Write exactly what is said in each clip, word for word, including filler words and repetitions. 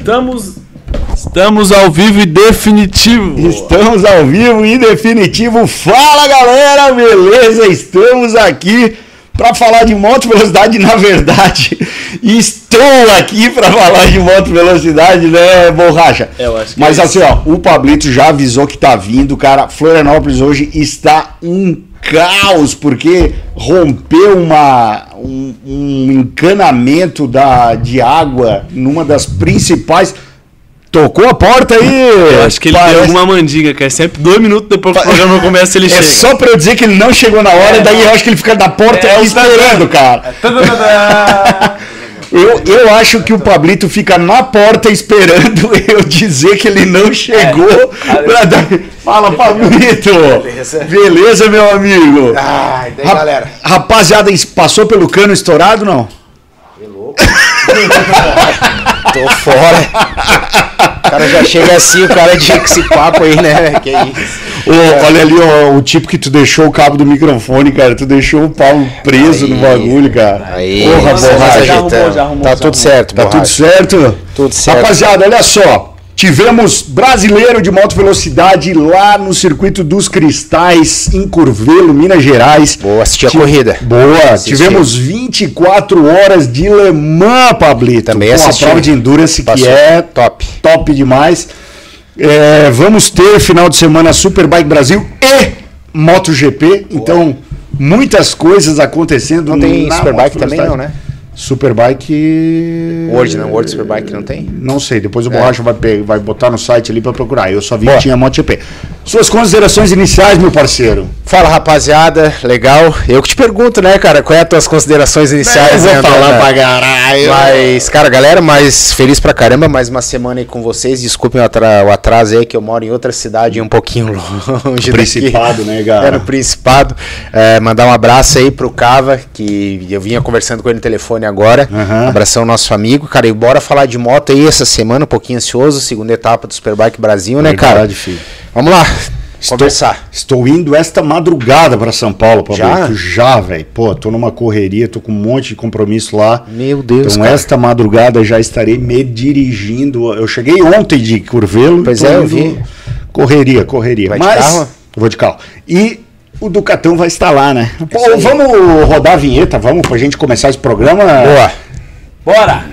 Estamos, estamos ao vivo e definitivo. Estamos ao vivo e definitivo. Fala, galera, beleza? Estamos aqui para falar de moto velocidade. Na verdade, estou aqui para falar de moto velocidade, né, Borracha? Eu acho que Mas é assim, ó, o Pablito já avisou que tá vindo, cara. Florianópolis hoje está um caos, porque rompeu uma, um, um encanamento da, de água numa das principais. Tocou a porta aí. Eu acho que ele parece... deu alguma mandinga, que é sempre dois minutos depois que o programa começa ele é chega. É só pra eu dizer que ele não chegou na hora, é, e daí não. Eu acho que ele fica na porta é, esperando, cara. Eu, eu acho que o Pablito fica na porta esperando eu dizer que ele não chegou. É. Pra dar... Fala, Pablito! Beleza. Beleza, meu amigo? Ah, e daí, Ra galera? Rapaziada, passou pelo cano estourado, não? Que louco. Tô fora. O cara já chega assim, o cara diz que esse papo aí, né? Que é isso. Ô, é. Olha ali, ó, o tipo que tu deixou o cabo do microfone, cara. Tu deixou o pau preso aí no bagulho, cara. Aí, porra, Borracha. Já arrumou, já arrumou. Tá tudo certo, Tá tudo certo? Tudo certo. Rapaziada, olha só. Tivemos brasileiro de moto velocidade lá no Circuito dos Cristais, em Curvelo, Minas Gerais. Boa, assisti a corrida. Boa, assisti. Tivemos vinte e quatro horas de Le Mans, Pablito. Também assisti. Com a prova de endurance Passou. Que é top, top demais. É, vamos ter final de semana Superbike Brasil e MotoGP. Boa. Então, muitas coisas acontecendo. Não tem Superbike também não, né? Superbike... World, não? World Superbike não tem? Não sei, depois o é. Borracha vai, vai botar no site ali para procurar. Eu só vi Boa. Que tinha MotoGP. Suas considerações iniciais, meu parceiro. Fala, rapaziada, legal. Eu que te pergunto, né, cara, qual é as tuas considerações iniciais? Eu vou né, falar pra caralho. Mas, cara, galera, mas feliz pra caramba, mais uma semana aí com vocês. Desculpem o, atra o atraso aí, que eu moro em outra cidade um pouquinho longe Principado, daqui. né, cara? É, no Principado. É, mandar um abraço aí pro Cava, que eu vinha conversando com ele no telefone agora. Uhum. Abração nosso amigo, cara, e bora falar de moto aí essa semana, um pouquinho ansioso, segunda etapa do Superbike Brasil, né, Verdade, cara? Filho. Vamos lá, estou, conversar. Estou indo esta madrugada para São Paulo, Pablo. Já? Já, velho. Pô, tô numa correria, tô com um monte de compromisso lá. Meu Deus, Então, cara. esta madrugada já estarei me dirigindo. Eu cheguei ontem de Curvelo. Pois é, eu vi. Correria, correria. Vai Mas, de carro? Eu vou de carro. E o Ducatão vai estar lá, né? Pô, vamos rodar a vinheta, vamos, pra gente começar esse programa. Boa. Bora!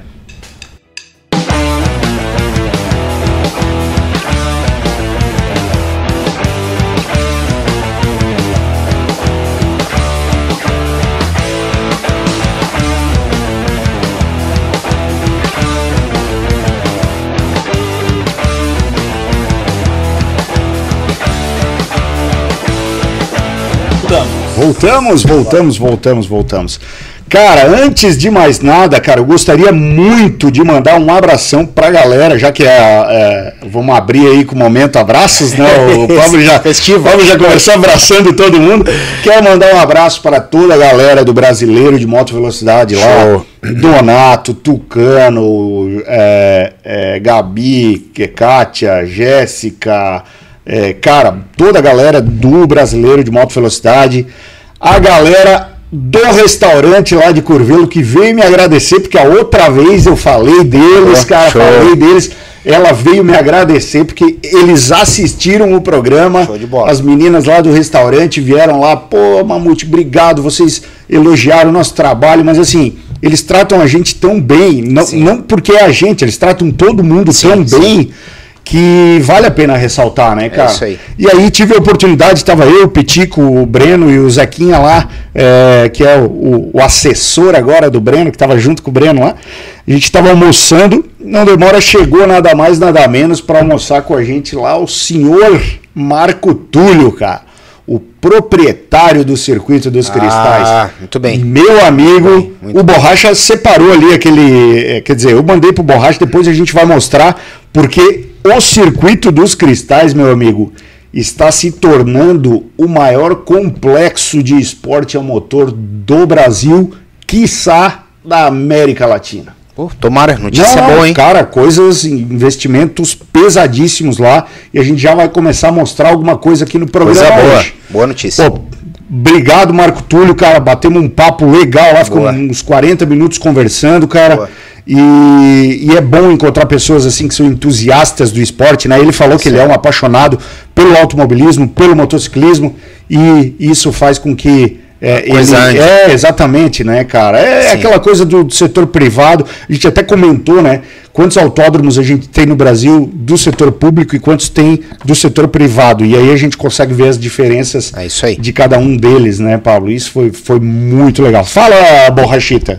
Voltamos, voltamos, voltamos, voltamos. Cara, antes de mais nada, cara, eu gostaria muito de mandar um abração pra galera, já que é, é vamos abrir aí com o momento abraços, né? O Pablo já, Festivo. Pablo já começou abraçando todo mundo. Quero mandar um abraço para toda a galera do Brasileiro de Moto Velocidade lá. Show. Donato, Tucano, é, é, Gabi, Kátia, Jéssica, é, cara, toda a galera do Brasileiro de Moto Velocidade. A galera do restaurante lá de Curvelo que veio me agradecer, porque a outra vez eu falei deles, oh, cara, show. falei deles, ela veio me agradecer porque eles assistiram o programa, show de bola. As meninas lá do restaurante vieram lá, pô, Mamute, obrigado, vocês elogiaram o nosso trabalho, mas assim, eles tratam a gente tão bem, não, não porque é a gente, eles tratam todo mundo sim, tão sim. bem, que vale a pena ressaltar, né, cara? É isso aí. E aí tive a oportunidade, estava eu, o Petico, o Breno e o Zequinha lá, é, que é o, o, o assessor agora do Breno, que estava junto com o Breno lá. A gente estava almoçando, não demora, chegou nada mais, nada menos para almoçar com a gente lá o senhor Marco Túlio, cara. O proprietário do Circuito dos ah, Cristais. Muito bem. Meu amigo, muito bem, muito o Borracha bem. Separou ali aquele... Quer dizer, eu mandei pro Borracha, depois a gente vai mostrar, porque o Circuito dos Cristais, meu amigo, está se tornando o maior complexo de esporte a motor do Brasil, quiçá da América Latina. Pô, tomara, notícia não, boa, hein? Cara, coisas, investimentos pesadíssimos lá, e a gente já vai começar a mostrar alguma coisa aqui no programa coisa boa, hoje. Boa notícia. Pô, obrigado, Marco Túlio, cara, batemos um papo legal lá, ficou uns quarenta minutos conversando, cara. Boa. E, e é bom encontrar pessoas assim que são entusiastas do esporte, né? Ele falou que ele é um apaixonado pelo automobilismo, pelo motociclismo, e isso faz com que É, ele, é, exatamente, né, cara? É Sim. aquela coisa do, do setor privado. A gente até comentou, né? Quantos autódromos a gente tem no Brasil do setor público e quantos tem do setor privado. E aí a gente consegue ver as diferenças é isso aí. de cada um deles, né, Pablo? Isso foi, foi muito legal. Fala, Borrachita.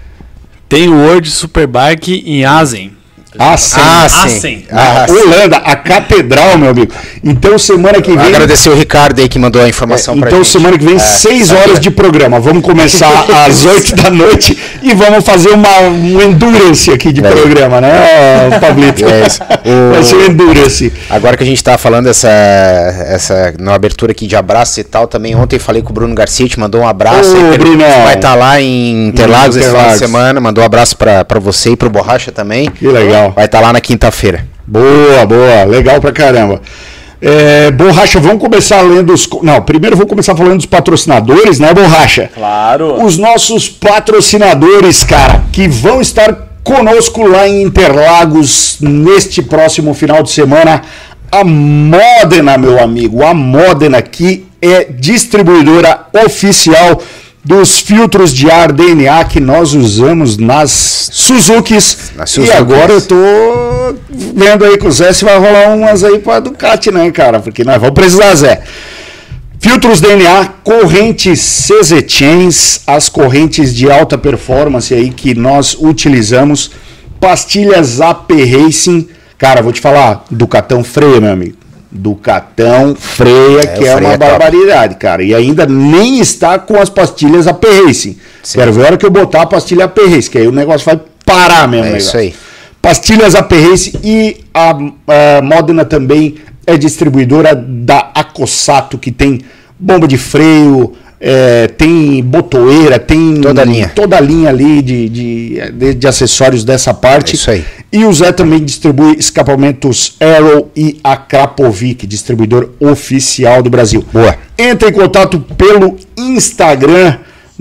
Tem o World Superbike em Assen. Assen. Assen. Ah, Holanda, a catedral, meu amigo. Então, semana que vem... Agradecer o Ricardo aí que mandou a informação é, pra então, gente. Então, semana que vem, é, seis horas de programa. Vamos começar às oito da noite e vamos fazer uma, um endurance aqui de é. programa, né, Pablito? É isso. O... Vai ser um endurance. Agora que a gente tá falando essa, essa na abertura aqui de abraço e tal, também ontem falei com o Bruno Garcia, te mandou um abraço. Ô, aí, Bruno. Vai estar tá lá em Interlagos esse final de semana. Mandou um abraço pra, pra você e pro Borracha também. Que legal. Vai estar tá lá na quinta-feira. Boa, boa. Legal pra caramba. É, Borracha, vamos começar lendo os... Não, primeiro vou começar falando dos patrocinadores, né, Borracha? Claro. Os nossos patrocinadores, cara, que vão estar conosco lá em Interlagos neste próximo final de semana. A Modena, meu amigo. A Modena, que é distribuidora oficial dos filtros de ar D N A que nós usamos nas Suzukis. Nas Suzukis. E agora eu tô vendo aí com o Zé se vai rolar umas aí pra Ducati, né, cara? Porque nós vamos precisar, Zé. Filtros D N A, correntes C Z Chains, as correntes de alta performance aí que nós utilizamos. Pastilhas A P Racing. Cara, vou te falar, Ducatão freia, meu amigo. Ducatão freia, é, que é uma é barbaridade, cara. E ainda nem está com as pastilhas A P Racing. Sim. Quero ver a hora que eu botar a pastilha A P Racing, que aí o negócio vai parar mesmo. É negócio. Isso aí. Pastilhas A P Racing e a, a Modena também é distribuidora da Acossato, que tem bomba de freio, é, tem botoeira, tem toda a linha, toda a linha ali de, de, de, de acessórios dessa parte. É isso aí. E o Zé também distribui escapamentos Arrow e a Krapovic, distribuidor oficial do Brasil. Boa. Entre em contato pelo Instagram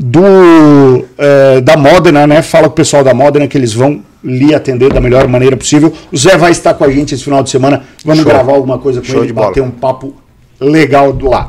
do, é, da Modena, né? Fala com o pessoal da Modena que eles vão lhe atender da melhor maneira possível. O Zé vai estar com a gente esse final de semana. Vamos Show. gravar alguma coisa com Show ele, bater um papo legal do lá.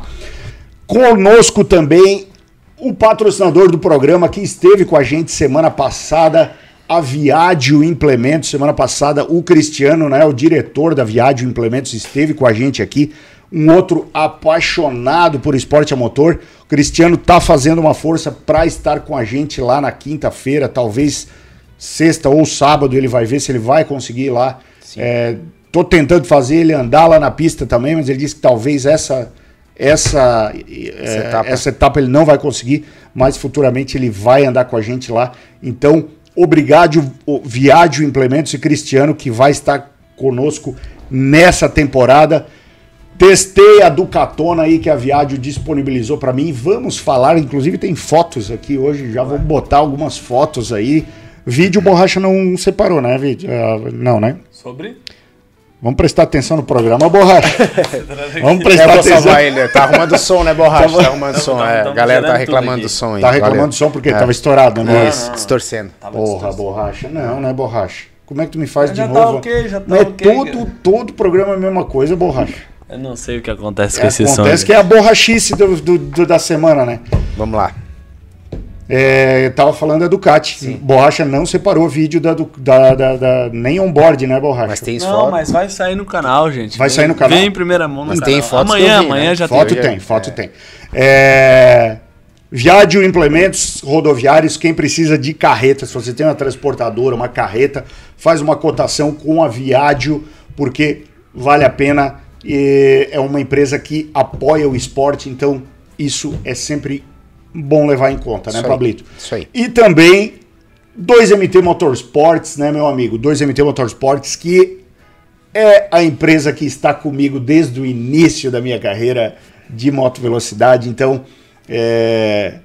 Conosco também o patrocinador do programa que esteve com a gente semana passada, a Viadio Implementos. Semana passada o Cristiano, né, o diretor da Viadio Implementos, esteve com a gente aqui. Um outro apaixonado por esporte a motor. O Cristiano tá fazendo uma força para estar com a gente lá na quinta-feira, talvez sexta ou sábado, ele vai ver se ele vai conseguir ir lá. É, tô tentando fazer ele andar lá na pista também, mas ele disse que talvez essa... Essa, essa, é, etapa. essa etapa ele não vai conseguir, mas futuramente ele vai andar com a gente lá. Então, obrigado, Viadio Implementos e Cristiano, que vai estar conosco nessa temporada. Testei a Ducatona aí que a Viadio disponibilizou para mim. Vamos falar, inclusive tem fotos aqui hoje, já vou botar algumas fotos aí. Vídeo Borracha não separou, né, vídeo? Uh, não, né? Sobre? Vamos prestar atenção no programa, Borracha. Vamos prestar é, atenção. Ele tá arrumando o som, né, Borracha? Tá arrumando o som. É. A galera tá reclamando do som aí. Tá reclamando do som porque é. tava estourado, né? Isso, distorcendo. Porra, Borracha. Não, né, Borracha? Como é que tu me faz já de já novo? Tá okay, já tá não é okay, todo, todo programa a mesma coisa, Borracha. Eu não sei o que acontece é, com esse som. Acontece que é a borrachice do, do, do, da semana, né? Vamos lá. É, eu tava falando da Ducati. Sim. Borracha não separou vídeo da, da, da, da nem on-board, né, Borracha? Mas tem Não, foto. mas vai sair no canal, gente. Vai vem, sair no canal. Vem em primeira mão no mas canal. Tem foto amanhã, vi, amanhã né? já foto tem. tem. Foto é. tem. É... Viadio Implementos Rodoviários, quem precisa de carreta, se você tem uma transportadora, uma carreta, faz uma cotação com a Viadio, porque vale a pena. E é uma empresa que apoia o esporte, então isso é sempre bom levar em conta, né, Isso Pablito? Aí. Isso aí. E também dois M T Motorsports, né, meu amigo? dois M T Motorsports, que é a empresa que está comigo desde o início da minha carreira de moto velocidade. Então, é...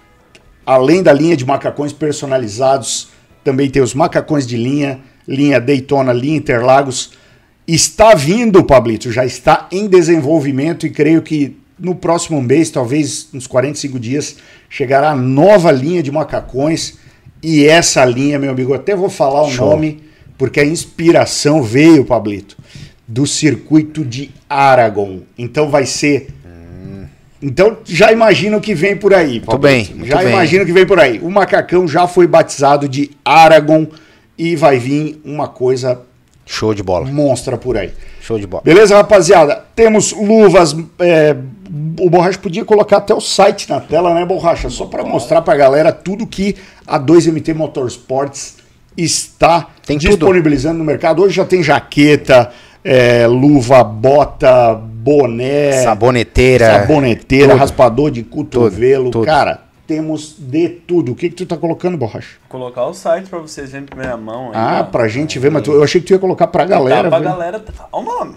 além da linha de macacões personalizados, também tem os macacões de linha, linha Daytona, linha Interlagos. Está vindo, Pablito, já está em desenvolvimento e creio que no próximo mês, talvez uns quarenta e cinco dias, chegará a nova linha de macacões E essa linha, meu amigo, eu até vou falar o Show. nome, porque a inspiração veio, Pablito, do circuito de Aragon. Então vai ser... Hum. Então já imagina o que vem por aí, Pablito. Muito bem, muito já bem. imagina o que vem por aí. O macacão já foi batizado de Aragon e vai vir uma coisa Show de bola. monstra por aí. Show de bola. Beleza, rapaziada? Temos luvas. É, o Borracha podia colocar até o site na tela, né, Borracha? Só para mostrar pra galera tudo que a dois M T Motorsports está Tem disponibilizando no mercado. Hoje já tem jaqueta, é, luva, bota, boné, Saboneteira. saboneteira, tudo. raspador de cotovelo. Tudo, tudo. Cara, temos de tudo. O que, que tu tá colocando, Borracha? Colocar o site pra vocês verem em primeira mão. Aí, Ah, ó. pra gente ver, mas tu- eu achei que tu ia colocar pra galera. Tá pra ver. galera. Olha o nome.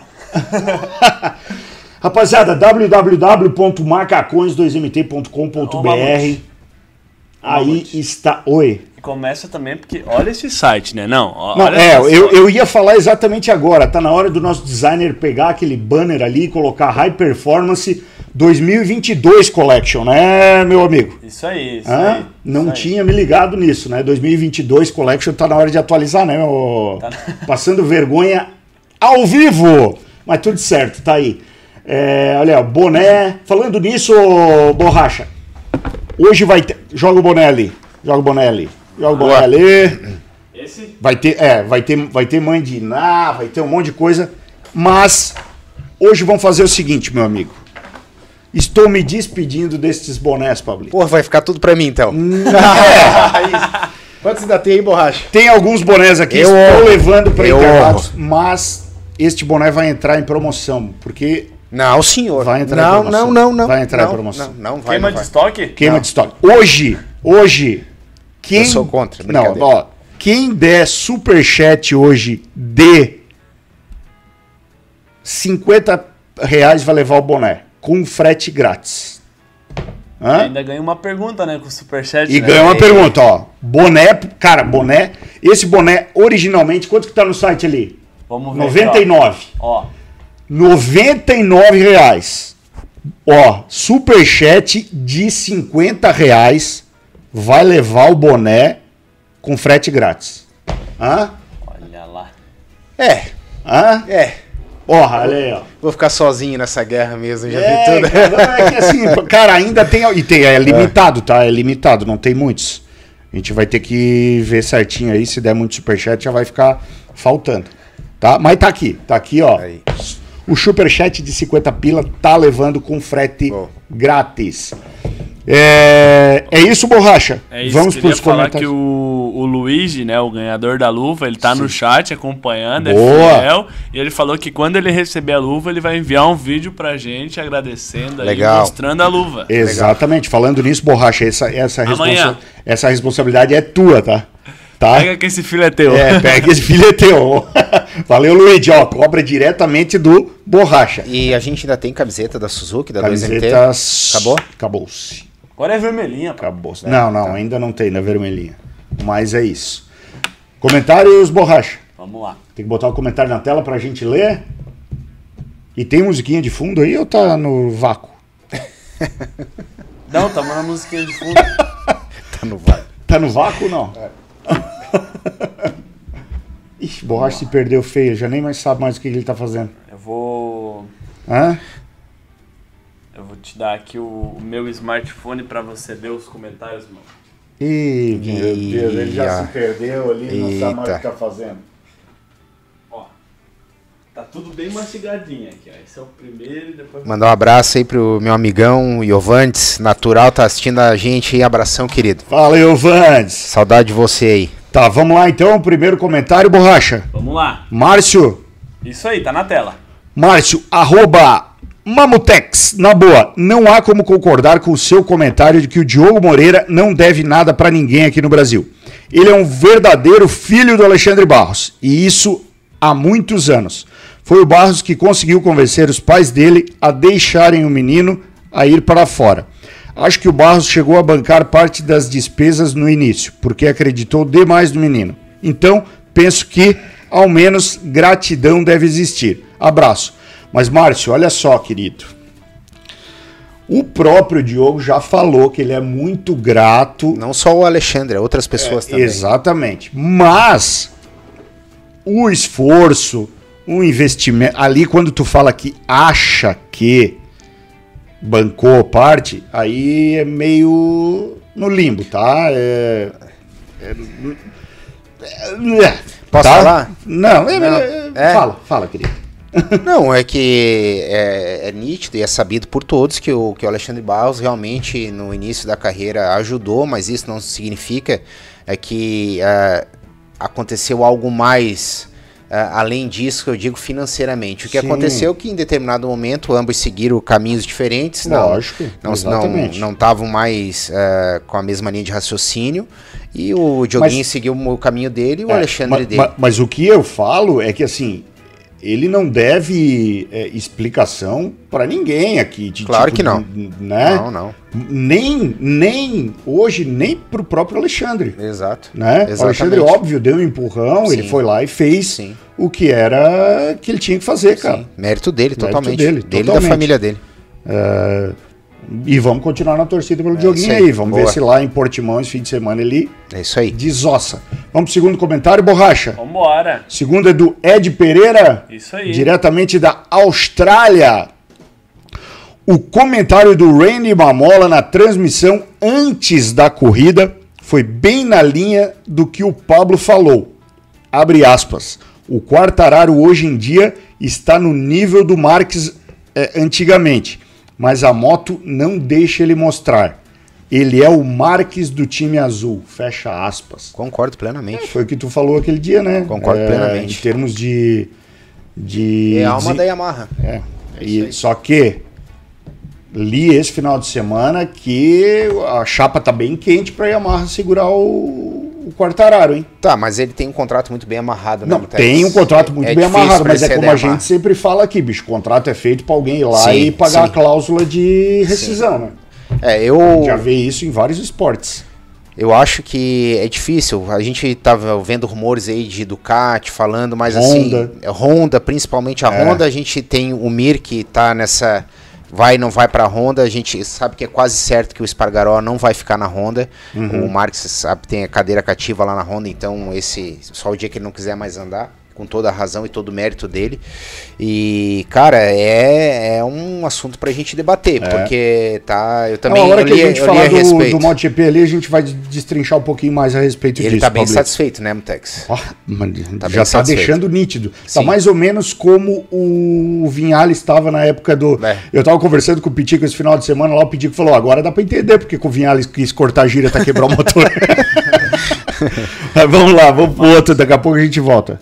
Rapaziada, w w w ponto macacões dois m t ponto com ponto b r. Mamute. Aí Mamute. está. Oi. E começa também porque olha esse site, né? Não, ó, Não, olha é, só. eu, eu ia falar exatamente agora. Tá na hora do nosso designer pegar aquele banner ali e colocar High Performance dois mil e vinte e dois Collection, né, meu amigo? Isso aí, isso Hã? aí. Não isso aí. tinha me ligado nisso, né? dois mil e vinte e dois Collection tá na hora de atualizar, né? meu- Tá. Passando vergonha ao vivo. Mas tudo certo, tá aí. É, olha, boné. Falando nisso, ô, Borracha, hoje vai ter. Joga o boné ali. Joga o boné ali. Joga o boné Boa. ali. Esse? Vai ter, é, vai ter, vai ter mãe de Iná, vai ter um monte de coisa. Mas hoje vamos fazer o seguinte, meu amigo. Estou me despedindo destes bonés, Pablito. Pô, vai ficar tudo pra mim então. Quantos ainda tem aí, Borracha? Tem alguns bonés aqui, Eu estou honro. levando para Eu Interlagos, mas este boné vai entrar em promoção, porque Não, senhor. Vai entrar em não, promoção. não, não, não. Vai entrar em não, promoção. Não, não vai, Queima não de vai. estoque? queima Não. de estoque. Hoje, hoje, quem... Eu sou contra, Não, brincadeira. ó, quem der superchat hoje de cinquenta reais vai levar o boné, com frete grátis. Hã? Ainda ganha uma pergunta, né? Com o superchat. E né? ganha uma E- pergunta, ó. Boné, cara, boné. Esse boné, originalmente, quanto que tá no site ali? Vamos ver. noventa e aqui, nove. Ó. Ó, noventa e nove reais. Ó, superchat de cinquenta reais vai levar o boné com frete grátis. Hã? olha lá. É, Hã? é. Ó, olha aí, ó. Vou ficar sozinho nessa guerra mesmo, já É, vi tudo. cara, não, é que assim, cara, ainda tem. E tem, é limitado, tá? É limitado, não tem muitos. A gente vai ter que ver certinho aí. Se der muito superchat, já vai ficar faltando. Tá? Mas tá aqui, tá aqui, ó. Aí. O superchat de cinquenta pila tá levando com frete Bom. grátis. É, é isso, Borracha? É isso, Vamos queria pros falar comentários. que o, o Luigi, né, o ganhador da luva, ele tá no chat acompanhando, Boa. é fiel, e ele falou que quando ele receber a luva, ele vai enviar um vídeo pra gente agradecendo aí, Legal. mostrando a luva. Exatamente. Falando nisso, Borracha, essa, essa, Amanhã. responsa- essa responsabilidade é tua, tá? Tá? Pega que esse filho é teu. É, pega esse filho é teu. Valeu, Luigi. Ó, cobra diretamente do Borracha. E a gente ainda tem camiseta da Suzuki, da dois M T. Camisetas. Acabou? Acabou-se. Agora é vermelhinha, pô. Acabou-se. Não, não, ainda não tem na vermelhinha. Mas é isso. Comentários, Borracha. Vamos lá. Tem que botar o comentário na tela pra gente ler. E tem musiquinha de fundo aí ou tá no vácuo? Não, tamo na musiquinha de fundo. Tá no vai. Tá no vácuo ou não? Ixi, Borracha se perdeu feio. Já nem mais sabe mais o que ele tá fazendo. Eu vou... Hã? Eu vou te dar aqui o, o meu smartphone pra você ver os comentários, mano. Ih, meu Deus, ele já Ia. se perdeu ali, não sabe mais o Eita. que tá fazendo. Ó, tá tudo bem mastigadinho aqui, ó. Esse é o primeiro e depois... Mandar um abraço aí pro meu amigão Iovantes, natural, tá assistindo a gente aí. Abração, querido. Fala, Iovanes. Saudade de você aí. Tá, vamos lá então. Primeiro comentário, Borracha. Vamos lá. Márcio. Isso aí, tá na tela. Márcio, arroba Mamutex. Na boa, não há como concordar com o seu comentário de que o Diogo Moreira não deve nada pra ninguém aqui no Brasil. Ele é um verdadeiro filho do Alexandre Barros. E isso há muitos anos. Foi o Barros que conseguiu convencer os pais dele a deixarem o menino a ir para fora. Acho que o Barros chegou a bancar parte das despesas no início, porque acreditou demais no menino. Então, penso que, ao menos, gratidão deve existir. Abraço. Mas, Márcio, olha só, querido. O próprio Diogo já falou que ele é muito grato. Não só o Alexandre, outras pessoas é, também. Exatamente. Mas o esforço, o investimento, ali quando tu fala que acha que bancou parte, aí é meio no limbo, tá? É, é, é, Posso tá? falar? Não, é, Não. é, É. fala, fala, querido. Não, é que é, é nítido e é sabido por todos que o, que o Alexandre Barros realmente no início da carreira ajudou, mas isso não significa é que é, aconteceu algo mais é, além disso, que eu digo financeiramente. O que Sim. aconteceu é que em determinado momento ambos seguiram caminhos diferentes, não, Lógico, não exatamente. não estavam mais é, com a mesma linha de raciocínio, e o Dioguinho Mas- seguiu o caminho dele e o É, Alexandre ma- dele. ma- Mas o que eu falo é que assim, ele não deve é, explicação para ninguém aqui. De, Claro tipo, que não. n- Né? Não, não. Nem, nem hoje, nem pro próprio Alexandre. Exato. Né? O Exatamente. Alexandre, óbvio, deu um empurrão, Sim. ele foi lá e fez Sim. o que era que ele tinha que fazer, cara. Sim. Mérito dele, Mérito totalmente. dele, Dele, e da totalmente. família dele. É, e vamos continuar na torcida pelo É Dioguinho isso aí. aí. Vamos Boa. ver se lá em Portimão, esse fim de semana, ele É isso aí. desossa. Vamos pro segundo comentário, Borracha. Vambora. Segundo é do Ed Pereira, Isso aí. diretamente da Austrália. O comentário do Randy Mamola na transmissão antes da corrida foi bem na linha do que o Pablo falou. Abre aspas. O Quartararo hoje em dia está no nível do Marques eh, antigamente, mas a moto não deixa ele mostrar. Ele é o Marques do time azul. Fecha aspas. Concordo plenamente. Foi o que tu falou aquele dia, né? Concordo É, plenamente. Em termos de... de É a alma de- da Yamaha. É. E, só que li esse final de semana que a chapa tá bem quente pra Yamaha segurar o, o Quartararo, hein? Tá, mas ele tem um contrato muito bem amarrado, né, Não, Mutex? tem um contrato muito É bem difícil amarrado, pra mas ele é ser como da a Yamaha. gente sempre fala aqui, bicho. O contrato é feito pra alguém ir lá Sim, e pagar sim. a cláusula de rescisão, né? É, eu... Já vê isso em vários esportes. Eu acho que é difícil. A gente tava vendo rumores aí de Ducati falando, mas Honda. assim, é, Honda, principalmente a É. Honda, a gente tem o Mir que tá nessa vai não vai pra Honda, a gente sabe que é quase certo que o Espargaró não vai ficar na Honda. Uhum. O Marques sabe tem a cadeira cativa lá na Honda, então esse só o dia que ele não quiser mais andar, com toda a razão e todo o mérito dele. E, cara, é, é um assunto pra gente debater, É. porque tá, eu também Na hora eu que li, a gente eu li falar a do, respeito. do MotoGP ali, a gente vai destrinchar um pouquinho mais a respeito Ele disso. tá bem Pablito. satisfeito, né, Mutex? Ó, mano, Tá já bem tá satisfeito. deixando nítido. Tá Sim. mais ou menos como o Vinhales estava na época do... É. Eu tava conversando com o Pitico esse final de semana lá, o Pitico falou, agora dá pra entender porque que o Vinhales quis cortar a gira até quebrar o motor. Mas vamos lá, vamos pro outro, daqui a pouco a gente volta.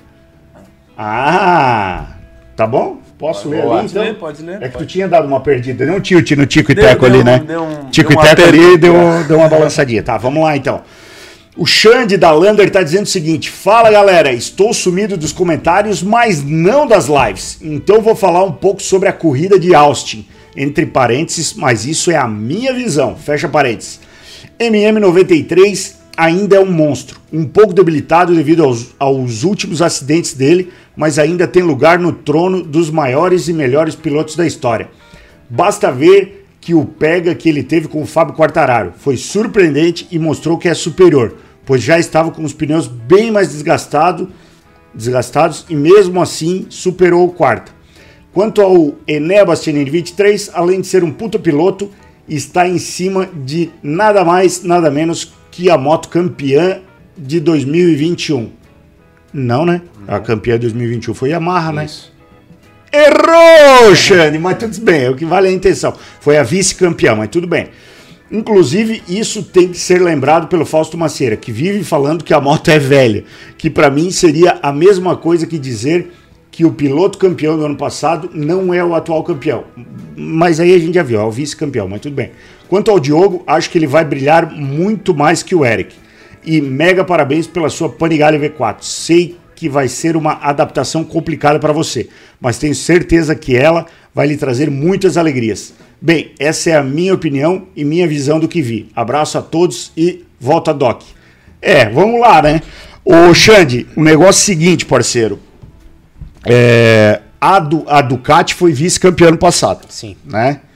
Ah, tá bom? Posso ler Pode ali, então? ler, pode ler, É que tu pode. tinha dado uma perdida, deu um tilt no Tico e Deu- Teco ali, deu- né? deu um- Tico deu e uma Teco ali perda. deu, deu uma balançadinha. Tá, vamos lá então. O Xande da Lander tá dizendo o seguinte: fala galera, estou sumido dos comentários, mas não das lives. Então vou falar um pouco sobre a corrida de Austin. Entre parênteses, mas isso é a minha visão. Fecha parênteses. M M noventa e três ainda é um monstro, um pouco debilitado devido aos, aos últimos acidentes dele, mas ainda tem lugar no trono dos maiores e melhores pilotos da história. Basta ver que o pega que ele teve com o Fábio Quartararo foi surpreendente e mostrou que é superior, pois já estava com os pneus bem mais desgastado, desgastados e mesmo assim superou o quarta. Quanto ao Enea Bastianini vinte e três, além de ser um puta piloto, está em cima de nada mais, nada menos que a moto campeã de dois mil e vinte e um. Não, né? A campeã de dois mil e vinte e um foi a Yamaha, né? Isso. Errou, Xande, mas tudo bem, é o que vale a intenção. Foi a vice-campeã, mas tudo bem. Inclusive, isso tem que ser lembrado pelo Fausto Macieira, que vive falando que a moto é velha, que para mim seria a mesma coisa que dizer que o piloto campeão do ano passado não é o atual campeão. Mas aí a gente já viu, é o vice-campeão, mas tudo bem. Quanto ao Diogo, acho que ele vai brilhar muito mais que o Eric. E mega parabéns pela sua Panigale V quatro. Sei que vai ser uma adaptação complicada para você, mas tenho certeza que ela vai lhe trazer muitas alegrias. Bem, essa é a minha opinião e minha visão do que vi. Abraço a todos e volta Doc. É, vamos lá, né? Ô Xande, o negócio é o seguinte, parceiro. É, a, du, a Ducati foi vice-campeã ano passado. Sim. Né?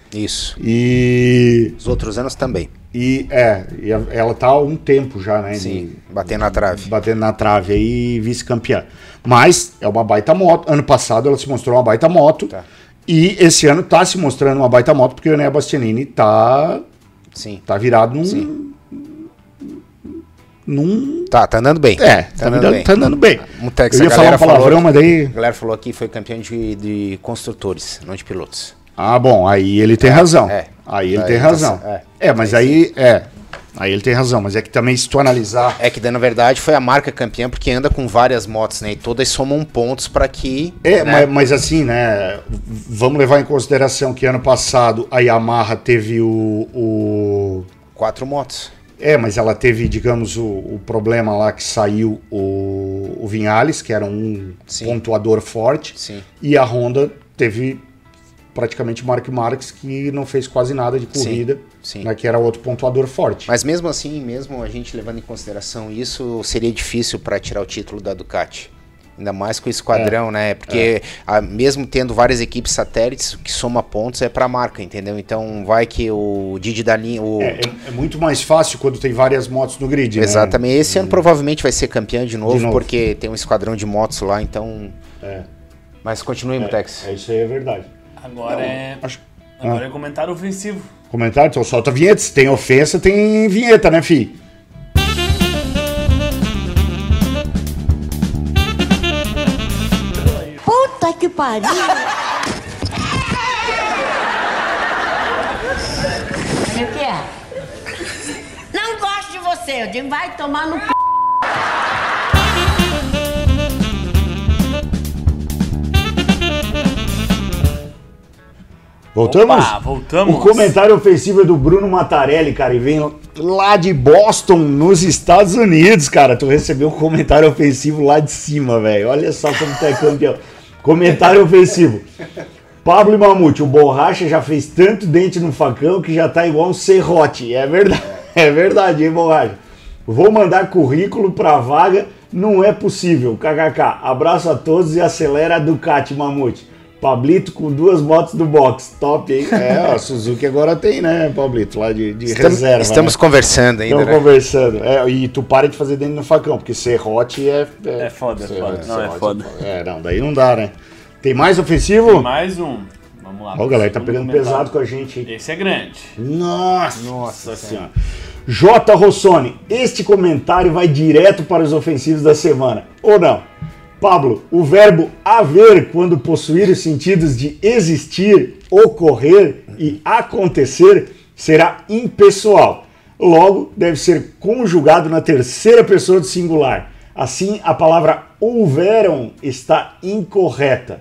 Isso. E... Os outros anos também. E, é, e ela tá há um tempo já, né? Sim, de, batendo na trave. Batendo na trave aí, vice-campeã. Mas é uma baita moto. Ano passado ela se mostrou uma baita moto. Tá. E esse ano tá se mostrando uma baita moto, porque o Enea Bastianini tá... Sim. Tá virado num... Sim. Num... Tá, tá andando bem. É, tá, tá, andando andando, bem. tá andando bem. Mutex, Eu ia a falar galera um palavrão, falou, mas daí... A galera falou aqui que foi campeão de, de construtores, não de pilotos. Ah, bom, aí ele tem É, razão. é. Aí ele Aí tem tá razão. cer- É, mas aí... É, aí ele tem razão. Mas é que também se tu analisar... É que, na verdade, foi a marca campeã porque anda com várias motos, né? E todas somam pontos pra que... É, né? mas, mas assim, né? Vamos levar em consideração que ano passado a Yamaha teve o... o... Quatro motos. É, mas ela teve, digamos, o, o problema lá que saiu o, o Vinhales, que era um Sim. pontuador forte. Sim. E a Honda teve praticamente o Mark Marques, que não fez quase nada de corrida, Sim. né, que era outro pontuador forte. Mas mesmo assim, mesmo a gente levando em consideração isso, seria difícil para tirar o título da Ducati. Ainda mais com o esquadrão, é. né? Porque é. a, mesmo tendo várias equipes satélites, o que soma pontos é para a marca, entendeu? Então vai que o Didi da linha... O... É, é, é muito mais fácil quando tem várias motos no grid, Exatamente. né? Esse ano provavelmente vai ser campeão de novo, de novo, porque tem um esquadrão de motos lá, então... É. Mas continue, é, Mutex. É, isso aí é verdade. Agora Não, é... Acho... Agora ah. é comentário ofensivo. Comentário? Então solta a vinheta. Se tem ofensa, tem vinheta, né, fi? Puta que pariu! O que é? Não gosto de você. Eu digo, vai tomar no c... Voltamos? Opa, voltamos. O comentário ofensivo é do Bruno Mattarelli, cara, e vem lá de Boston, nos Estados Unidos, cara. Tu recebeu um comentário ofensivo lá de cima, velho. Olha só como tu é campeão. Comentário ofensivo. Pablo e Mamute, o Borracha já fez tanto dente no facão que já tá igual um serrote. É verdade, é verdade, hein, Borracha? Vou mandar currículo pra vaga, não é possível. K K K. Abraço a todos e acelera a Ducati, Mamute. Pablito com duas motos do box, top, hein? É, a Suzuki agora tem, né, Pablito, lá de, de estamos, reserva. Estamos né? conversando ainda, Estamos né? conversando. É, e tu para de fazer dentro do facão, porque serrote é... É, é foda, é foda. Não, é foda. É, não, daí não dá, né? Tem mais ofensivo? Tem mais um. Vamos lá. Ó, oh, galera, tá segundo pegando comentário. pesado com a gente, hein? Esse é grande. Nossa, Nossa senhora. J. Rossoni, este comentário vai direto para os ofensivos da semana, ou não? Pablo, o verbo haver, quando possuir os sentidos de existir, ocorrer e acontecer, será impessoal. Logo, deve ser conjugado na terceira pessoa do singular. Assim, a palavra houveram está incorreta.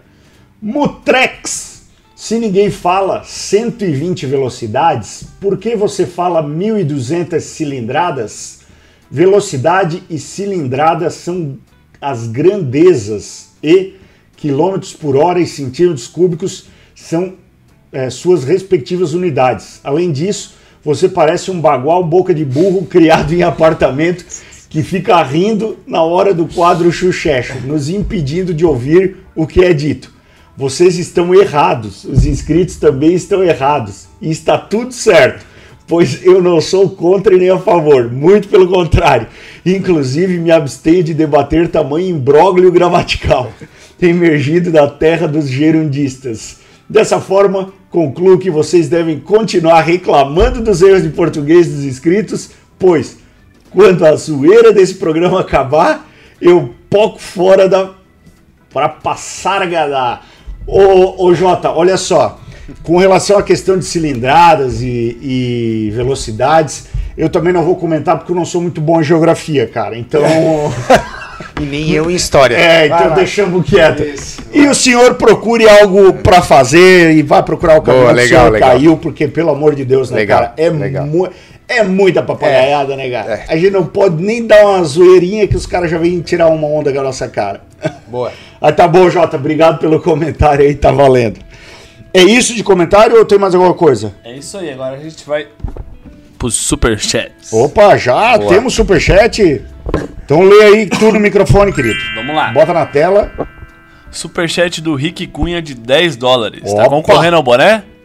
Mutrex, se ninguém fala cento e vinte velocidades, por que você fala mil e duzentas cilindradas? Velocidade e cilindrada são as grandezas e quilômetros por hora e centímetros cúbicos são é, suas respectivas unidades. Além disso, você parece um bagual boca de burro criado em apartamento que fica rindo na hora do quadro Xuxexo, nos impedindo de ouvir o que é dito. Vocês estão errados, os inscritos também estão errados e está tudo certo, pois eu não sou contra e nem a favor, muito pelo contrário. Inclusive, me abstenho de debater tamanho imbróglio gramatical, emergido da terra dos gerundistas. Dessa forma, concluo que vocês devem continuar reclamando dos erros de português dos inscritos, pois, quando a zoeira desse programa acabar, eu poco fora da... para passar a gadar. Ô, ô Jota, olha só, com relação à questão de cilindradas e, e velocidades, eu também não vou comentar porque eu não sou muito bom em geografia, cara, então... E nem eu em história. É, então deixamos quieto. Isso. E o senhor procure algo pra fazer e vai procurar o caminho Boa, que legal, o senhor legal. caiu, porque pelo amor de Deus, né, legal, cara, é, legal. Mu é muita papagaiada, é, né, cara? É. A gente não pode nem dar uma zoeirinha que os caras já vêm tirar uma onda com a nossa cara. Boa. Ah, tá bom, Jota, obrigado pelo comentário aí, tá valendo. É isso de comentário ou tem mais alguma coisa? É isso aí, agora a gente vai pros superchats. Opa, já Boa. Temos superchat? Então lê aí tu no microfone, querido. Vamos lá. Bota na tela. Superchat do Rick Cunha de dez dólares. Opa. Tá concorrendo ao boné?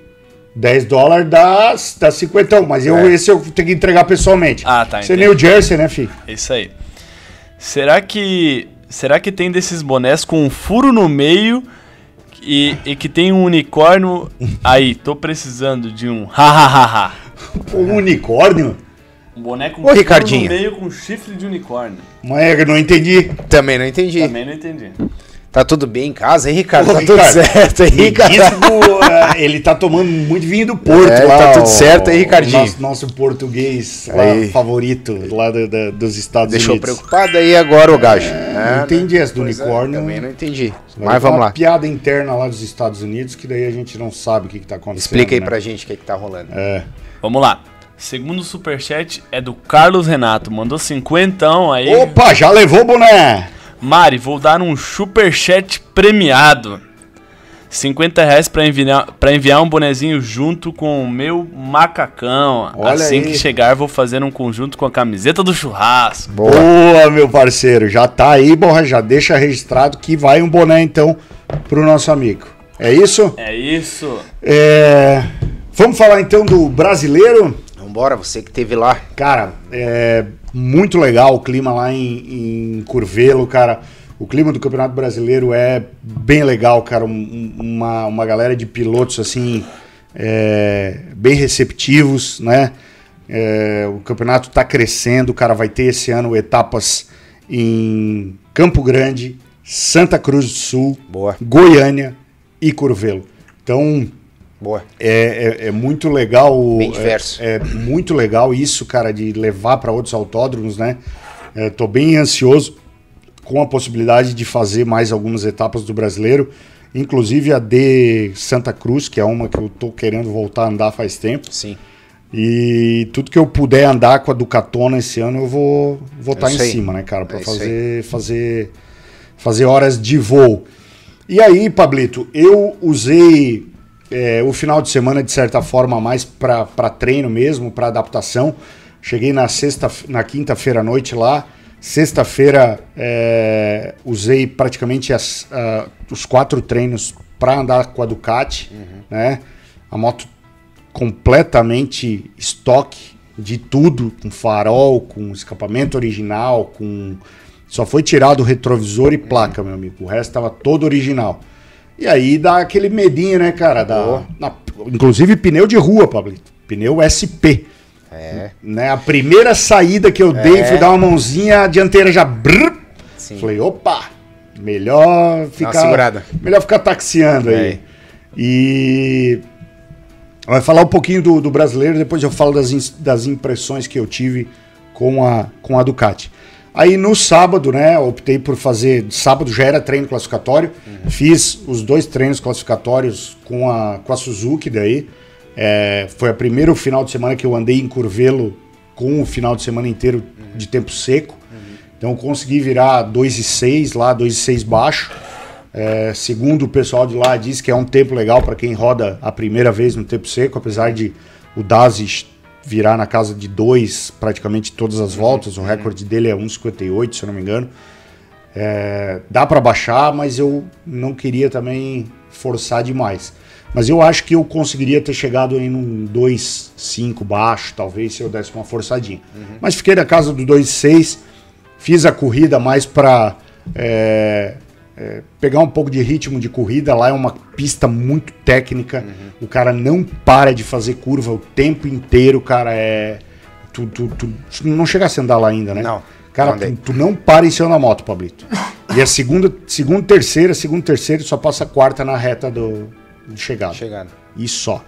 dez dólares dá, dá cinquenta, mas eu, É. esse eu tenho que entregar pessoalmente. Ah, tá, Você é entendi. New Jersey, né, filho? É isso aí. Será que. Será que tem desses bonés com um furo no meio e, e que tem um unicórnio? Aí, tô precisando de um hahaha. Um unicórnio? Um boné com Ô, furo Ricardinho. no meio com chifre de unicórnio. Mas eu não entendi. Também não entendi. Também não entendi. Tá tudo bem em casa, hein, Ricardo? Ô, Tá Ricardo, tudo certo aí, Me cara. diz do, eh, ele tá tomando muito vinho do Porto É, lá. tá tudo o- certo aí, Ricardinho. o Nosso, nosso português lá, Aí. favorito, lá do- da- dos Estados Deixou Unidos. preocupado aí agora o gajo. É, não entendi essa do Pois é, unicórnio. também não entendi. Vai Mas ter vamos uma lá. piada interna lá dos Estados Unidos que daí a gente não sabe o que, que tá acontecendo. Explica aí né? pra gente o que, que tá rolando. É. Vamos lá. Segundo superchat é do Carlos Renato. Mandou cinquentão aí. Opa, já levou o boné! Mari, vou dar um superchat premiado. cinquenta reais pra enviar, pra enviar um bonezinho junto com o meu macacão. Olha assim aí. que chegar, vou fazer um conjunto com a camiseta do churrasco. Boa. Boa, meu parceiro. Já tá aí, Borra. Já deixa registrado que vai um boné, então, pro nosso amigo. É isso? É isso. É... Vamos falar, então, do brasileiro? Vambora, você que teve lá. Cara, é muito legal o clima lá em, em Curvelo, cara. O clima do Campeonato Brasileiro é bem legal, cara. Um- uma, uma galera de pilotos, assim, é, bem receptivos, né? É, o campeonato tá crescendo, cara. Vai ter esse ano etapas em Campo Grande, Santa Cruz do Sul, Boa. Goiânia e Curvelo. Então, Boa. é, é, é muito legal. Bem diverso. É, é muito legal isso, cara, de levar para outros autódromos, né? É, tô bem ansioso com a possibilidade de fazer mais algumas etapas do brasileiro, inclusive a de Santa Cruz, que é uma que eu tô querendo voltar a andar faz tempo. Sim. E tudo que eu puder andar com a Ducatona esse ano, eu vou vou estar É em isso aí. cima, né, cara, para É isso fazer fazer fazer horas de voo. E aí, Pablito, eu usei é, o final de semana de certa forma mais para treino mesmo, para adaptação. Cheguei na sexta, na quinta-feira à noite lá. Sexta-feira é, usei praticamente as, ah, os quatro treinos para andar com a Ducati, né? A moto completamente estoque de tudo, com farol, com escapamento original, com só foi tirado o retrovisor e placa, meu amigo. O resto estava todo original. E aí dá aquele medinho, né, cara? Da, na- inclusive pneu de rua, Pablito. Pneu S P. É. Né? A primeira saída que eu dei, É. fui dar uma mãozinha, a dianteira já... brrr. Sim. Falei, opa, melhor ficar... segurada. Melhor ficar taxiando aí. É. E... Vai falar um pouquinho do, do brasileiro, depois eu falo das, ins- das impressões que eu tive com a, com a Ducati. Aí no sábado, né, eu optei por fazer, sábado já era treino classificatório, fiz os dois treinos classificatórios com a, com a Suzuki daí, é, foi o primeiro final de semana que eu andei em Curvelo com o final de semana inteiro de tempo seco, então eu consegui virar dois e seis lá, dois e seis baixo. É, segundo o pessoal de lá, diz que é um tempo legal para quem roda a primeira vez no tempo seco, apesar de o Dazi virar na casa de dois praticamente todas as voltas, o recorde dele é um e cinquenta e oito, se eu não me engano. É, dá para baixar, mas eu não queria também forçar demais. Mas eu acho que eu conseguiria ter chegado em um dois e cinco baixo, talvez, se eu desse uma forçadinha. Mas fiquei na casa do dois e seis, fiz a corrida mais para... É, é, pegar um pouco de ritmo de corrida. Lá é uma pista muito técnica, o cara não para de fazer curva o tempo inteiro, cara, é... Tu, tu, tu, tu não chegasse a andar lá ainda, né? Não, Cara, não andei. tu, tu não para em cima da moto, Pablito. E a segunda, segunda, terceira, segunda, terceira, só passa a quarta na reta do, de chegada. Chegando. E só.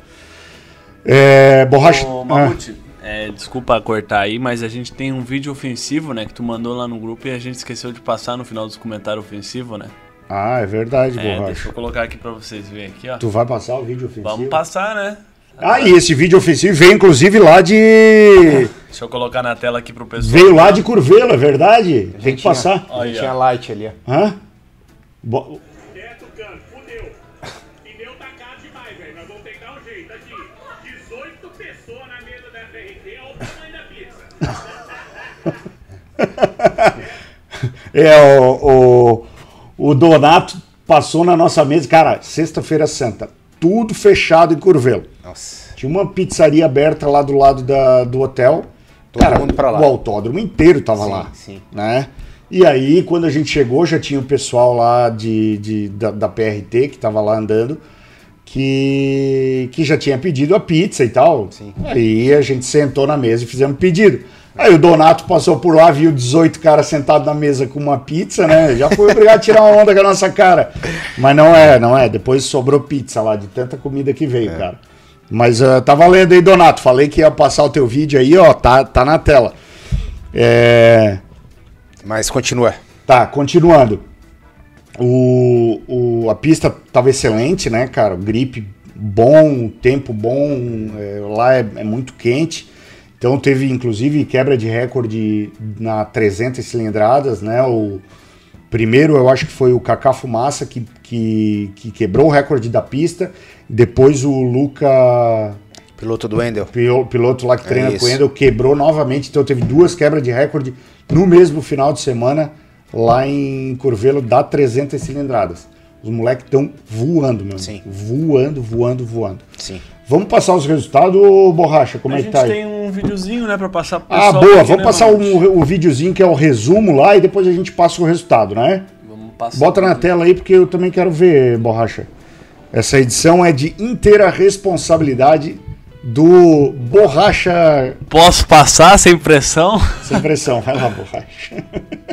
É, borracha... Ô, ah, Mamute, é, desculpa cortar aí, mas a gente tem um vídeo ofensivo, né, que tu mandou lá no grupo e a gente esqueceu de passar no final dos comentários ofensivo, né? ah, é verdade, É, deixa borracha. eu colocar aqui pra vocês verem aqui, ó. Tu vai passar o vídeo ofensivo? Vamos passar, né? Ah, e esse vídeo ofensivo veio inclusive lá de... Deixa eu colocar na tela aqui pro pessoal. Veio lá de Curvelo, é verdade? Tem que Tinha- passar. A gente Aí, tinha ó. light ali, ó. Hã? Bo- É, Tucano, fudeu. Pneu tá caro demais, velho. Nós vamos ter que dar um jeito. Aqui, dezoito pessoas na mesa da F R T, olha o tamanho da pizza. É, o, o, o Donato passou na nossa mesa, cara, sexta-feira santa, tudo fechado em Curvelo. Nossa. Tinha uma pizzaria aberta lá do lado da, do hotel. Todo Cara, mundo pra lá. O autódromo inteiro tava Sim, lá. sim. Né? E aí, quando a gente chegou, já tinha o pessoal lá de, de, da, da P R T que tava lá andando, que, que já tinha pedido a pizza e tal. Sim. Aí a gente sentou na mesa e fizemos pedido. Aí o Donato passou por lá, viu dezoito caras sentados na mesa com uma pizza, né? Já foi obrigado a tirar uma onda com a nossa cara. Mas não é, não é. Depois sobrou pizza lá, de tanta comida que veio, é. cara. Mas uh, tá valendo aí, Donato. Falei que ia passar o teu vídeo aí, ó. Tá, tá na tela. É... Mas continua. Tá, continuando. O, o, a pista tava excelente, né, cara? O grip bom, tempo bom. É, lá é, é muito quente. Então teve, inclusive, quebra de recorde na trezentas cilindradas, né? O primeiro, eu acho que foi o Kaká Fumaça que, que, que quebrou o recorde da pista. Depois o Luca... Piloto do Wendel. Piloto lá que treina é com o Wendel quebrou novamente. Então teve duas quebras de recorde no mesmo final de semana lá em Curvelo da trezentas cilindradas. Os moleques estão voando, meu. Sim. Voando, voando, voando. Sim. Vamos passar os resultados, Borracha? Como a é que tá aí? A gente tem um videozinho, né, pra passar pro Ah, pessoal. boa. Aqui, Vamos né, passar Mamute? o, o videozinho que é o resumo lá e depois a gente passa o resultado, né? Vamos passar. Bota na tela aí porque eu também quero ver, Borracha. Essa edição é de inteira responsabilidade do Borracha. Posso passar sem pressão? Sem pressão. Vai lá, Borracha.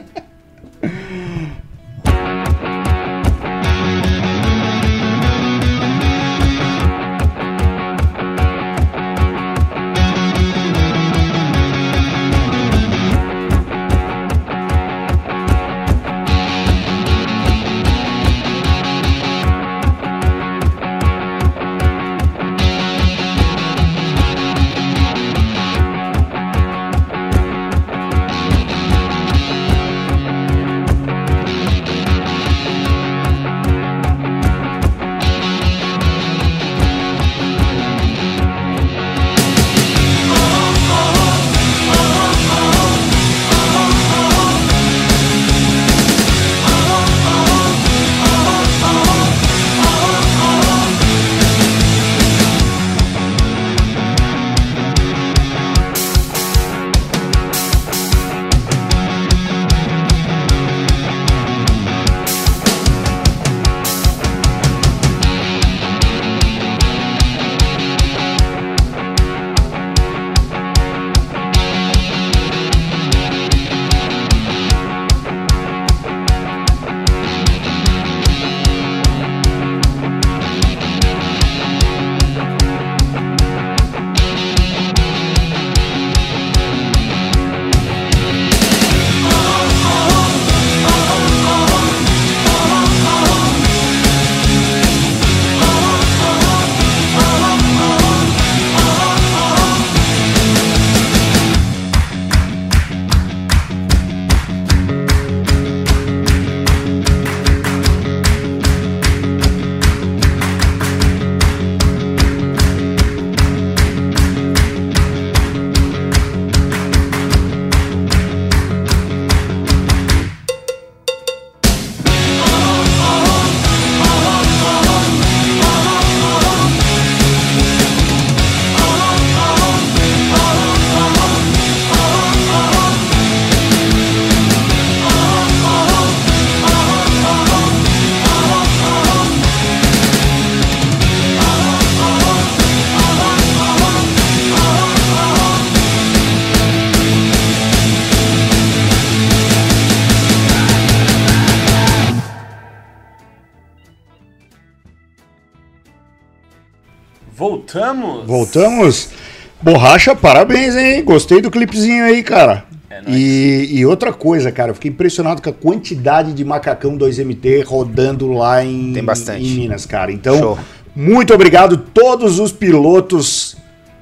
Voltamos? Voltamos? Borracha, parabéns, hein? Gostei do clipezinho aí, cara. É e, e outra coisa, cara, eu fiquei impressionado com a quantidade de macacão dois M T rodando lá em, Tem bastante. em Minas, cara. Então, Show. muito obrigado a todos os pilotos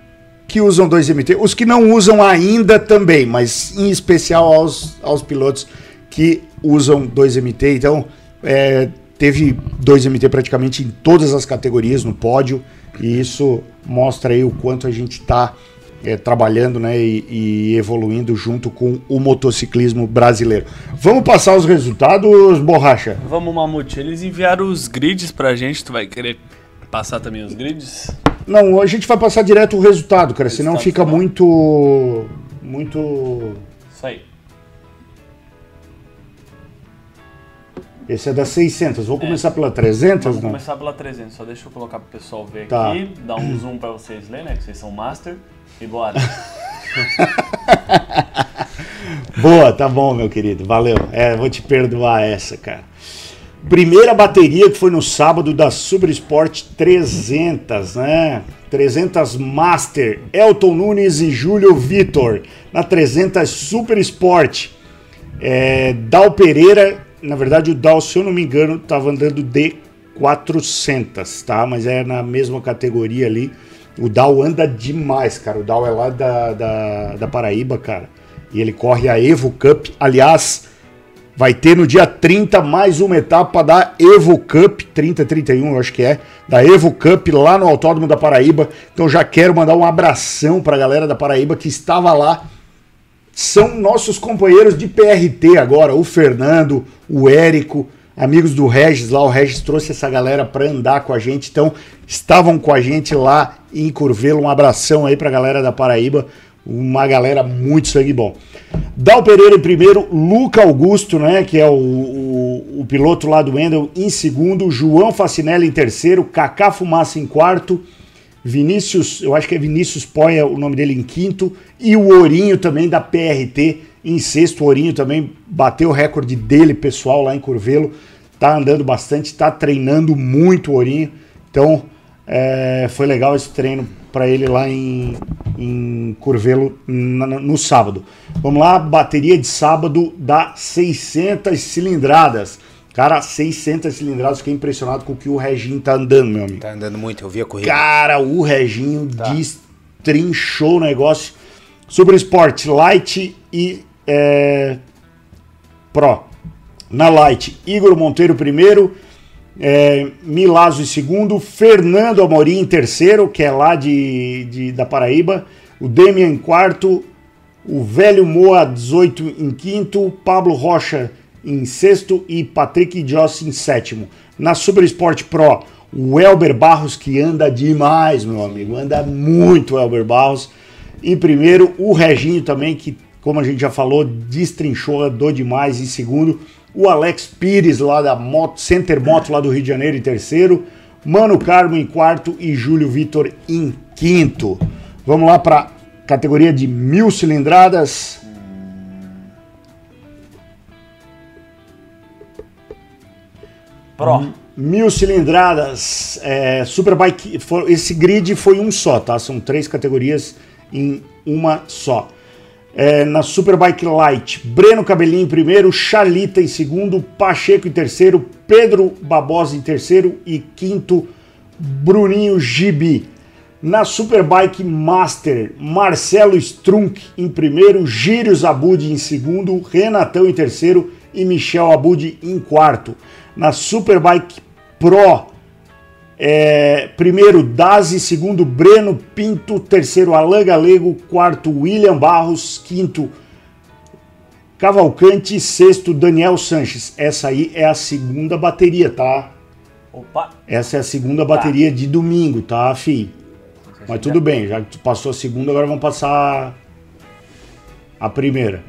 que usam dois M T, os que não usam ainda também, mas em especial aos, aos pilotos que usam dois M T. Então, é, teve dois M T praticamente em todas as categorias no pódio, e isso mostra aí o quanto a gente está é, trabalhando, né, e, e evoluindo junto com o motociclismo brasileiro. Vamos passar os resultados, Borracha? Vamos, Mamute. Eles enviaram os grids pra gente, tu vai querer Passar também os grids? Não, a gente vai passar direto o resultado, cara, senão Resultado fica final. muito... Muito... Isso aí. Esse é das seiscentas. Vou começar pela trezentas, Vamos não? começar pela trezentos, só deixa eu colocar pro pessoal ver Tá. aqui, dar um zoom pra vocês lerem, né, que vocês são master, e bora. Boa, tá bom, meu querido. Valeu. É, vou te perdoar essa, cara. Primeira bateria que foi no sábado da Super Sport trezentas, né? trezentas Master, Elton Nunes e Júlio Vitor. Na trezentas Super Sport, é, Dal Pereira, na verdade o Dal, se eu não me engano, estava andando de quatrocentas, tá? Mas é na mesma categoria ali. O Dal anda demais, cara. O Dal é lá da, da, da Paraíba, cara. E ele corre a Evo Cup. Aliás, vai ter no dia trinta mais uma etapa da Evo Cup, trinta, trinta e um, eu acho que é, da Evo Cup lá no Autódromo da Paraíba. Então já quero mandar um abração pra galera da Paraíba que estava lá. São nossos companheiros de P R T agora, o Fernando, o Érico, amigos do Regis lá. O Regis trouxe essa galera pra andar com a gente, então estavam com a gente lá em Curvelo. Um abração aí pra galera da Paraíba. Uma galera muito sangue bom. Dal Pereira em primeiro, Luca Augusto, né, que é o, o, o piloto lá do Wendel, em segundo, João Facinelli em terceiro, Kaká Fumaça em quarto, Vinícius, eu acho que é Vinícius Poia o nome dele, em quinto, e o Ourinho também da P R T em sexto. O Ourinho também bateu o recorde dele, pessoal, lá em Curvelo, tá andando bastante, tá treinando muito o Ourinho, então é, foi legal esse treino para ele lá em, em Curvelo na, no sábado. Vamos lá, bateria de sábado da seiscentas cilindradas. Cara, seiscentas cilindradas, fiquei impressionado com o que o Reginho tá andando, meu amigo. Tá andando muito, eu vi a corrida. Cara, o Reginho destrinchou o negócio. Super Sport Light e é, Pro. Na Light, Igor Monteiro primeiro, É, Milazzo em segundo, Fernando Amorim em terceiro, que é lá de, de, da Paraíba, o Demian em quarto, o Velho Moa dezoito em quinto, Pablo Rocha em sexto e Patrick Jossi em sétimo. Na Super Sport Pro, o Elber Barros, que anda demais, meu amigo, anda muito o Elber Barros em primeiro, o Reginho também, que como a gente já falou, destrinchou, andou demais em segundo. O Alex Pires, lá da Moto, Center Moto, lá do Rio de Janeiro, em terceiro. Mano Carmo em quarto e Júlio Vitor em quinto. Vamos lá para categoria de mil cilindradas. Pro. Mil cilindradas. É, Superbike, esse grid foi um só, tá? São três categorias em uma só. É, na Superbike Light, Breno Cabelinho em primeiro, Chalita em segundo, Pacheco em terceiro, Pedro Barbosa em terceiro e quinto, Bruninho Gibi. Na Superbike Master, Marcelo Strunk em primeiro, Gírio Zabudi em segundo, Renatão em terceiro e Michel Abudi em quarto. Na Superbike Pro, É, primeiro Dazi, segundo Breno Pinto, terceiro Alain Galego, quarto William Barros, quinto Cavalcante, sexto Daniel Sanches. Essa aí é a segunda bateria, tá? Opa! Essa é a segunda bateria de domingo, tá, fi? Mas tudo bem, já que tu passou a segunda, agora vamos passar a primeira.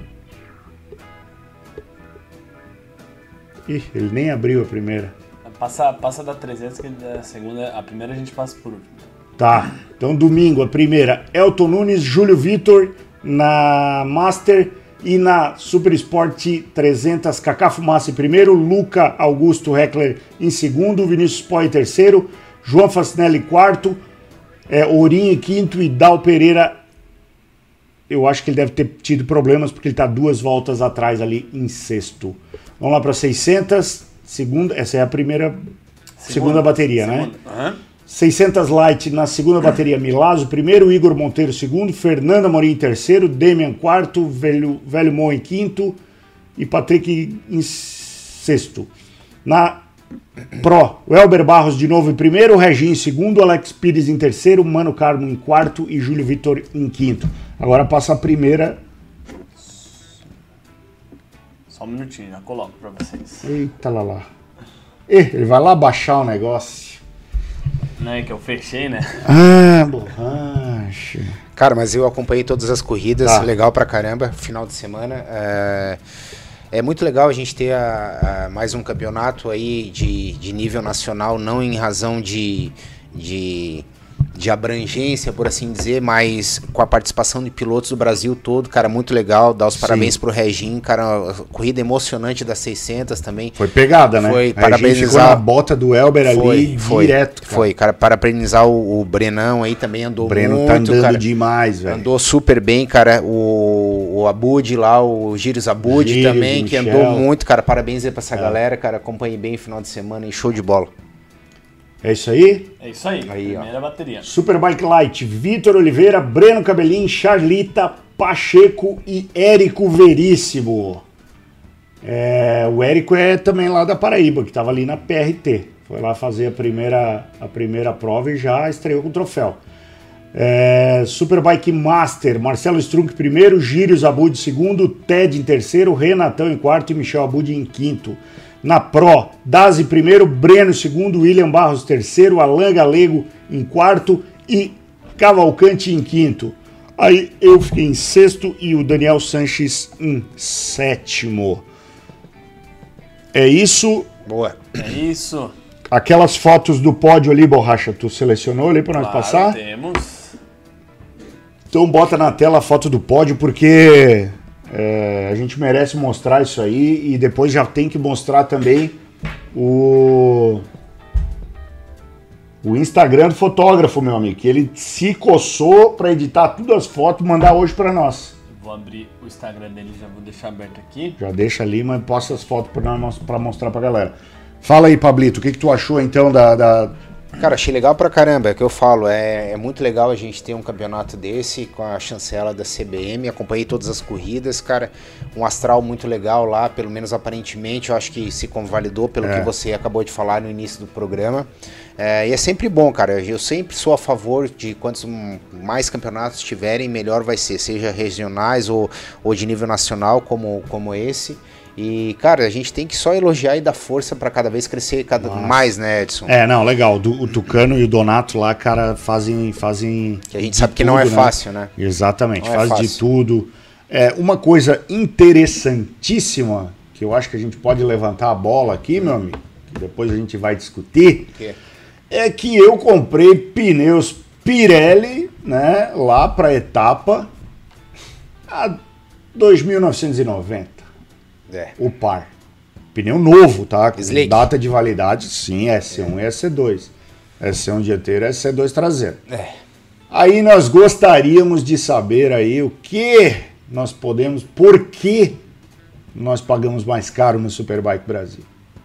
Ih, ele nem abriu a primeira. Passa, passa da trezentos, que a segunda, a primeira a gente passa por último. Tá, então domingo, a primeira, Elton Nunes, Júlio Vitor na Master e na Super Sport trezentas, Kaká Fumaça em primeiro, Luca Augusto Heckler em segundo, Vinícius Pó em terceiro, João Facinelli em quarto, é, Ourinho em quinto e Dal Pereira, eu acho que ele deve ter tido problemas porque ele está duas voltas atrás ali em sexto. Vamos lá para seiscentas. Segunda, essa é a primeira, segunda, segunda bateria, segunda. Né? Uhum. seiscentas Light na segunda bateria, Milazzo primeiro, Igor Monteiro segundo, Fernando Amorim em terceiro, Demian quarto, Velho, Velho Mo em quinto e Patrick em sexto. Na Pro, o Elber Barros de novo em primeiro, Reginho em segundo, Alex Pires em terceiro, Mano Carmo em quarto e Júlio Vitor em quinto. Agora passa a primeira. Só um minutinho, já coloco pra vocês. Eita lá lá. Ele vai lá baixar o negócio. Não é que eu fechei, né? Ah, borracha. Cara, mas eu acompanhei todas as corridas, Tá. legal pra caramba, final de semana. É, é muito legal a gente ter a, a mais um campeonato aí de, de nível nacional, não em razão de, de, de abrangência, por assim dizer, mas com a participação de pilotos do Brasil todo, cara, muito legal. Dar os Sim. parabéns pro Reginho, cara, corrida emocionante das seiscentas também. Foi pegada, né? Foi, A gente parabenizar- ficou na bota do Elber Foi, ali foi, direto. Cara. foi, cara, parabenizar o, o Brenão aí também, andou O Breno muito, tá andando cara. demais, velho. Andou super bem, cara. O, o Abud lá, o Gírios Abud Gírios, também, que Michel. andou muito, cara. Parabéns aí pra essa É. galera, cara. Acompanhei bem o final de semana e show de bola. É isso aí? É isso aí, Aí, ó. primeira bateria. Superbike Light, Vitor Oliveira, Breno Cabelinho, Charlita, Pacheco e Érico Veríssimo. É, o Érico é também lá da Paraíba, que estava ali na P R T. Foi lá fazer a primeira, a primeira prova e já estreou com o troféu. É, Superbike Master, Marcelo Strunk primeiro, Gírios Abud segundo, Ted em terceiro, Renatão em quarto e Michel Abud em quinto. Na Pro, Dazi primeiro, Breno segundo, William Barros terceiro, Alan Galego em quarto e Cavalcante em quinto. Aí eu fiquei em sexto e o Daniel Sanches em sétimo. É isso. Boa. É isso. Aquelas fotos do pódio ali, Borracha, tu selecionou ali para nós Claro, passar? temos. Então bota na tela a foto do pódio, porque é, a gente merece mostrar isso aí e depois já tem que mostrar também o, o Instagram do fotógrafo, meu amigo, que ele se coçou para editar todas as fotos e mandar hoje para nós. Vou abrir o Instagram dele, já vou deixar aberto aqui. Já deixa ali, mas posta as fotos para mostrar pra galera. Fala aí, Pablito, o que, que tu achou então da... da... Cara, achei legal pra caramba, é o que eu falo, é, é muito legal a gente ter um campeonato desse com a chancela da C B M, acompanhei todas as corridas, cara, um astral muito legal lá, pelo menos aparentemente, eu acho que se convalidou pelo É. que você acabou de falar no início do programa, é, e é sempre bom, cara, eu sempre sou a favor de quantos mais campeonatos tiverem, melhor vai ser, seja regionais ou, ou de nível nacional como, como esse. E, cara, a gente tem que só elogiar e dar força pra cada vez crescer cada Nossa. mais, né, Edson? É, não, legal, do, o Tucano e o Donato lá, cara, fazem... fazem Que a gente de sabe que não é tudo, né? fácil, né? Exatamente, Não é faz de fácil. tudo. É, uma coisa interessantíssima, que eu acho que a gente pode levantar a bola aqui, meu amigo, que depois a gente vai discutir, Que- é que eu comprei pneus Pirelli, né, lá para etapa a dois mil novecentos e noventa, É. o par. Pneu novo, tá? Com Slick. data de validade, sim, S um e S dois. S um dianteiro e S dois traseiro. É. Aí nós gostaríamos de saber aí o que nós podemos, por que nós pagamos mais caro no Superbike Brasil.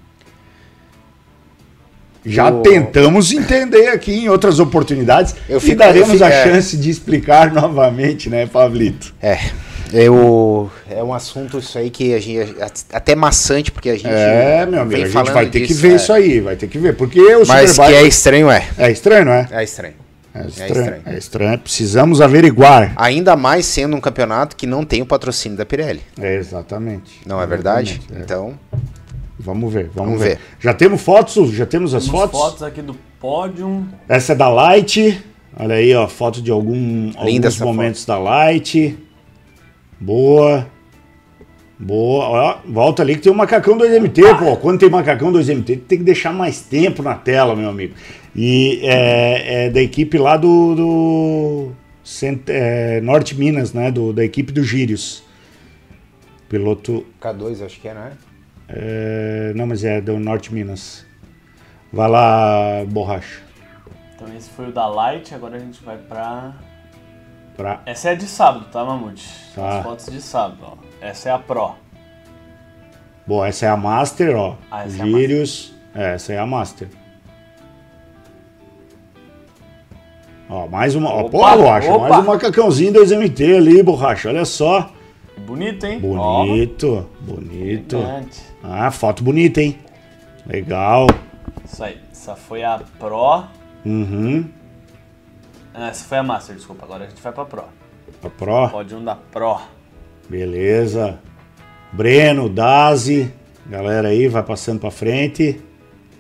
Já O- tentamos entender aqui em outras oportunidades Eu e fico- daremos eu fico- a é. chance de explicar novamente, né, Pablito? É. Eu, é um assunto isso aí que a gente até maçante, porque a gente É, meu amigo, vem a gente falando vai ter que disso, ver é. isso aí, vai ter que ver, porque o Mas que Superbike é estranho, é. é estranho, não é? É estranho. É estranho, estranho. é estranho, precisamos averiguar. Ainda mais sendo um campeonato que não tem o patrocínio da Pirelli. É, exatamente. Não é verdade? Exatamente, é. Então, Vamos ver, vamos, Vamos ver. ver. Já temos fotos? Já temos as Temos fotos? fotos aqui do pódio. Essa é da Light. Olha aí, ó, foto de algum, alguns essa momentos da Light. Boa. Boa. Ó, volta ali que tem o macacão dois M T, pô. Quando tem macacão dois M T, tem que deixar mais tempo na tela, meu amigo. E é, é da equipe lá do, do Cent- é, Norte Minas, né? Do, da equipe do Gírios. Piloto. K dois acho que é, não é? É, não, mas é do Norte Minas. Vai lá, Borracha. Então esse foi o da Light, agora a gente vai pra... Pra... Essa é de sábado, tá, Mamute? São Tá. as fotos de sábado, ó. Essa é a Pro. Bom, essa é a Master, ó. Ah, essa é a Gírios. É, essa é a Master. Ó, mais uma. Ó, Opa, pô, Borracha, opa. mais um macacãozinho dois M T ali, Borracha. Olha só. Bonito, hein? Bonito, Ó, bonito. elegante. Ah, foto bonita, hein? Legal. Isso aí. Essa foi a Pro. Uhum. Ah, essa foi a Master, desculpa. Agora a gente vai pra Pro. A Pro. Pódio um da Pro. Beleza. Breno, Dazi. Galera aí, vai passando pra frente.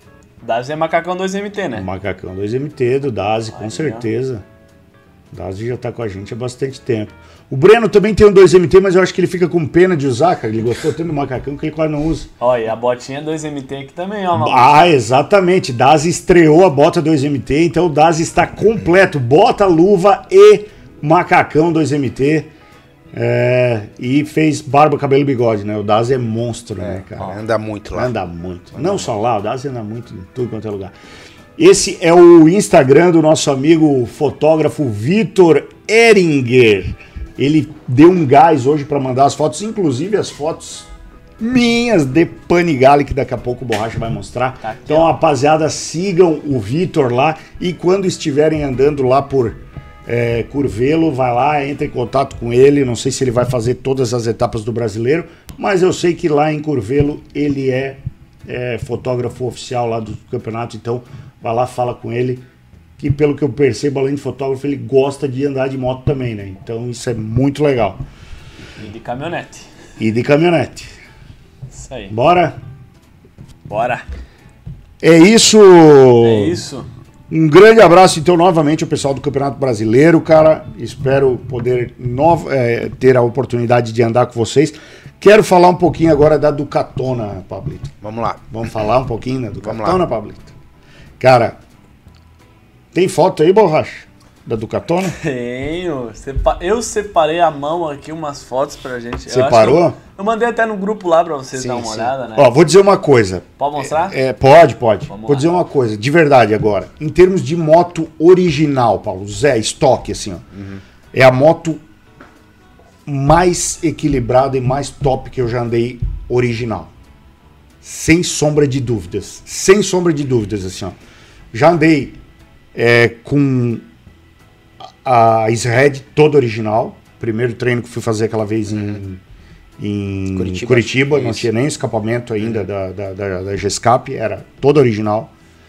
Dazi é Macacão dois M T, né? Macacão dois M T do Dazi, com Aí, certeza. O Dazi já tá com a gente há bastante tempo. O Breno também tem um dois M T, mas eu acho que ele fica com pena de usar, cara. Ele gostou tanto do macacão que ele quase não usa. Olha, a botinha dois M T aqui também, ó. Maluco. Ah, exatamente. Dazi estreou a bota dois M T, então o Dazi está completo. Bota, luva e macacão dois M T. É, e fez barba, cabelo e bigode, né? O Dazi é monstro, é, né, cara? Anda muito lá. Anda muito. Anda Não muito. Só lá, o Dazi anda muito em tudo quanto é lugar. Esse é o Instagram do nosso amigo fotógrafo Vitor Eringer. Ele deu um gás hoje para mandar as fotos, inclusive as fotos minhas de Panigale, que daqui a pouco o Borracha vai mostrar. Tá aqui, então, ó. Rapaziada, sigam o Vitor lá e quando estiverem andando lá por é, Curvelo, vai lá, entra em contato com ele. Não sei se ele vai fazer todas as etapas do Brasileiro, mas eu sei que lá em Curvelo ele é, é fotógrafo oficial lá do campeonato, então vai lá, fala com ele. Que pelo que eu percebo, além de fotógrafo, ele gosta de andar de moto também, né? Então isso é muito legal. E de caminhonete. E de caminhonete. Isso aí. Bora? Bora. É isso. É isso. Um grande abraço, então, novamente ao pessoal do Campeonato Brasileiro, cara. Espero poder novo, é, ter a oportunidade de andar com vocês. Quero falar um pouquinho agora da Ducatona, Pablito. Vamos lá. Vamos falar um pouquinho da Ducatona, Pablito? Cara... Tem foto aí, Borracha? Da Ducatona? Tenho. Sepa- eu separei a mão aqui, umas fotos pra gente. Separou? Eu, eu, eu mandei até no grupo lá pra vocês Sim, dar uma sim. olhada, né? Ó, vou dizer uma coisa. Pode mostrar? É, pode, pode. Vamos vou lá. dizer uma coisa, de verdade agora. Em termos de moto original, Paulo, Zé, estoque, assim, ó. Uhum. É a moto mais equilibrada e mais top que eu já andei original. Sem sombra de dúvidas. Sem sombra de dúvidas, assim, ó. Já andei... É, com a Sred toda original. Primeiro treino que fui fazer aquela vez em, em Curitiba, Curitiba não tinha nem escapamento ainda uhum. da, da, da, da G-Scap, era toda original.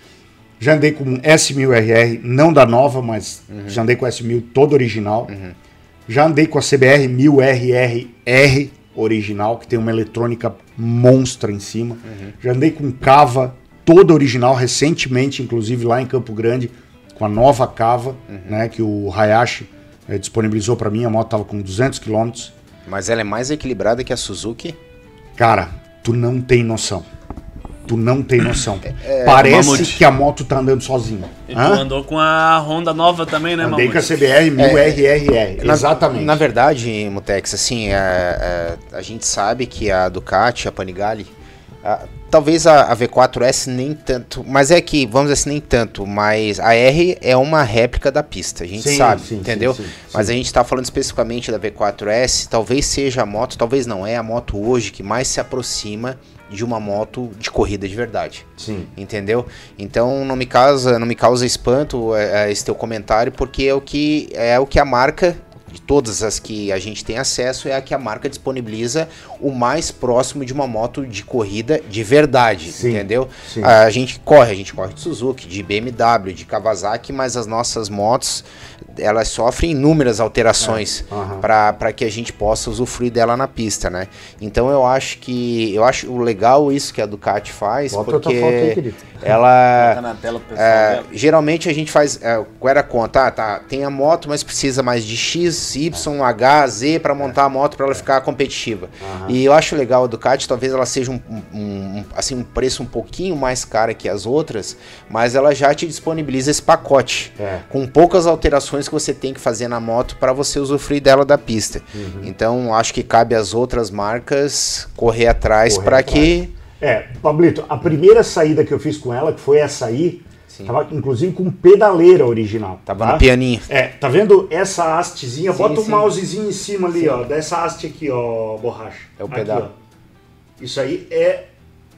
Já andei com S mil R R, não da nova, mas uhum. já andei com S mil toda original. Uhum. Já andei com a C B R mil R R R original, que tem uma eletrônica monstra em cima. Uhum. Já andei com Cava toda original, recentemente, inclusive lá em Campo Grande, com a nova Cava, uhum. né, que o Hayashi é, disponibilizou para mim. A moto tava com duzentos quilômetros. Mas ela é mais equilibrada que a Suzuki? Cara, tu não tem noção. Tu não tem noção. É, Parece Mamute. que a moto tá andando sozinha. E tu andou com a Honda nova também, né, mano? Andei com a C B R mil R R R, na, exatamente. Na verdade, Mutex, assim, a, a, a gente sabe que a Ducati, a Panigale... A, talvez a, a V quatro S nem tanto, mas é que, vamos dizer assim, nem tanto, mas a R é uma réplica da pista, a gente sim, sabe, sim, entendeu? Sim, sim, mas sim. a gente tá falando especificamente da V quatro S, talvez seja a moto, talvez não, é a moto hoje que mais se aproxima de uma moto de corrida de verdade. Sim. Entendeu? Então não me causa, não me causa espanto é, é, esse teu comentário, porque é o que, é o que a marca... de todas as que a gente tem acesso, é a que a marca disponibiliza o mais próximo de uma moto de corrida de verdade, sim, entendeu? Sim. A gente corre, a gente corre de Suzuki, de B M W, de Kawasaki, mas as nossas motos, elas sofrem inúmeras alterações é, uhum. para que a gente possa usufruir dela na pista, né? Então eu acho que, eu acho legal isso que a Ducati faz, Bota porque aí, ela... na tela pro pessoal é, geralmente a gente faz, é, qual era a conta? Ah, tá, tem a moto, mas precisa mais de X, Y, H, Z para montar a moto para ela ficar competitiva. Uhum. E eu acho legal a Ducati, talvez ela seja um, um, um, assim, um preço um pouquinho mais cara que as outras, mas ela já te disponibiliza esse pacote, é. com poucas alterações que você tem que fazer na moto para você usufruir dela da pista. Uhum. Então acho que cabe às outras marcas correr atrás para que... É, Pablito, a primeira saída que eu fiz com ela, que foi essa aí, sim, tava inclusive com pedaleira original. Tava tá? no pianinho. É, tá vendo essa hastezinha? Sim, Bota sim. o mousezinho em cima ali, sim, ó, dessa haste aqui, ó, Borracha. É o aqui, pedal. Ó. Isso aí é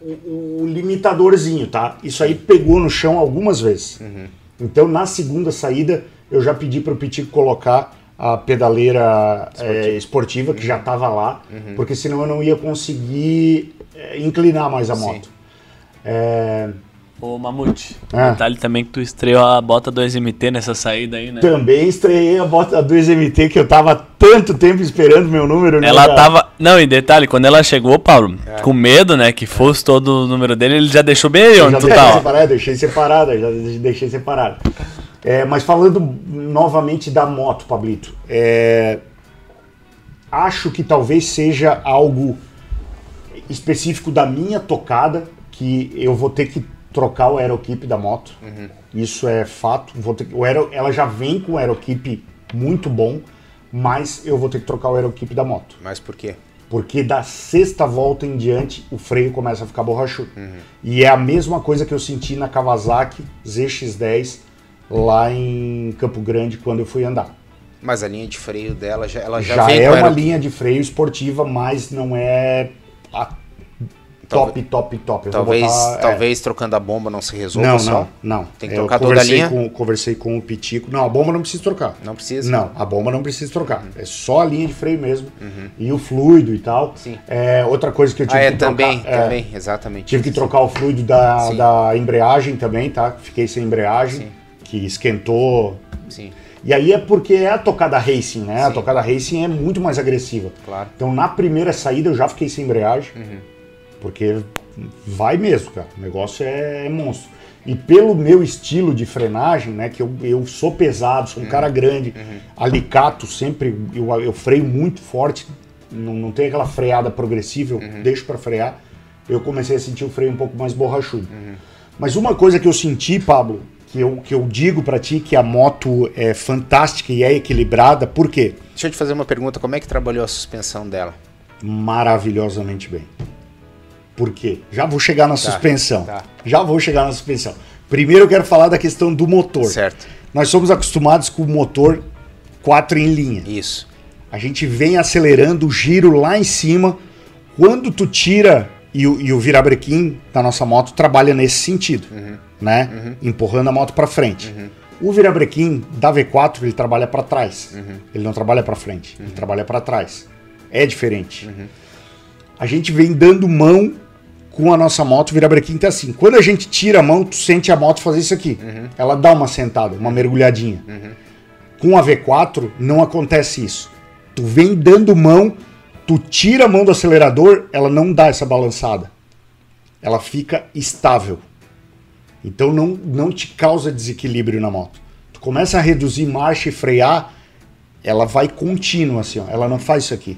o, o limitadorzinho, tá? Isso aí pegou no chão algumas vezes. Uhum. Então, na segunda saída, eu já pedi para o Pitico colocar a pedaleira esportiva, é, esportiva que uhum. já estava lá, uhum. porque senão eu não ia conseguir é, inclinar mais a moto. É, Ô, Mamute, Ah. detalhe também que tu estreou a bota dois M T nessa saída aí, né? Também estreiei a bota dois M T que eu tava tanto tempo esperando meu número, né? Ela cara? tava... Não, e detalhe, quando ela chegou, Paulo, com medo, né, que fosse todo o número dele, ele já deixou bem aí Eu onde já tu deixei tá, ó. separado, deixei separada, já deixei separado. É, mas falando novamente da moto, Pablito, é, acho que talvez seja algo específico da minha tocada, que eu vou ter que trocar o aerokeep da moto. Uhum. Isso é fato. Vou ter, o aero, ela já vem com o aerokeep muito bom, mas eu vou ter que trocar o aerokeep da moto. Mas por quê? Porque da sexta volta em diante o freio começa a ficar borrachudo. Uhum. E é a mesma coisa que eu senti na Kawasaki Z X dez lá em Campo Grande quando eu fui andar. Mas a linha de freio dela já, ela já, Já vem é com uma aero- linha de freio esportiva, mas não é a top, top, top. Eu vou Talvez, botar- é. talvez trocando a bomba não se resolva Não, só. não, não. Tem que Eu trocar toda a conversei linha? Com, conversei com o Pitico. Não, a bomba não precisa trocar. Não precisa? Não, a bomba não precisa trocar. Uhum. É só a linha de freio mesmo. Uhum. E o fluido e tal. Sim. É, outra coisa que eu tive Ah, é, que trocar... também, é, também, exatamente. Tive que isso. trocar o fluido da, Sim. da embreagem também, tá? Fiquei sem embreagem, Sim. que esquentou. Sim, E aí é porque é a tocada racing, né? A Sim. tocada racing é muito mais agressiva. claro. Então na primeira saída eu já fiquei sem embreagem, Uhum. porque vai mesmo, cara. O negócio é, é monstro. E pelo meu estilo de frenagem, né? Que eu, eu sou pesado, sou um cara grande, alicato sempre, eu, eu freio muito forte, não, não tem aquela freada progressiva, eu deixo pra frear. Eu comecei a sentir o freio um pouco mais borrachudo. Mas uma coisa que eu senti, Pablo, que eu, que eu digo pra ti que a moto é fantástica e é equilibrada, por quê? Deixa eu te fazer uma pergunta, como é que trabalhou a suspensão dela? Maravilhosamente bem. Por quê? Já vou chegar na suspensão. tá. Já vou chegar na suspensão. Primeiro eu quero falar da questão do motor. Certo. Nós somos acostumados com o motor quatro em linha. Isso. A gente vem acelerando o giro lá em cima. Quando tu tira, e o, e o virabrequim da nossa moto trabalha nesse sentido, Uhum. né? Empurrando a moto para frente. O virabrequim da V quatro ele trabalha para trás. Uhum. Ele não trabalha para frente, ele trabalha para trás. É diferente. A gente vem dando mão com a nossa moto, o virabrequim tá assim. Quando a gente tira a mão, tu sente a moto fazer isso aqui. Ela dá uma sentada, uma mergulhadinha. Com a V quatro não acontece isso. Tu vem dando mão, tu tira a mão do acelerador, ela não dá essa balançada. Ela fica estável. Então não, não te causa desequilíbrio na moto. Tu começa a reduzir marcha e frear, ela vai contínua assim, ó. Ela não faz isso aqui.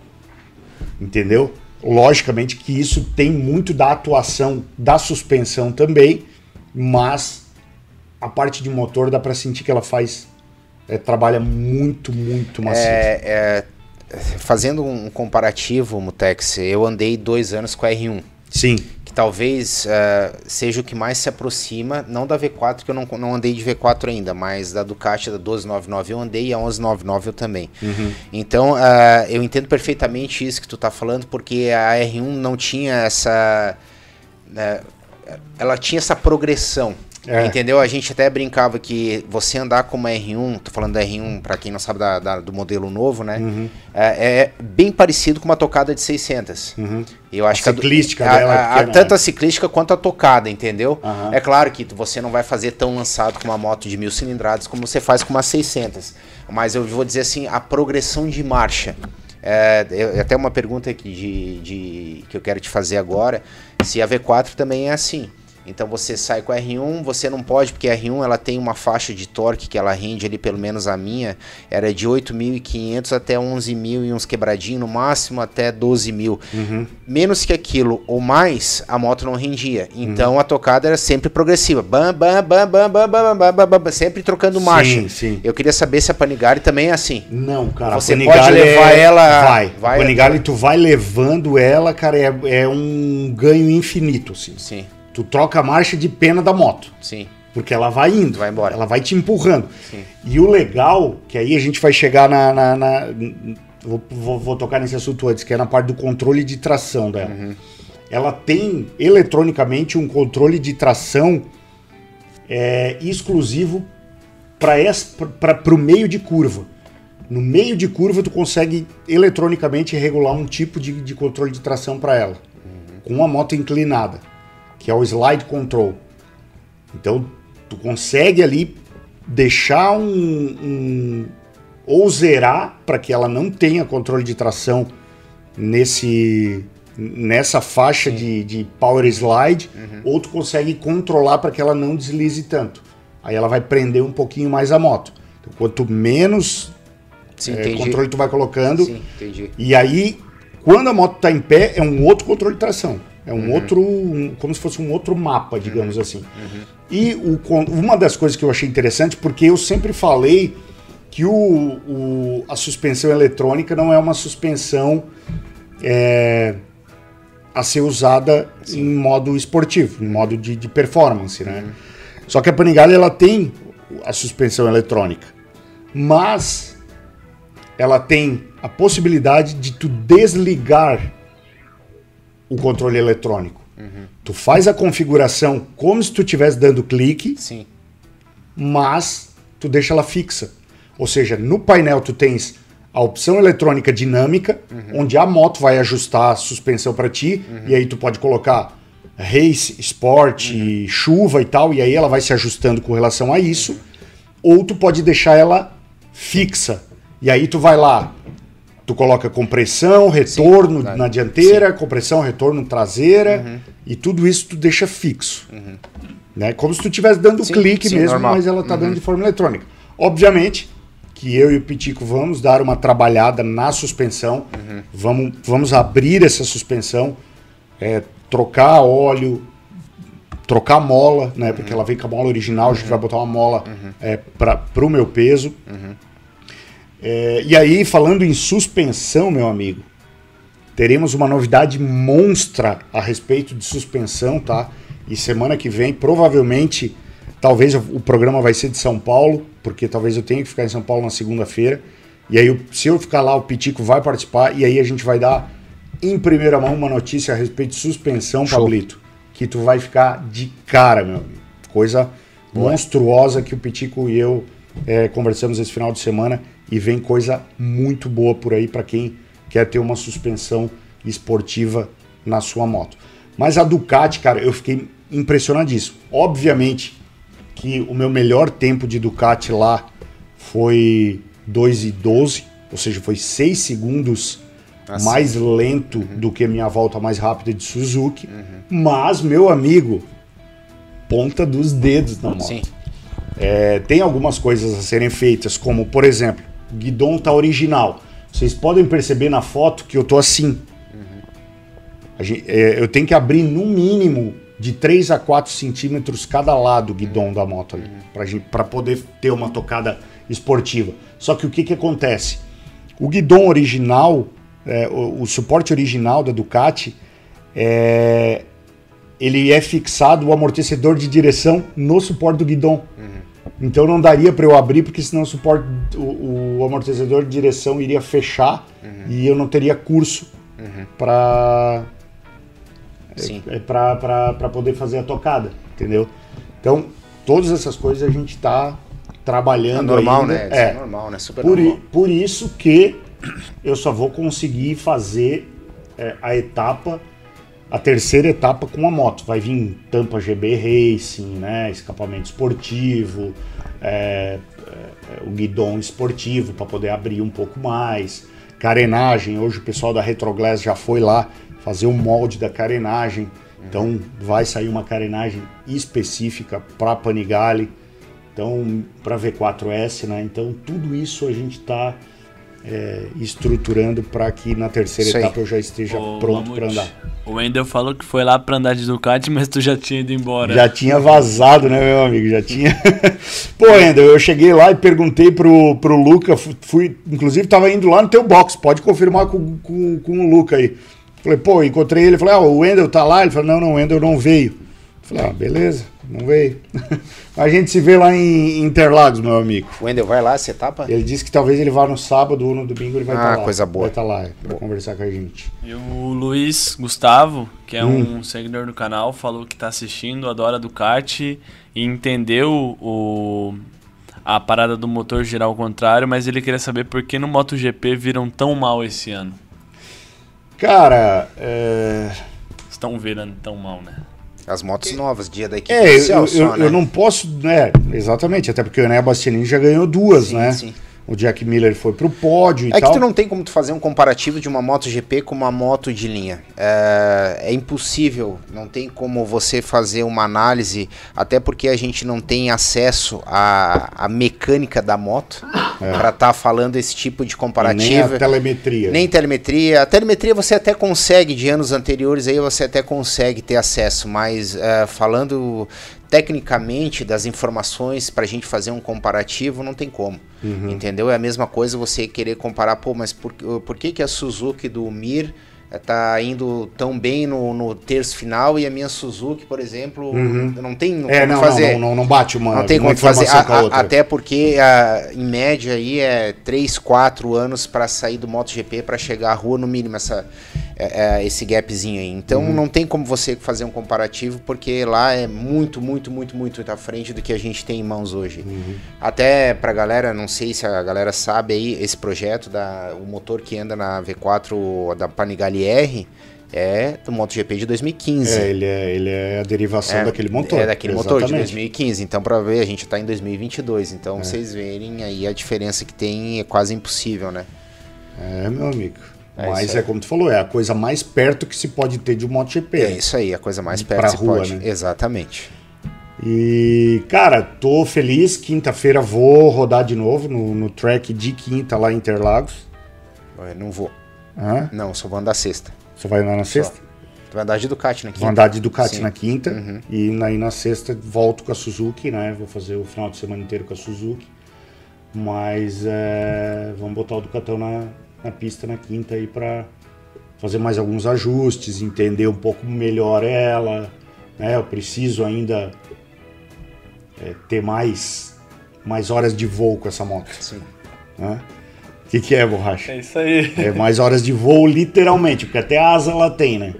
Entendeu? Logicamente que isso tem muito da atuação da suspensão também, mas a parte de motor dá pra sentir que ela faz, é, trabalha muito, muito macio. É, é, fazendo um comparativo, Mutex, eu andei dois anos com a R um. Sim. Que talvez uh, seja o que mais se aproxima, não da V quatro, que eu não, não andei de V quatro ainda, mas da Ducati, da doze noventa e nove eu andei e a onze noventa e nove eu também. Uhum. Então, uh, eu entendo perfeitamente isso que tu tá falando, porque a R um não tinha essa... Uh, ela tinha essa progressão. É. Entendeu? A gente até brincava que você andar com uma R um, tô falando da R um, pra quem não sabe da, da- do modelo novo, né? Uhum. É, é bem parecido com uma tocada de seiscentos. Uhum. Eu acho A que a do- ciclística a, dela é a- a- pequena, tanto né? a ciclística quanto a tocada, entendeu? Aham. É claro que você não vai fazer tão lançado com uma moto de mil cilindradas como você faz com uma seiscentos. Mas eu vou dizer assim, a progressão de marcha. É, eu- até uma pergunta aqui de, de- que eu quero te fazer agora, se a V quatro também é assim. Então você sai com a R um, você não pode, porque a R um ela tem uma faixa de torque que ela rende ali, pelo menos a minha, era de oito mil e quinhentos até onze mil e uns quebradinhos, no máximo até doze mil. Uhum. Menos que aquilo ou mais, a moto não rendia. Então a tocada era sempre progressiva. Bam, bam, bam, bam, bam, bam, bam, bam, bam, sempre trocando marcha. Sim, sim. Eu queria saber se a Panigale também é assim. Não, cara. Você a Panigale pode levar é- ela- Vai. vai a Panigale, tu vai levando ela, cara, é, é um ganho infinito, assim. Sim, Tu troca a marcha de pena da moto. sim. Porque ela vai indo. Vai embora. Ela vai te empurrando. Sim. E o legal, que aí a gente vai chegar na... na- na- vou, vou- vou tocar nesse assunto antes, que é na parte do controle de tração dela. Uhum. Ela tem, eletronicamente, um controle de tração é, exclusivo para o meio de curva. No meio de curva, tu consegue, eletronicamente, regular um tipo de, de controle de tração para ela. Com a moto inclinada, que é o slide control. Então, tu consegue ali deixar um... um ou zerar para que ela não tenha controle de tração nesse, nessa faixa de, de power slide, uhum. ou tu consegue controlar para que ela não deslize tanto. Aí ela vai prender um pouquinho mais a moto. Então, quanto menos Sim, é, controle tu vai colocando, Sim, e aí, quando a moto está em pé, é um outro controle de tração. É um uhum. outro, um, como se fosse um outro mapa, digamos uhum. assim. Uhum. E o, uma das coisas que eu achei interessante, porque eu sempre falei que o, o, a suspensão eletrônica não é uma suspensão é, a ser usada Sim. em modo esportivo, em modo de, de performance, né? Uhum. Só que a Panigale, ela tem a suspensão eletrônica, mas ela tem a possibilidade de tu desligar o controle eletrônico. Uhum. Tu faz a configuração como se tu estivesse dando clique, Sim. mas tu deixa ela fixa. Ou seja, no painel tu tens a opção eletrônica dinâmica, uhum. onde a moto vai ajustar a suspensão para ti, uhum. e aí tu pode colocar race, sport, uhum. chuva e tal, e aí ela vai se ajustando com relação a isso, uhum. ou tu pode deixar ela fixa, e aí tu vai lá, tu coloca compressão, retorno Sim, na dianteira, Sim. compressão, retorno traseira, uhum. e tudo isso tu deixa fixo. Uhum. Né? Como se tu estivesse dando Sim, clique Sim, mesmo, normal. Mas ela tá uhum. dando de forma eletrônica. Obviamente que eu e o Pitico vamos dar uma trabalhada na suspensão, uhum. vamos, vamos abrir essa suspensão, é, trocar óleo, trocar mola, né, uhum. porque ela vem com a mola original, uhum. a gente vai botar uma mola uhum. é, para o meu peso. Uhum. É, e aí, falando em suspensão, meu amigo, teremos uma novidade monstra a respeito de suspensão, tá? E semana que vem, provavelmente... Talvez o programa vai ser de São Paulo, porque talvez eu tenha que ficar em São Paulo na segunda-feira. E aí, se eu ficar lá, o Pitico vai participar. E aí a gente vai dar em primeira mão uma notícia a respeito de suspensão, Show. Pablito. Que tu vai ficar de cara, meu amigo. Coisa Boa. monstruosa que o Pitico e eu é, conversamos esse final de semana. E vem coisa muito boa por aí para quem quer ter uma suspensão esportiva na sua moto. Mas a Ducati, cara, eu fiquei impressionadíssimo. Obviamente que o meu melhor tempo de Ducati lá foi dois e doze, ou seja, foi seis segundos assim. mais lento uhum. do que a minha volta mais rápida de Suzuki, uhum. mas, meu amigo, ponta dos dedos na moto. Sim. É, tem algumas coisas a serem feitas, como, por exemplo, o guidão tá original. Vocês podem perceber na foto que eu tô assim. Uhum. A gente, é, eu tenho que abrir no mínimo de três a quatro centímetros cada lado do guidão da moto ali, uhum. para poder ter uma tocada esportiva. Só que o que, que acontece? O guidão original, é, o, o suporte original da Ducati, é, ele é fixado o amortecedor de direção no suporte do guidão. Uhum. Então não daria para eu abrir, porque senão o, suporte, o, o amortecedor de direção iria fechar uhum. e eu não teria curso uhum. para... É, é para poder fazer a tocada, entendeu? Então, todas essas coisas a gente está trabalhando. É normal, ainda. né? É, é normal, né? Super por, normal. Por isso que eu só vou conseguir fazer é, a etapa, a terceira etapa com a moto. Vai vir tampa G B Racing, né? Escapamento esportivo, é, é, o guidão esportivo para poder abrir um pouco mais, carenagem. Hoje o pessoal da Retroglass já foi lá fazer o molde da carenagem, então vai sair uma carenagem específica para Panigale, então para V quatro S, né? Então tudo isso a gente está é, estruturando para que na terceira Sei. etapa eu já esteja Ô, pronto para andar. O Wendel falou que foi lá para andar de Ducati, mas tu já tinha ido embora. Já tinha vazado, né, meu amigo? Já tinha. Pô, Wendel, eu cheguei lá e perguntei pro, pro Luca, fui, inclusive tava indo lá no teu box, pode confirmar com, com, com o Luca aí. Falei, pô, encontrei ele, falei, ah, o Wendel tá lá? Ele falou, não, não, o Wendel não veio. Falei, ah, beleza, não veio. A gente se vê lá em Interlagos, meu amigo. O Wendel vai lá essa etapa? Ele disse que talvez ele vá no sábado ou no domingo, ele vai estar ah, tá lá. Ah, coisa boa. Vai estar tá lá, pra boa. conversar com a gente. E o Luiz Gustavo, que é hum. um seguidor do canal, falou que tá assistindo, adora Ducati e entendeu o... a parada do motor girar ao contrário, mas ele queria saber por que no MotoGP viram tão mal esse ano. Cara, é... estão virando tão mal, né? As motos novas, dia da equipe É, oficial eu, só, eu, né? eu não posso, né? Exatamente, até porque o Enéas Bastianini já ganhou duas, Sim, né? sim. O Jack Miller foi pro pódio e É tal. que tu não tem como tu fazer um comparativo de uma MotoGP com uma moto de linha. É, é impossível, não tem como você fazer uma análise, até porque a gente não tem acesso à, à mecânica da moto É. para estar falando esse tipo de E nem comparativa. a telemetria. Nem telemetria. A telemetria você até consegue, de anos anteriores, aí você até consegue ter acesso, mas é, falando tecnicamente das informações para a gente fazer um comparativo, não tem como. Uhum. Entendeu? É a mesma coisa você querer comparar, pô, mas por, por que, que a Suzuki do Mir tá indo tão bem no, no terço final e a minha Suzuki, por exemplo, Uhum. não tem como É, não, fazer. não, não, não bate uma, Não tem uma como fazer, informação a- com a a- outra. até porque a, em média aí é três, quatro anos para sair do MotoGP para chegar à rua, no mínimo essa, é, é, esse gapzinho aí. Então Uhum. não tem como você fazer um comparativo, porque lá é muito, muito, muito, muito à frente do que a gente tem em mãos hoje. Uhum. Até pra galera, não sei se a galera sabe aí, esse projeto, da, o motor que anda na V quatro da Panigale R é do MotoGP de dois mil e quinze. É, ele é, ele é a derivação daquele motor. É daquele motor de Exatamente. dois mil e quinze. Então, pra ver, a gente tá em dois mil e vinte e dois. Então, vocês verem aí a diferença que tem é quase impossível, né? É, meu amigo. É Mas isso é aí. como tu falou, é a coisa mais perto que se pode ter de um MotoGP. É isso aí, a coisa mais perto Pra se rua, pode. né? Exatamente. E, cara, tô feliz. Quinta-feira vou rodar de novo no, no track de quinta lá em Interlagos. Eu não vou. Hã? Não, só vou andar sexta. Você vai andar na sexta? Tu vai andar de Ducati, né? Vou andar de Ducati Sim. na quinta. Uhum. E aí na sexta volto com a Suzuki, né? Vou fazer o final de semana inteiro com a Suzuki. Mas é, vamos botar o Ducatão na, na pista na quinta aí pra fazer mais alguns ajustes, entender um pouco melhor ela, né? Eu preciso ainda é, ter mais, mais horas de voo com essa moto. Sim. Né? O que, que é, borracha? É isso aí. É mais horas de voo, literalmente, porque até a asa ela tem, né?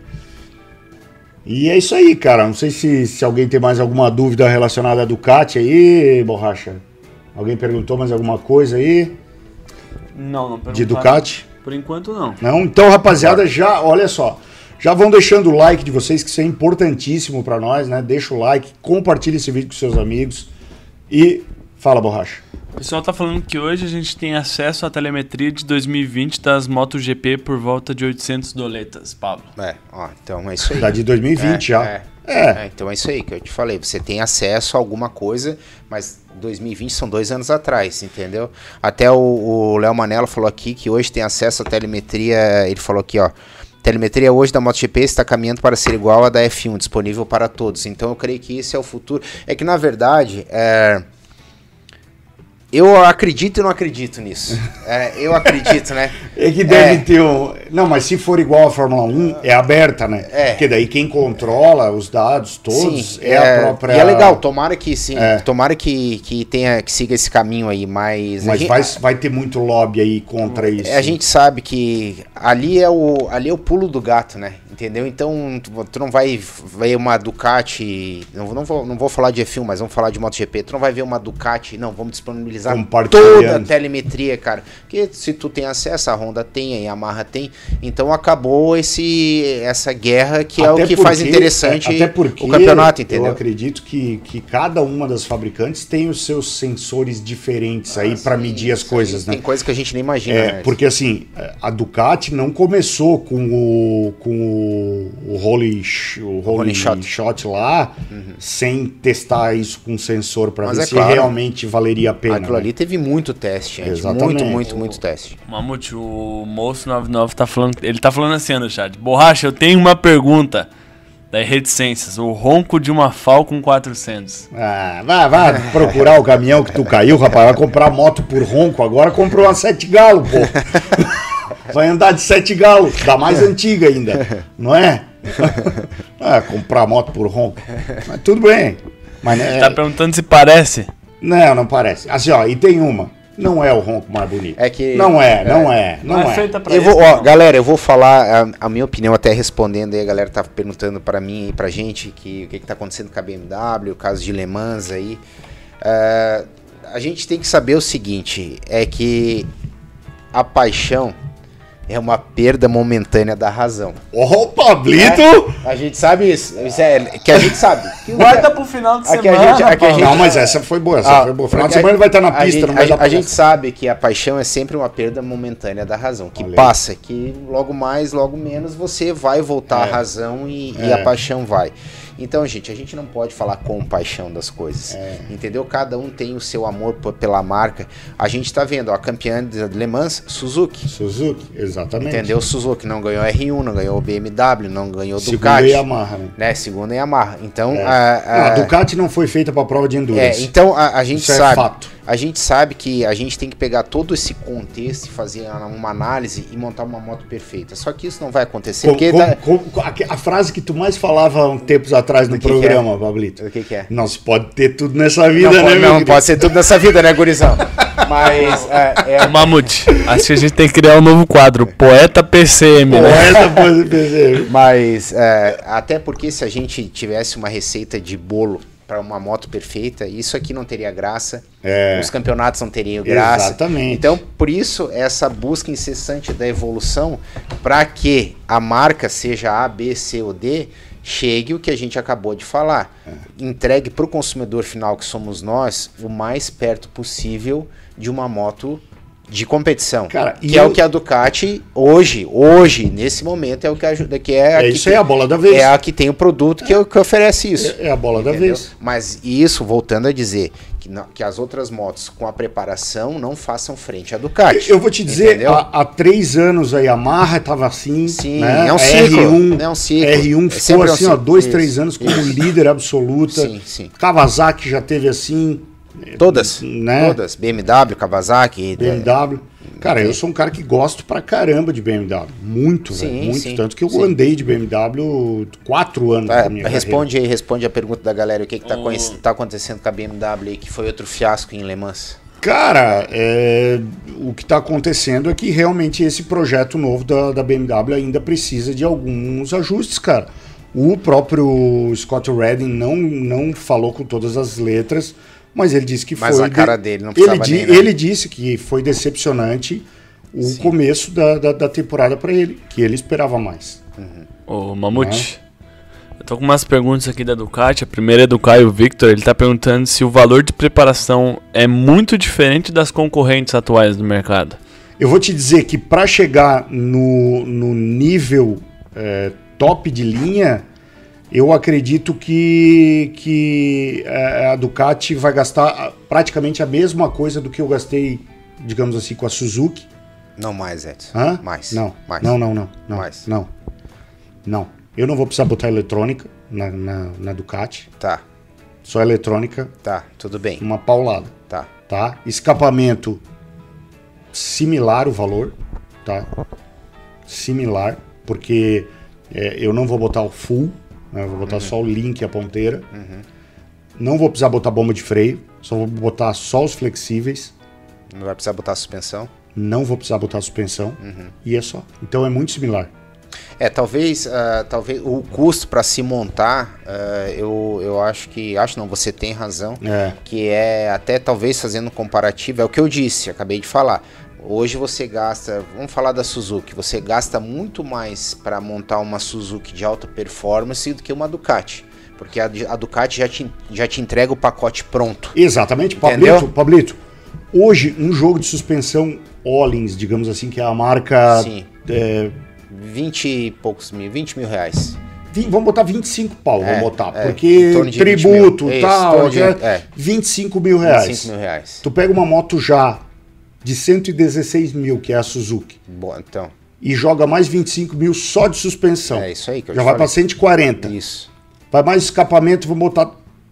E é isso aí, cara. Não sei se, se alguém tem mais alguma dúvida relacionada à Ducati aí, borracha. Alguém perguntou mais alguma coisa aí Não, não perguntaram. de Ducati? Por enquanto, não. Não? Então, rapaziada, já, olha só. Já vão deixando o like de vocês, que isso é importantíssimo pra nós, né? Deixa o like, compartilha esse vídeo com seus amigos e fala, borracha. O pessoal tá falando que hoje a gente tem acesso à telemetria de dois mil e vinte das MotoGP por volta de oitocentos doletas, Pablo. É, ó, então é isso aí. Da de dois mil e vinte já. É, É. é, então é isso aí que eu te falei. Você tem acesso a alguma coisa, mas dois mil e vinte são dois anos atrás, entendeu? Até o Léo Manello falou aqui que hoje tem acesso à telemetria. Ele falou aqui, ó. Telemetria hoje da MotoGP está caminhando para ser igual à da F um, disponível para todos. Então eu creio que esse é o futuro. É que na verdade, é... eu acredito e não acredito nisso. É, eu acredito, né? É que deve É. ter um... Não, mas se for igual à Fórmula um, é aberta, né? É. Porque daí quem controla os dados todos Sim, é, a própria... E é legal, tomara que sim, É. tomara que, que tenha, que siga esse caminho aí, mas... a Mas gente- vai, vai ter muito lobby aí contra isso. A gente sabe que ali é o, ali é o pulo do gato, né? Entendeu? Então, tu, tu não vai ver uma Ducati, não, não, vou, não vou falar de F um, mas vamos falar de MotoGP. Tu não vai ver uma Ducati, não, vamos disponibilizar Compartilhando. toda a telemetria, cara. Porque se tu tem acesso, a Honda tem, a Yamaha tem. Então acabou esse, essa guerra que é Até o que faz porque- interessante até porque o campeonato, entendeu? Eu acredito que, que cada uma das fabricantes tem os seus sensores diferentes aí para medir as coisas, né? Tem coisa que a gente nem imagina, É, né? porque assim, a Ducati não começou com o, com o, o Holy, Sh- o Holy Holy Shot. Shot. lá, sem testar isso com sensor para Mas ver é se claro. realmente valeria a pena. Aquilo né? ali teve muito teste, gente. Exatamente. Muito, muito, muito teste. Mamute, o Moço noventa e nove tá falando. Ele tá falando assim no chat. Borracha, eu tenho uma pergunta. Da Reticências. O ronco de uma Falcon quatrocentos. Ah, vai, vai procurar o caminhão que tu caiu, rapaz. Vai comprar moto por ronco. Agora comprou uma sete galo, pô. Vai andar de sete galo, da mais antiga ainda, não é? Ah, comprar moto por ronco. Mas tudo bem. Mas, né, Tá perguntando se parece. não, não parece. Assim, ó, e tem uma. Não é o ronco mais bonito. É que- Não é, é. não é, não, é. feita pra Eu isso, vou, ó, não. galera, eu vou falar a, a minha opinião, até respondendo aí, a galera tá perguntando pra mim e pra gente que, o que que tá acontecendo com a B M W, o caso de Le Mans aí. É, a gente tem que saber o seguinte, é que a paixão, é uma perda momentânea da razão. Ô, oh, Pablito! É, a gente sabe isso. Isso é que a gente sabe. Guarda pro final de Aqui a semana. gente- aqui a rapaz. gente- Não, mas essa foi boa, essa Ah, foi boa. Final de porque semana ele vai estar na a pista, gente, não vai a, dar a pra- gente sabe que a paixão é sempre uma perda momentânea da razão, que Olha aí. passa, que logo mais, logo menos você vai voltar É. à razão e, e É. a paixão vai. Então, gente, a gente não pode falar com paixão das coisas, É. entendeu? Cada um tem o seu amor p- pela marca. A gente tá vendo, ó, a campeã de Le Mans, Suzuki. Suzuki, exatamente. Entendeu? Suzuki não ganhou R um, não ganhou B M W, não ganhou Segunda Ducati. e Yamaha, né? Né? Segunda e Yamaha. Então, É. a, Não, a, a Ducati não foi feita para prova de é, endurance. então a, a gente Isso é sabe, fato. a gente sabe que a gente tem que pegar todo esse contexto e fazer uma análise e montar uma moto perfeita. Só que isso não vai acontecer Com- porque com- dá- com- com- a, a frase que tu mais falava há um tempos atrás no que que programa, Pablito. o que que é? Não se pode ter tudo nessa vida, Não, né, pode, meu não querido? pode ser tudo nessa vida, né, gurizão? Mas é, é, Ô, Mamute, acho que a gente tem que criar um novo quadro, Poeta P C M, né? Poeta pode perceber. mas é, até porque se a gente tivesse uma receita de bolo para uma moto perfeita, isso aqui não teria graça. É. Os campeonatos não teriam graça. Exatamente. Então, por isso, essa busca incessante da evolução para que a marca seja A, B, C ou D, chegue o que a gente acabou de falar. É. Entregue para o consumidor final, que somos nós, o mais perto possível de uma moto de competição. Cara, que e é eu- o que a Ducati, hoje, hoje, nesse momento, é o que ajuda, que é, a É que isso aí, tem- a bola da vez. é a que tem o produto que, que oferece isso. É a bola da Entendeu? vez. Mas isso, voltando a dizer, que, não- que as outras motos com a preparação não façam frente à Ducati. Eu vou te dizer, Entendeu? há, há três anos a Yamaha estava assim. Sim, né? é um A ciclo, R um, é um ciclo. R um É ficou sempre um assim, ó, ciclo. dois, Isso, três anos como isso. líder absoluta. Sim, sim. Kawasaki já teve assim. Todas, Né? todas. B M W, Kawasaki. B M W. Cara, eu sou um cara que gosto pra caramba de B M W. Muito, Sim, velho. Muito. sim, Tanto que eu sim. andei de B M W quatro anos É, da minha responde aí, responde a pergunta da galera. O que está Ô. tá acontecendo com a B M W aí, que foi outro fiasco em Le Mans? Cara, é, o que está acontecendo é que realmente esse projeto novo da, da B M W ainda precisa de alguns ajustes, cara. O próprio Scott Redding não, não falou com todas as letras, mas ele disse que Mas foi... a cara de- dele não ele, precisava di- nem, né? ele disse que foi decepcionante o começo da, da, da temporada para ele, que ele esperava mais. Ô, Mamute, eu tô com umas perguntas aqui da Ducati. A primeira é do Caio Victor. Ele tá perguntando se o valor de preparação é muito diferente das concorrentes atuais do mercado. Eu vou te dizer que para chegar no, no nível é, top de linha, eu acredito que, que é, a Ducati vai gastar praticamente a mesma coisa do que eu gastei, digamos assim, com a Suzuki. Não mais, Edson. Hã? Mais. Não, Mais. não, não, não, não, Mais. não, não. Eu não vou precisar botar eletrônica na, na, na Ducati, Tá, só eletrônica, tá, tudo bem. uma paulada. Tá. Tá? Escapamento similar o valor, tá? Similar, porque é, eu não vou botar o full, né? Eu vou botar só o link e a ponteira. Não vou precisar botar bomba de freio, só vou botar só os flexíveis. Não vai precisar botar suspensão. Não vou precisar botar suspensão e é só. Então é muito similar. É, talvez, ah, talvez o custo para se montar, ah, eu, eu acho que, acho não, você tem razão, É. que é até talvez fazendo um comparativo, é o que eu disse, acabei de falar. Hoje você gasta, vamos falar da Suzuki, você gasta muito mais para montar uma Suzuki de alta performance do que uma Ducati. Porque a, a Ducati já te, já te entrega o pacote pronto. Exatamente, Entendeu? Pablito, Pablito. Hoje, um jogo de suspensão Ollins, digamos assim, que é a marca. Sim. é, vinte e poucos mil, vinte mil reais. vinte vamos botar vinte e cinco pau, É, vamos botar. é, porque em torno de vinte tributo mil. e Isso, tal, em torno de- já, é. vinte e cinco mil reais. vinte e cinco mil reais. Tu pega uma moto já de cento e dezesseis mil, que é a Suzuki, Bom, então, e joga mais vinte e cinco mil só de suspensão. é isso aí que eu Já te vai falei. para cento e quarenta. Isso. Vai mais escapamento, vou botar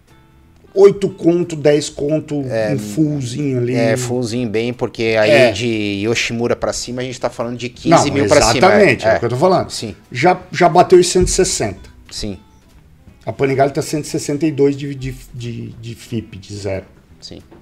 oito conto, dez conto, um fullzinho ali. É, fullzinho bem, porque aí É. de Yoshimura pra cima a gente tá falando de Não, quinze mil pra cima. exatamente, é, é, o que eu tô falando. Sim, Já, já bateu os cento e sessenta. sim, A Panigale tá cento e sessenta e dois de, de, de, de F I P, de zero. sim.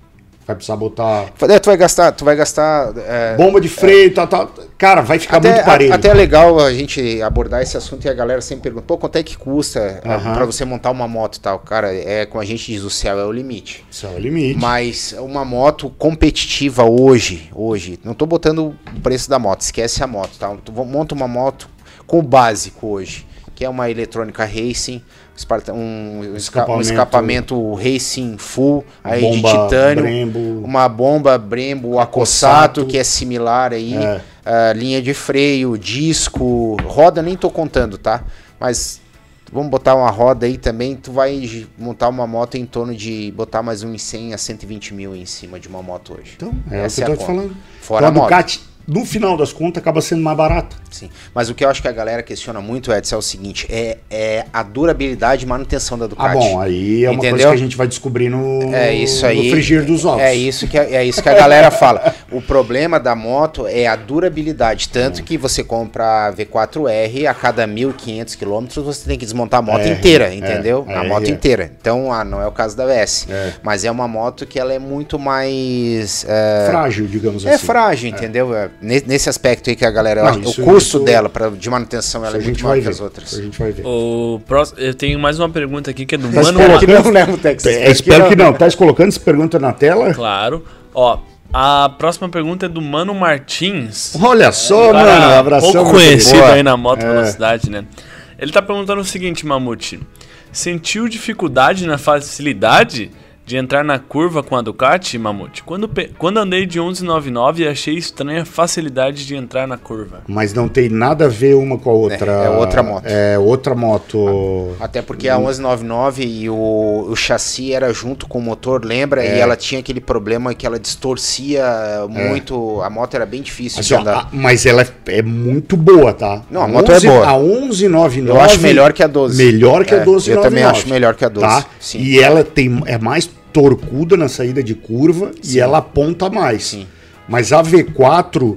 vai precisar botar É, tu vai gastar, tu vai gastar é, bomba de freio, tal, tal. Cara, vai ficar até, muito parelho. a- até é legal a gente abordar esse assunto e a galera sempre pergunta, pô, quanto é que custa Aham. para você montar uma moto e tal? Cara, é como a gente diz, o céu é o limite. Isso é o limite. Mas uma moto competitiva hoje, hoje, não tô botando o preço da moto, esquece a moto, tá? Tu monta uma moto com o básico hoje, que é uma eletrônica racing, Sparta- um, esca- um Escapamento. escapamento racing full, aí de Bomba titânio, Brembo. uma bomba Brembo Acossato. Acossato, que é similar aí, É. ah, linha de freio, disco, roda nem tô contando, tá? Mas vamos botar uma roda aí também, tu vai montar uma moto em torno de botar mais uns cem a cento e vinte mil em cima de uma moto hoje. Então, é Essa o que é eu a tô te conta. falando. Fora Então, a a moto. Ducati, no final das contas, acaba sendo mais barata. Sim. Mas o que eu acho que a galera questiona muito, Edson, é o seguinte, é, é a durabilidade e manutenção da Ah, Ducati. bom, aí é uma Entendeu? coisa que a gente vai descobrir no, É isso aí. no frigir dos ovos. É isso que a, é isso que a galera fala. O problema da moto é a durabilidade, tanto que você compra a V quatro R, a cada mil e quinhentos quilômetros você tem que desmontar a moto É, inteira, é, entendeu? é, a moto é. inteira. Então, ah, não é o caso da V S. É. Mas é uma moto que ela é muito mais é, Frágil, digamos é assim. frágil, entendeu? É, ne- Nesse aspecto aí que a galera, eu Não, acho- isso- o custo isso- dela pra, de manutenção ela Isso é a gente muito vai maior ver. que as outras. Isso a gente vai ver. O próximo, eu tenho mais uma pergunta aqui que é do Tá Mano esperando Ma- que não, né, Mutex? É, espero que não. Tá colocando essa pergunta na tela? Claro. Ó, a próxima pergunta é do Mano Martins. Olha só, Cara, mano. Abração. pouco meu conhecido querido. aí na moto É. velocidade, né? Ele tá perguntando o seguinte, Mamute. Sentiu dificuldade na facilidade de entrar na curva com a Ducati, Mamute? Quando, pe- quando andei de onze noventa e nove, achei estranha a facilidade de entrar na curva. Mas não tem nada a ver uma com a outra. É, é outra moto. É outra moto. Até porque a onze noventa e nove e o, o chassi era junto com o motor, lembra? É. E ela tinha aquele problema que ela distorcia muito. A moto era bem difícil Assim, de ó, andar. a- mas ela é, é muito boa, tá? Não, a moto é boa. A onze noventa e nove. Eu acho melhor que a doze. Melhor que a É, doze eu noventa e também nove, acho melhor que a doze, Tá? sim. E ela tem, é mais torcuda na saída de curva e ela aponta mais. Sim. Mas a V quatro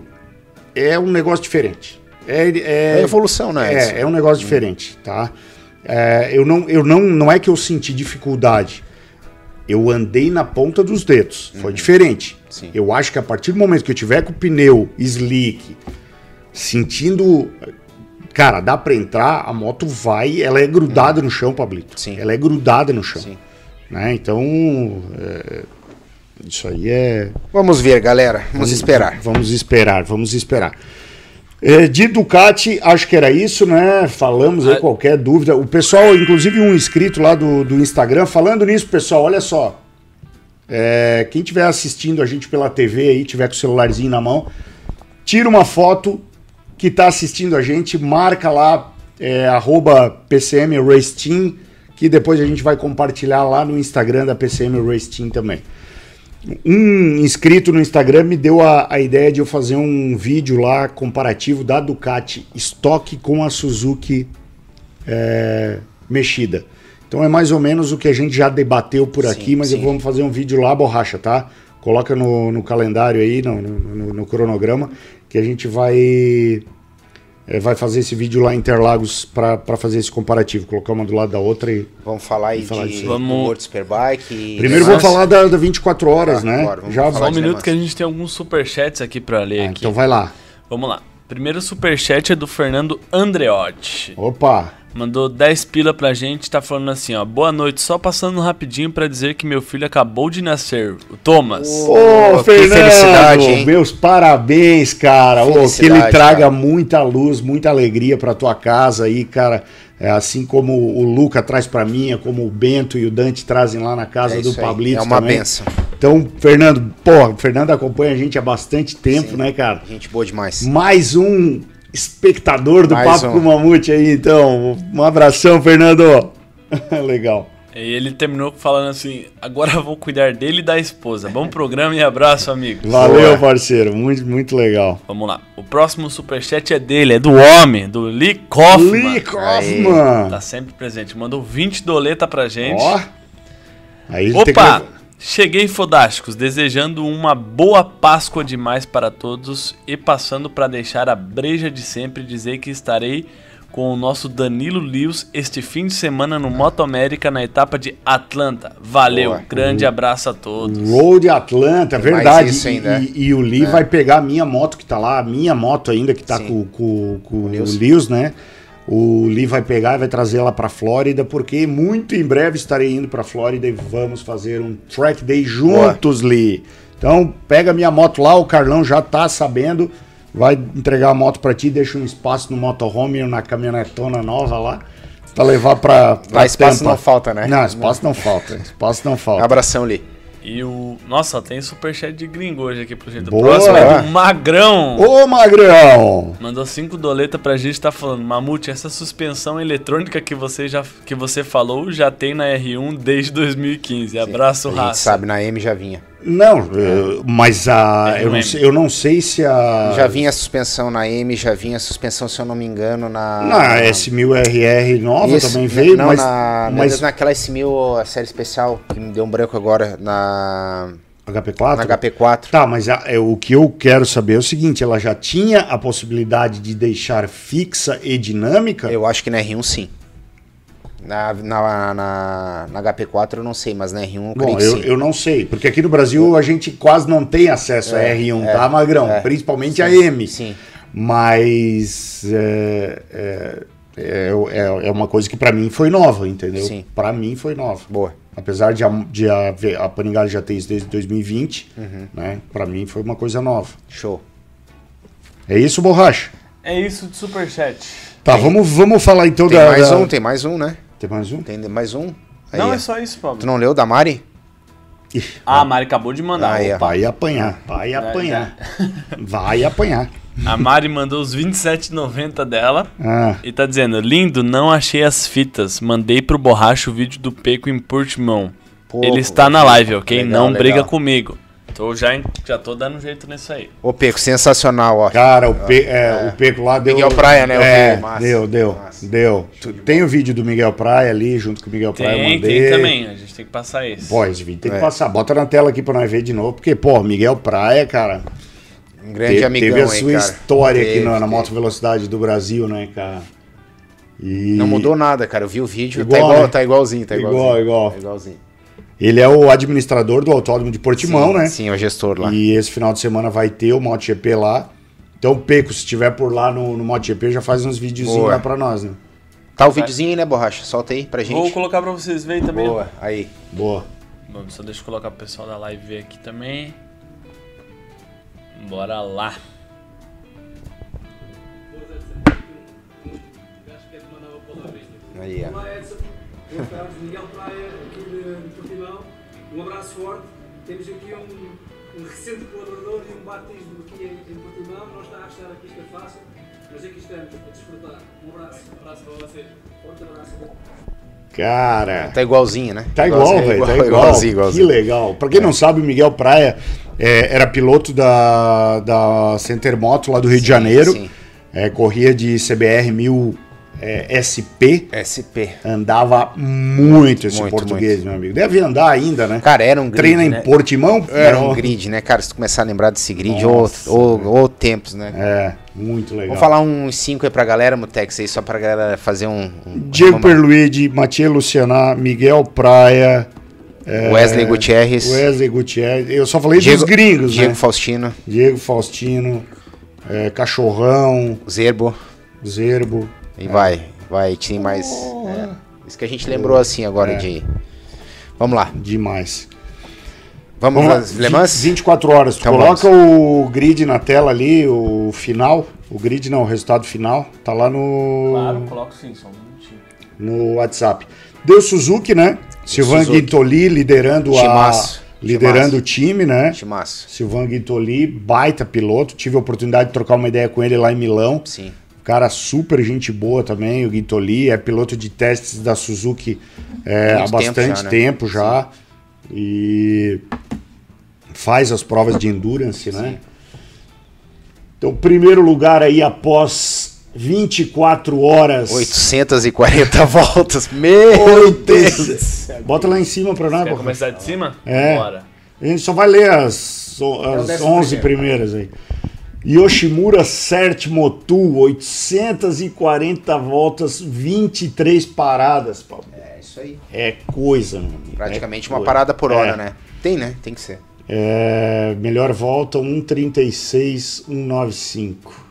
é um negócio diferente. É, É evolução, né, Edson? É, é um negócio diferente, tá? É, eu não, eu não, não é que eu senti dificuldade. Eu andei na ponta dos dedos. Foi diferente. Sim. Eu acho que a partir do momento que eu tiver com o pneu slick, sentindo. Cara, dá pra entrar, a moto vai, ela é grudada no chão, Pablito. Sim. Ela é grudada no chão. Sim. Né? Então, é, isso aí é. Vamos ver, galera. Vamos esperar. Vamos esperar, vamos esperar. É, de Ducati, acho que era isso, né? Falamos aí, Ah. qualquer dúvida. O pessoal, inclusive um inscrito lá do, do Instagram, falando nisso, pessoal, olha só. É, quem estiver assistindo a gente pela T V aí, tiver com o celularzinho na mão, tira uma foto que está assistindo a gente, marca lá, é, arroba P C M Race Team, que depois a gente vai compartilhar lá no Instagram da P C M Race Team também. Um inscrito no Instagram me deu a, a ideia de eu fazer um vídeo lá comparativo da Ducati estoque com a Suzuki é, mexida. Então é mais ou menos o que a gente já debateu por Sim, aqui, mas sim. vamos fazer um vídeo lá, borracha, tá? Coloca no, no calendário aí, no, no, no cronograma, que a gente vai, é, vai fazer esse vídeo lá em Interlagos para fazer esse comparativo. Colocar uma do lado da outra e... Vamos falar aí Vamos falar de disso. Vamos- do World Superbike. e- Primeiro Nossa. vou falar da, da vinte e quatro horas, Tá, né? bora, vamos Já falar Só um de minuto negócio. que a gente tem alguns superchats aqui pra ler Ah, aqui. então vai lá. Vamos lá. Primeiro superchat é do Fernando Andreotti. Opa! Mandou dez pila pra gente, tá falando assim, ó. Boa noite, só passando rapidinho pra dizer que meu filho acabou de nascer, o Thomas. Ô, que Fernando, felicidade, hein? meus parabéns, cara. Ô, que ele Felicidade, traga cara. muita luz, muita alegria pra tua casa aí, cara. É, assim como o Luca traz pra mim, como o Bento e o Dante trazem lá na casa É do isso aí, Pablito é uma também. benção. Então, Fernando, pô, o Fernando acompanha a gente há bastante tempo, Sim. né, cara? Gente boa demais. Mais um espectador do Mais Papo um. com o Mamute aí, então. Um abração, Fernando. Legal. E ele terminou falando assim, agora eu vou cuidar dele e da esposa. Bom programa e abraço, amigos. Valeu, parceiro. Muito, muito legal. Vamos lá. O próximo superchat é dele, é do homem, do Lee Kaufman. Lee Kaufman. Tá sempre presente. Mandou vinte doleta pra gente. Ó. Aí ele tem que Opa! levar- Cheguei, fodásticos, desejando uma boa Páscoa demais para todos e passando para deixar a breja de sempre dizer que estarei com o nosso Danilo Lewis este fim de semana no Moto América na etapa de Atlanta. Valeu, Boa. grande abraço a todos. Road Atlanta, Tem mais verdade. isso E, ainda, e- e o Lee é. vai pegar a minha moto que tá lá, a minha moto ainda que tá Sim. com, com- com o Lewis. Lewis, né? O Lee vai pegar e vai trazer ela pra Flórida, porque muito em breve estarei indo pra Flórida e vamos fazer um track day juntos, Lee. Então, pega a minha moto lá, o Carlão já tá sabendo, vai entregar a moto pra ti, deixa um espaço no motorhome, na caminhonetona nova lá, pra levar pra, pra Lá espaço Tampa. não falta, né? Não, espaço não falta, espaço não falta. Abração, Li. E o. Nossa, tem superchat de gringo hoje aqui pro jeito. O Boa. próximo é do Magrão. Ô, Magrão! Mandou cinco doletas pra gente, tá falando, Mamute, essa suspensão eletrônica que você já que você falou já tem na R um desde dois mil e quinze. Abraço, A gente raça. sabe, na M já vinha. Não, eh, mas a, É eu, não M. sei, eu não sei se a. Já vinha a suspensão na M, já vinha a suspensão, se eu não me engano, na... Na S mil R R nova Isso, também veio, não, mas. na, mas naquela S mil, a série especial, que me deu um branco agora, na, H P quatro? na H P quatro. Tá, mas a- é, o que eu quero saber é o seguinte: ela já tinha a possibilidade de deixar fixa e dinâmica? Eu acho que na R um sim. Na, na, na, na H P quatro eu não sei, mas na R um eu creio Bom, que eu, sim. eu não sei, porque aqui no Brasil a gente quase não tem acesso a R um, é, tá, Magrão? é. Principalmente a Sim, M. sim. Mas é, é, é, é- é uma coisa que pra mim foi nova, entendeu? Sim. Pra mim foi nova. Boa. Apesar de a, de a, a Panigale já ter isso desde dois mil e vinte, Uhum. né? Pra mim foi uma coisa nova. Show. É isso, Borracha? É isso de superchat. Tá, vamos, vamos falar então Tem da... mais da- um, tem mais um, né? Tem mais um? Tem mais um? Aí, Não, ó. é só isso, Pablo. Tu não leu da Mari? Ih, Ah, a Mari acabou de mandar. Aí, ó. Opa. vai apanhar, vai apanhar. Vai apanhar. A Mari mandou os vinte e sete reais e noventa dela Ah, e tá dizendo, lindo, não achei as fitas. Mandei pro Borracha o vídeo do Peco em Portimão. Pô, Ele está na live, ok? legal, não legal. briga comigo. Tô já, em- já tô dando jeito nisso aí. Ô, Peco, sensacional, ó. cara, o, Pe, é, o Peco lá deu... Miguel Praia, né, eu É, vi, massa, deu, deu, massa. deu. Tu- Tem o vídeo do Miguel Praia ali, junto com o Miguel Praia, eu Tem, mandei. tem também. A gente tem que passar esse. Pô, esse vídeo tem que É. passar. Bota na tela aqui pra nós ver de novo, porque, pô, Miguel Praia, cara... Um grande Te- amigão teve a aí, sua cara. história aqui Teve, na, na teve. moto velocidade do Brasil, né, cara? E Não mudou nada, cara. Eu vi o vídeo, Igual, tá, igual, né? tá igualzinho, tá Igual, igualzinho. igual. Tá igualzinho. Ele é o administrador do Autódromo de Portimão, sim, né? Sim, é o gestor lá. E esse final de semana vai ter o MotoGP lá. Então, Peco, se estiver por lá no, no MotoGP, já faz uns videozinhos Boa. lá pra nós, né? Tá o videozinho aí, né, Borracha? Solta aí pra gente. Vou colocar pra vocês verem também. Boa, aí. Boa. Bom, só deixa eu colocar o pessoal da live ver aqui também. Bora lá. Aí, ó. Olá Edson, eu Carlos Miguel Praia, aqui de, de Portimão. Um abraço forte. Temos aqui um, um recente colaborador e um batismo aqui em, em Portimão. Não está a achar aqui isto é fácil, mas aqui estamos a desfrutar. Um abraço, um abraço para vocês. Forte abraço. Cara, Tá igualzinho, né? tá igual, Igualzinho, velho. Tá igual, igual. igualzinho, igualzinho. Que legal. Pra quem não sabe, o Miguel Praia é, era piloto da, da Center Moto lá do Rio de Janeiro. sim. É, corria de C B R mil é, S P. S P. Andava muito esse Muito, português, meu amigo. Deve andar ainda, né? Cara, era um grid, Treina né? em Portimão? Era um Não. grid, né, cara? Se tu começar a lembrar desse grid, Nossa, ou, ou, ou tempos, né? É, muito legal. Vamos falar uns cinco aí pra galera, Mutex, aí, só pra galera fazer um... um Diego uma- Perluigi, Matias Lucianá, Miguel Praia, é, Wesley Gutierrez. Wesley Gutierrez. Eu só falei Diego, dos gringos, Diego né? Faustino, Diego Faustino, é, Cachorrão, Zerbo, Zerbo. e vai, vai, tinha mais... é, isso que a gente lembrou assim agora É. de... Vamos lá, Demais. vamos, Vamos lá, às Le Mans? vinte e quatro horas. Tu Então coloca o grid na tela ali, o final. O grid não, o resultado final. Tá lá no, Claro, coloco sim, só um minutinho. no WhatsApp. Deu Suzuki, né? Silvan Suzuki. Guintoli liderando, a, Timaço, liderando timaço. o time, né? Timaço, Silvan Guintoli, baita piloto. Tive a oportunidade de trocar uma ideia com ele lá em Milão. sim. Cara, super gente boa também, o Guintoli. É piloto de testes da Suzuki é, há Muito bastante tempo tempo já, já. né? E faz as provas de endurance, né? Então, primeiro lugar aí após vinte e quatro horas. oitocentas e quarenta voltas, meu Deus! Bota lá em cima pra nós, Quer Borra. começar de cima? É. Bora. A gente só vai ler as, as décimo onze primeiro. primeiras aí. Yoshimura Cert Motu, oitocentas e quarenta voltas, vinte e três paradas, Paulo. É isso aí. É coisa, meu amigo. Praticamente é uma coisa. parada por hora, é. né? Tem, né? Tem que ser. É, melhor volta, um trinta e seis, cento e noventa e cinco.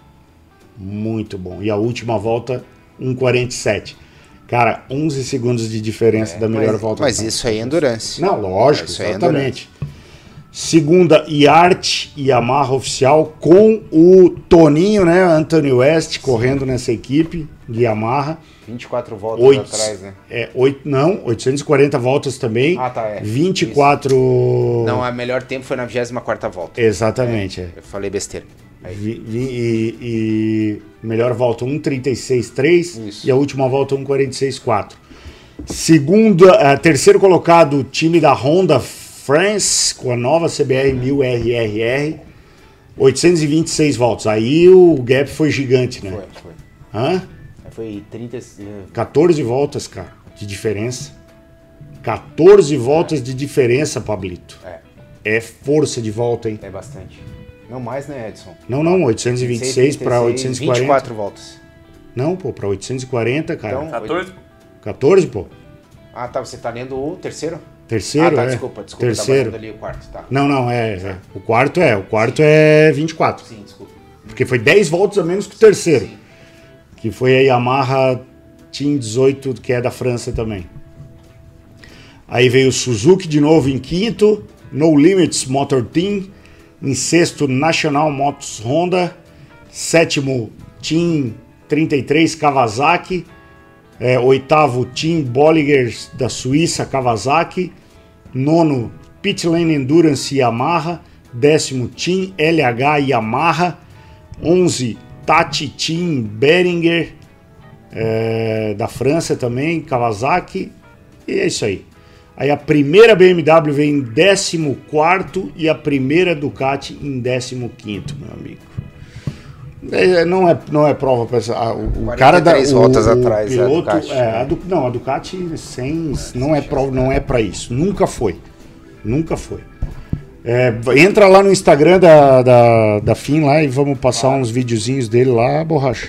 Muito bom. E a última volta, um quarenta e sete. Cara, onze segundos de diferença É, da melhor mas, volta. Mas isso aí é endurance. Não, lógico, Isso aí é exatamente. Segunda, Yart Yamaha oficial com o Toninho, né? Anthony West correndo nessa equipe de Yamaha. vinte e quatro voltas Oito, atrás, né? é, oito, não, oitocentas e quarenta voltas também. Ah, tá, é. vinte e quatro. Não, a melhor tempo foi na vigésima quarta volta. Exatamente, é. Eu falei besteira. Aí. Vi- vi- e, e melhor volta um trinta e seis três Isso. e a última volta um quarenta e seis quatro. Segunda, eh, terceiro colocado, time da Honda France com a nova C B R mil R R R, oitocentas e vinte e seis voltas. Aí o gap foi gigante, né? Foi, foi. Hã? Foi trinta... quatorze voltas, cara, de diferença. quatorze voltas de diferença, Pablito. É, É força de volta, hein? é bastante. Não mais, né, Edson? Não, não, oitocentos e vinte e seis para oitocentos e quarenta. vinte e quatro voltas. Não, pô, para oitocentos e quarenta, cara. Então, quatorze? quatorze, pô. Ah, tá, você tá lendo o terceiro? Terceiro, ah, tá, é. desculpa, desculpa, Terceiro. eu tava lendo ali o quarto, tá. Não, não, é, é. O quarto é. O quarto é vinte e quatro. Sim, desculpa. Porque foi dez voltas a menos que o terceiro. Sim. Que foi a Yamaha Team dezoito, que é da França também. Aí veio o Suzuki de novo em quinto. No Limits Motor Team. Em sexto, National Motos Honda. Sétimo, Team trinta e três Kawasaki. É, oitavo, Team Bolliger da Suíça, Kawasaki. Nono, Pit Lane Endurance Yamaha. Décimo, Team L H Yamaha. onze, Tati Team Behringer, é, da França também, Kawasaki. E é isso aí. Aí a primeira B M W vem em décimo quarto e a primeira Ducati em décimo quinto, meu amigo. É, não, é, não é prova para essa. a- O, o cara da. O, voltas o atrás, a piloto, Ducati, é, né? a Du- não, a Ducati sem, não é prova, não é para isso. Nunca foi. Nunca foi. É, entra lá no Instagram da, da, da Fim lá e vamos passar uns videozinhos dele lá, borracha.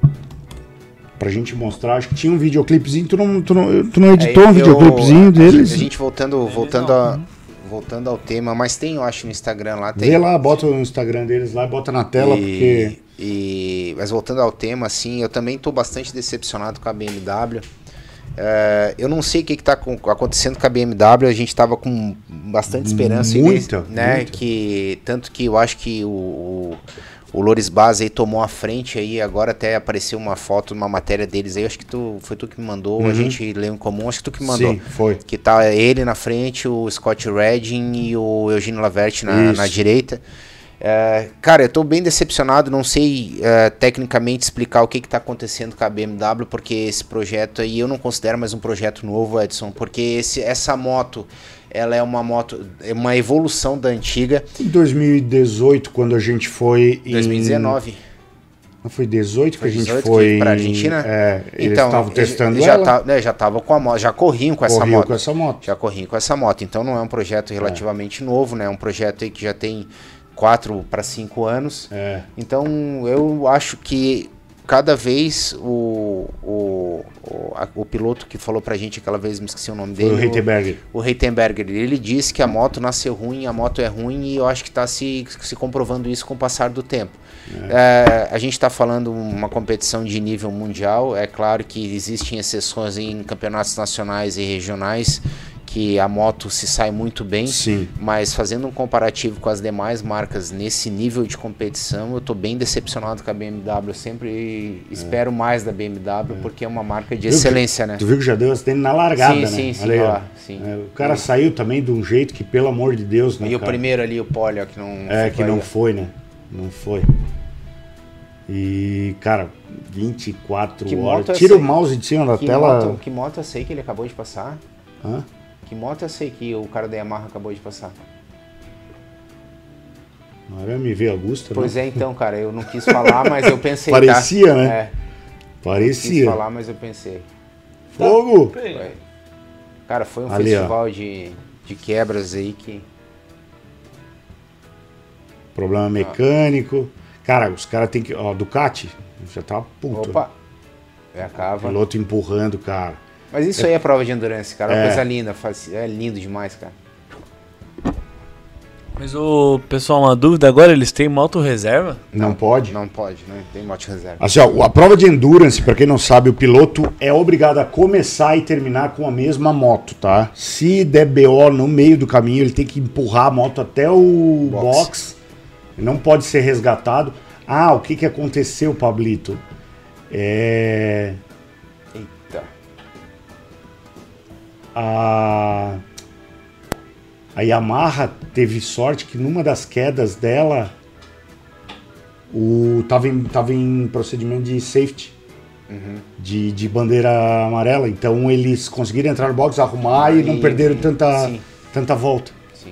Pra gente mostrar. Acho que tinha um videoclipezinho. Tu não, tu não, tu não editou É, um eu- videoclipezinho a deles? gente- A gente voltando, voltando, a, voltando ao tema, mas tem, eu acho, no Instagram lá. Tem. Vê lá, bota o Instagram deles lá, bota na tela, E- porque. E, mas voltando ao tema, assim, eu também estou bastante decepcionado com a B M W. É, eu não sei o que está acontecendo com a B M W. A gente estava com bastante esperança, Muita, nesse, né? muita. Que tanto que eu acho que o, o, o Loris Baz aí tomou a frente aí. Agora até apareceu uma foto, uma matéria deles aí. Acho que tu, foi tu que me mandou. A gente leu em comum. Acho que tu que me mandou. Sim, foi. Que tá ele na frente, o Scott Redding e o Eugênio Laverte na, Isso. na direita. É, cara, eu tô bem decepcionado, não sei é, tecnicamente explicar o que que tá acontecendo com a B M W, porque esse projeto aí eu não considero mais um projeto novo, Edson, porque esse, essa moto, ela é uma moto, é uma evolução da antiga. Em dois mil e dezoito, quando a gente foi em. dois mil e dezenove. Não foi dezoito Foi que a gente dezoito que foi. pra Argentina? É, eles Então, estavam testando já ela. tá, né, já tava com a moto, já corriam com essa corriam moto. com essa moto. Já corriam com essa moto, então não é um projeto relativamente novo, né? É um projeto aí que já tem quatro para cinco anos. É. Então eu acho que cada vez o, o, o, a- o piloto que falou pra gente aquela vez, me esqueci o nome Foi dele. o Reitenberger. O Reitenberger, ele disse que a moto nasceu ruim, a moto é ruim e eu acho que está se, se comprovando isso com o passar do tempo. É, a gente está falando uma competição de nível mundial, é claro que existem exceções em campeonatos nacionais e regionais que a moto se sai muito bem, Sim. mas fazendo um comparativo com as demais marcas nesse nível de competição, eu estou bem decepcionado com a B M W. Eu sempre espero mais da B M W porque é uma marca de Viu que- excelência, né? Tu viu que já deu acidente na largada, Sim, né? sim, sim, Olha aí, ó. ó, sim. É, o cara saiu também de um jeito que, pelo amor de Deus, né, E o cara? primeiro ali, o Poli, ó, que não É, foi que pra não ele. foi, né? Não foi. E, cara, vinte e quatro Que horas. moto é Tira o essa aí? mouse de cima da Que tela. moto, que moto eu sei que ele acabou de passar? Hã? Que moto eu sei que o cara da Yamaha acabou de passar? Não era M V Augusta, Pois não? é, então, cara, eu não quis falar, mas eu pensei. Parecia, tá? né? É, quis Parecia. falar, mas eu pensei. Fogo! Foi. Cara, foi um Ali, ó. festival de, de quebras aí que. problema mecânico. Cara, os caras tem que... Ó, Ducati, já tá puto. Opa, é a cava. Piloto empurrando, cara. Mas isso aí é prova de endurance, cara. É uma É. coisa linda, faz- é lindo demais, cara. Mas, ô, pessoal, uma dúvida agora, eles têm moto reserva? Não, pode? Não pode, não tem moto reserva. Assim, ó, a prova de endurance, pra quem não sabe, o piloto é obrigado a começar e terminar com a mesma moto, tá? Se der B O no meio do caminho, ele tem que empurrar a moto até o Box. box. Ele não pode ser resgatado. Ah, o que que aconteceu, Pablito? É... Eita. A... a Yamaha teve sorte que numa das quedas dela o tava em, tava em procedimento de safety, de, de bandeira amarela, então eles conseguiram entrar no box, arrumar e, Aí, não perderam tanta, sim. tanta volta. Sim.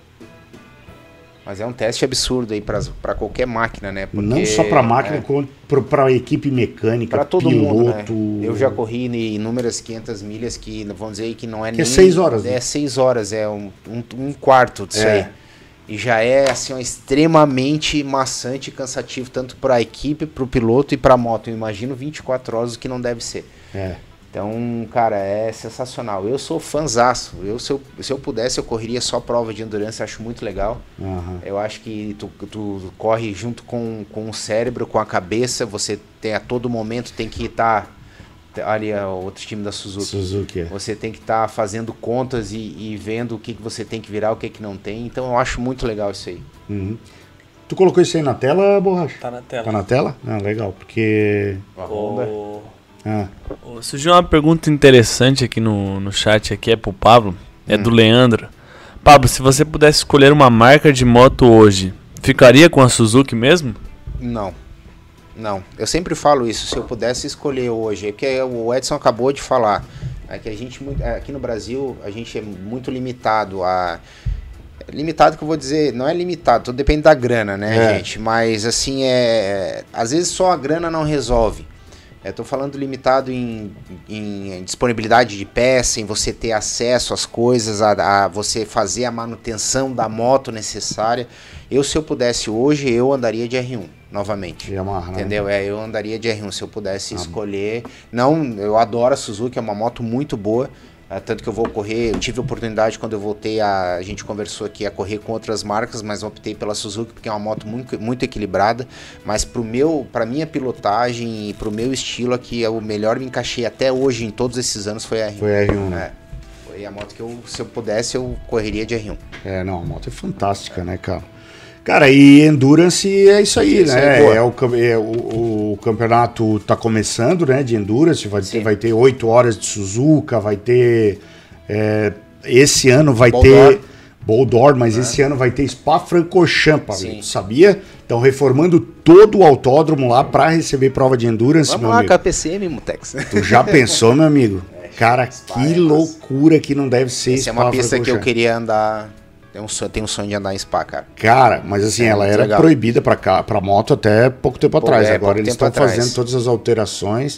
Mas é um teste absurdo aí pra, pra qualquer máquina, né? Porque, Não só para máquina, é, quanto para a equipe mecânica, pra todo piloto. mundo, né? Eu já corri em inúmeras quinhentas milhas que, vamos dizer aí, que não é Que nem... é seis horas, É né? seis horas, é um, um, um quarto disso É. aí. E já é, assim, ó, extremamente maçante e cansativo, tanto para a equipe, para o piloto e para a moto. Eu imagino vinte e quatro horas, o que não deve ser. É. Então, cara, é sensacional. Eu sou fanzaço. Eu, se, eu, se eu pudesse, eu correria só prova de endurance, acho muito legal. Aham. Eu acho que tu, tu corre junto com, com o cérebro, com a cabeça, você tem a todo momento tem que estar... ali é o outro time da Suzuki. Suzuki, é. Você tem que estar fazendo contas e, e vendo o que, que você tem que virar, o que, que não tem. Então eu acho muito legal isso aí. Uhum. Tu colocou isso aí na tela, Borracha? Tá na tela. Tá na tela? Ah, legal, porque... A Honda. Ô, Ah, ô, surgiu uma pergunta interessante aqui no, no chat, aqui é pro Pablo, é do Leandro. Pablo, se você pudesse escolher uma marca de moto hoje, ficaria com a Suzuki mesmo? Não. Não. Eu sempre falo isso, se eu pudesse escolher hoje, é porque o Edson acabou de falar. É que a gente, muito- aqui no Brasil, a gente é muito limitado a... Limitado que eu vou dizer, não é limitado, tudo depende da grana, né, É. gente? Mas assim, é. Às vezes só a grana não resolve. Eu tô falando limitado em, em disponibilidade de peça, em você ter acesso às coisas, a, a você fazer a manutenção da moto necessária. Eu, se eu pudesse hoje, eu andaria de R um, novamente. Yamaha, né? Entendeu? É, eu andaria de R um se eu pudesse escolher. Não, eu adoro a Suzuki, é uma moto muito boa. Ah, tanto que eu vou correr, eu tive a oportunidade quando eu voltei, a, a gente conversou aqui, a correr com outras marcas, mas optei pela Suzuki porque é uma moto muito, muito equilibrada, mas pro meu, pra minha pilotagem e pro meu estilo aqui, é o melhor me encaixei até hoje em todos esses anos foi a R um. Foi R um, né? É, foi a moto que eu, se eu pudesse, eu correria de R um. É, não, a moto é fantástica, né, cara? Cara, e Endurance é isso aí, Isso né? aí, boa. É o, cam- é o, o campeonato tá começando, né, de Endurance, vai ter, Sim. vai ter oito horas de Suzuka, vai ter... é, esse ano vai Boldor. ter... Boldor, mas esse ano vai ter Spa-Francorchamps, Sim. sabia? Estão reformando todo o autódromo lá para receber prova de Endurance, Vamos meu lá amigo. com a P C M, Mutex. Tu já pensou, meu amigo? Cara, Spa que é massa. loucura que não deve ser Essa é uma pista que eu Spa-Francorchamps. queria andar, tenho um sonho, tenho um sonho de andar em Spa, cara. Cara, mas assim, É ela muito era legal. proibida para cá, para moto até pouco tempo Pô, atrás. é, Agora pouco eles tempo estão atrás. fazendo todas as alterações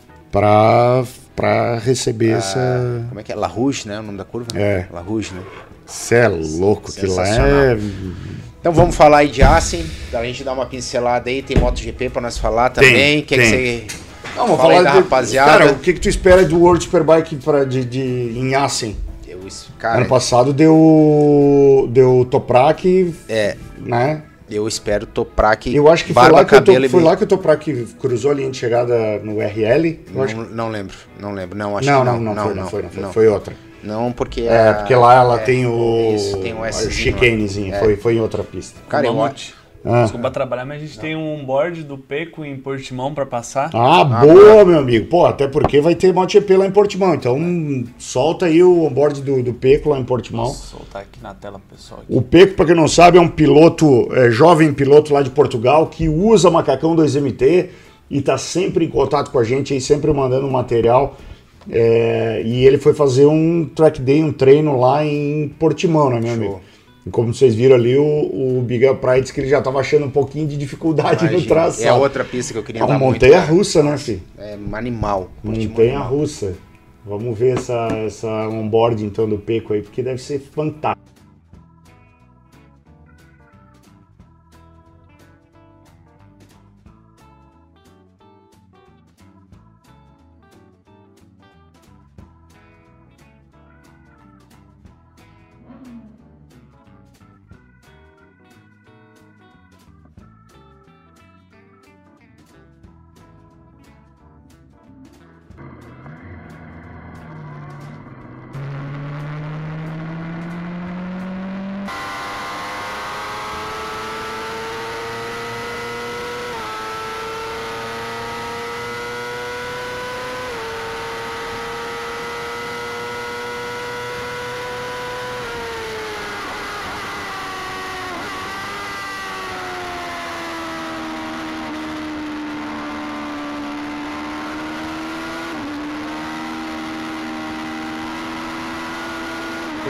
para para receber essa. Como é que é? La Rouge, né? O nome da curva? É. La Rouge, né? Cê é louco, que lá é. Sensacional. Então vamos falar aí de Assen, a gente dar uma pincelada aí, tem MotoGP pra nós falar também. Quer tem. que você Não, vamos fala aí falar da de, rapaziada? Cara, o que, que tu espera do World Superbike pra, de, de, em Assen? Eu, cara, Ano passado deu, deu Toprak, é, né? eu espero Toprak, Eu acho que foi barba, lá que, eu cabelo to, e foi bem- lá que o Toprak cruzou a linha de chegada no R L. Eu não, acho que- não lembro, não lembro. Não, acho não, que não, não. não, não, foi, não, não, foi, não foi, não. foi outra. Não, porque É, a- porque lá ela é, tem o, isso, tem um a Szinho lá. chicanezinho, É. foi, foi em outra pista. Cara, eu Mamute. Ah, Desculpa trabalhar, mas a gente tem um board do Peco em Portimão pra passar. ah boa, meu amigo. Pô, até porque vai ter MotoGP lá em Portimão. Então, solta aí o onboard do, do Peco lá em Portimão. Vou soltar aqui na tela pro pessoal. Aqui. O Peco, pra quem não sabe, é um piloto, é, jovem piloto lá de Portugal, que usa macacão dois M T e tá sempre em contato com a gente aí, sempre mandando material. É, e ele foi fazer um track day, um treino lá em Portimão, né, meu Show. amigo? E como vocês viram ali, o, o Big Up Pride disse que ele já tava achando um pouquinho de dificuldade no imagina. traço. É a outra pista que eu queria É andar uma muito. montanha cara. russa, né, filho? É um animal. Portimão Montanha animal. russa. Vamos ver essa, essa onboard então do Peco aí, porque deve ser fantástico.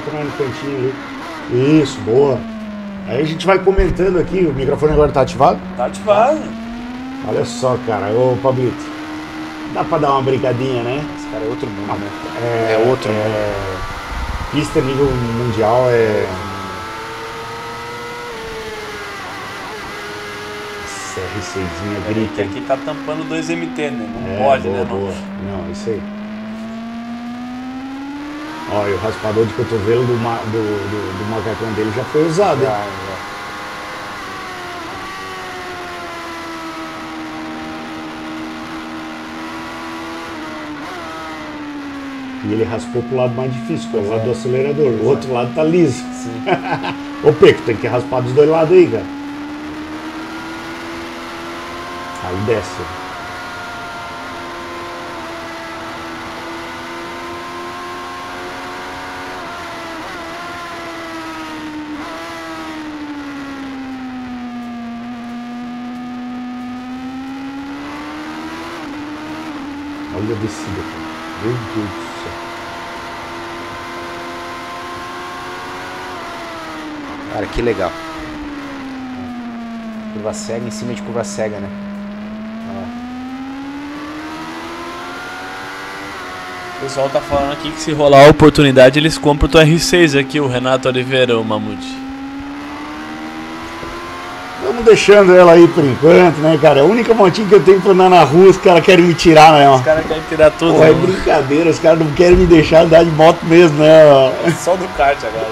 fica no cantinho ali. Isso, boa. Aí a gente vai comentando aqui, o microfone agora tá ativado? Tá ativado. Olha só, cara, ô Pablito, dá pra dar uma brincadinha, né? Esse cara é outro mundo, né? É, É outro é, mundo. Pista nível mundial é... Essa R seis grita. Aqui tá tampando dois M T, né? Não É, pode, boa, né? boa. Não, isso aí. Olha, o raspador de cotovelo do, ma do, do, do macacão dele já foi usado. Já, hein? já. E ele raspou pro lado mais difícil, que é o lado do acelerador. O outro lado tá liso. Sim. Ô Peco, tem que raspar dos dois lados aí, cara. Aí desce. Olha a descida, cara. Meu Deus do céu. Cara, que legal. Curva cega em cima de curva cega, né? O pessoal tá falando aqui que se rolar a oportunidade, eles compram o teu R seis aqui, o Renato Oliveira, o Mamute. Vamos deixando ela aí por enquanto, né, cara? A única motinha que eu tenho pra andar na rua, os caras querem me tirar, né? Ó. Os caras querem tirar tudo, Pô, é né? brincadeira, os caras não querem me deixar andar de moto mesmo, né? Ó. Só do kart agora.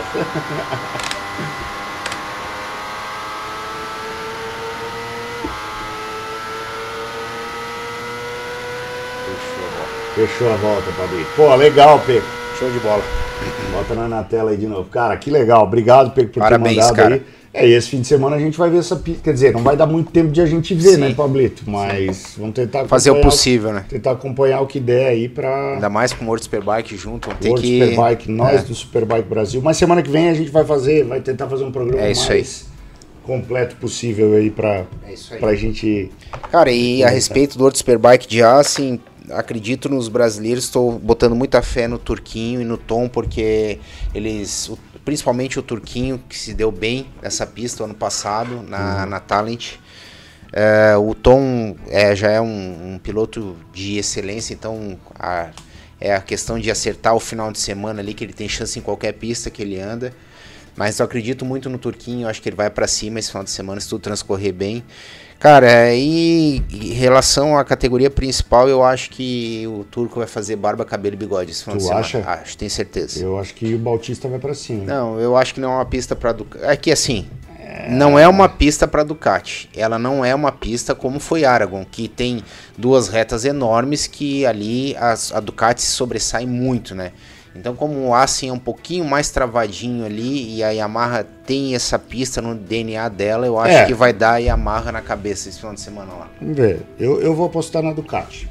Fechou a volta, Pablito. Pô, legal, Peco. Show de bola. Bota na, na tela aí de novo. Cara, que legal. Obrigado, Peco, por Parabéns, ter mandado cara. aí. É, e esse fim de semana a gente vai ver essa pista. Quer dizer, não vai dar muito tempo de a gente ver, Sim. né, Pablito? Mas vamos tentar Fazer o acompanhar possível, né? Tentar acompanhar o que der aí pra... Ainda mais com o World Superbike junto. Vamos ter World que... Superbike, nós É. do Superbike Brasil. Mas semana que vem a gente vai fazer, vai tentar fazer um programa É isso mais completo possível aí pra, É isso aí. pra gente... Cara, e a respeito do World Superbike de A, assim, acredito nos brasileiros, estou botando muita fé no Turquinho e no Tom, porque eles, o- principalmente o Turquinho, que se deu bem nessa pista ano passado, na, na Talent. É, o Tom é, já é um, um piloto de excelência, então a, é a questão de acertar o final de semana ali, que ele tem chance em qualquer pista que ele anda. Mas eu acredito muito no Turquinho, eu acho que ele vai pra cima esse final de semana, se tudo transcorrer bem. Cara, e em relação à categoria principal, eu acho que o Turco vai fazer barba, cabelo e bigode esse final Tu de semana. acha? Acho, tenho certeza. Eu acho que o Bautista vai pra cima. Não, eu acho que não é uma pista pra Ducati. É que assim, não é uma pista pra Ducati. Ela não é uma pista como foi Aragon, que tem duas retas enormes que ali as, a Ducati se sobressai muito, né? Então, como o Assen é um pouquinho mais travadinho ali e a Yamaha tem essa pista no D N A dela, eu acho É. que vai dar a Yamaha na cabeça esse final de semana lá. Vamos ver. Eu, eu vou apostar na Ducati.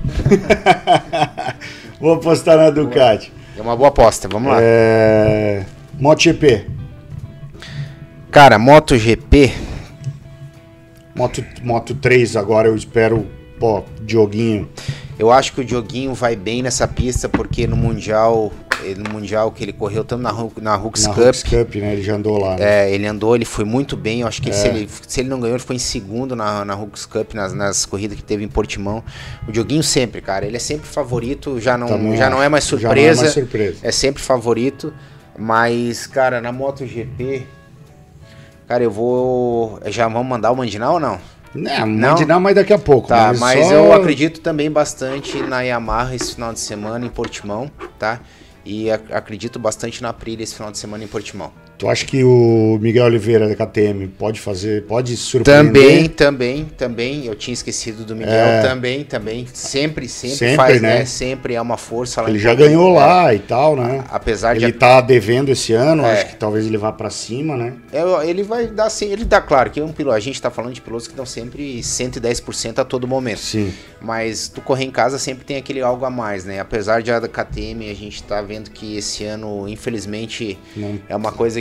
Vou apostar na Ducati. É uma boa aposta, vamos lá. É... MotoGP. Cara, MotoGP, Moto, Moto três agora eu espero, pô, Dioguinho. eu acho que o Dioguinho vai bem nessa pista, porque no Mundial, eh, no Mundial que ele correu tanto na, Hu- na Hooks Na Cup, Hooks Cup, né? Ele já andou lá. Né? é, ele andou, ele foi muito bem. Eu acho que É. se, ele, se ele não ganhou, ele foi em segundo na, na Hooks Cup, nas, nas corridas que teve em Portimão. O Dioguinho sempre, cara, ele é sempre favorito, já não, Também já não é acho. mais Já não é surpresa, mais surpresa. é sempre favorito. Mas, cara, na MotoGP, cara, eu vou. Já vamos mandar o Mandinal ou não? Não, não, não, mas daqui a pouco. Tá, mas, mas só- eu acredito também bastante na Yamaha esse final de semana em Portimão, tá? E ac- acredito bastante na Aprilia esse final de semana em Portimão. Tu acha que o Miguel Oliveira da K T M pode fazer, pode surpreender? Também, também, também. Eu tinha esquecido do Miguel. É. Também, também. Sempre, sempre, Sempre, faz, né? né? Sempre é uma força lá Ele em já Portimão, ganhou né? lá e tal, né? Apesar Ele de. tá devendo esse ano, É. acho que talvez ele vá pra cima, né? É, ele vai dar sim, ele dá, claro, que é um piloto. A gente tá falando de pilotos que dão sempre cento e dez por cento a todo momento. Sim. Mas tu correr em casa sempre tem aquele algo a mais, né? Apesar de a da K T M a gente tá vendo que esse ano, infelizmente, Não. é uma coisa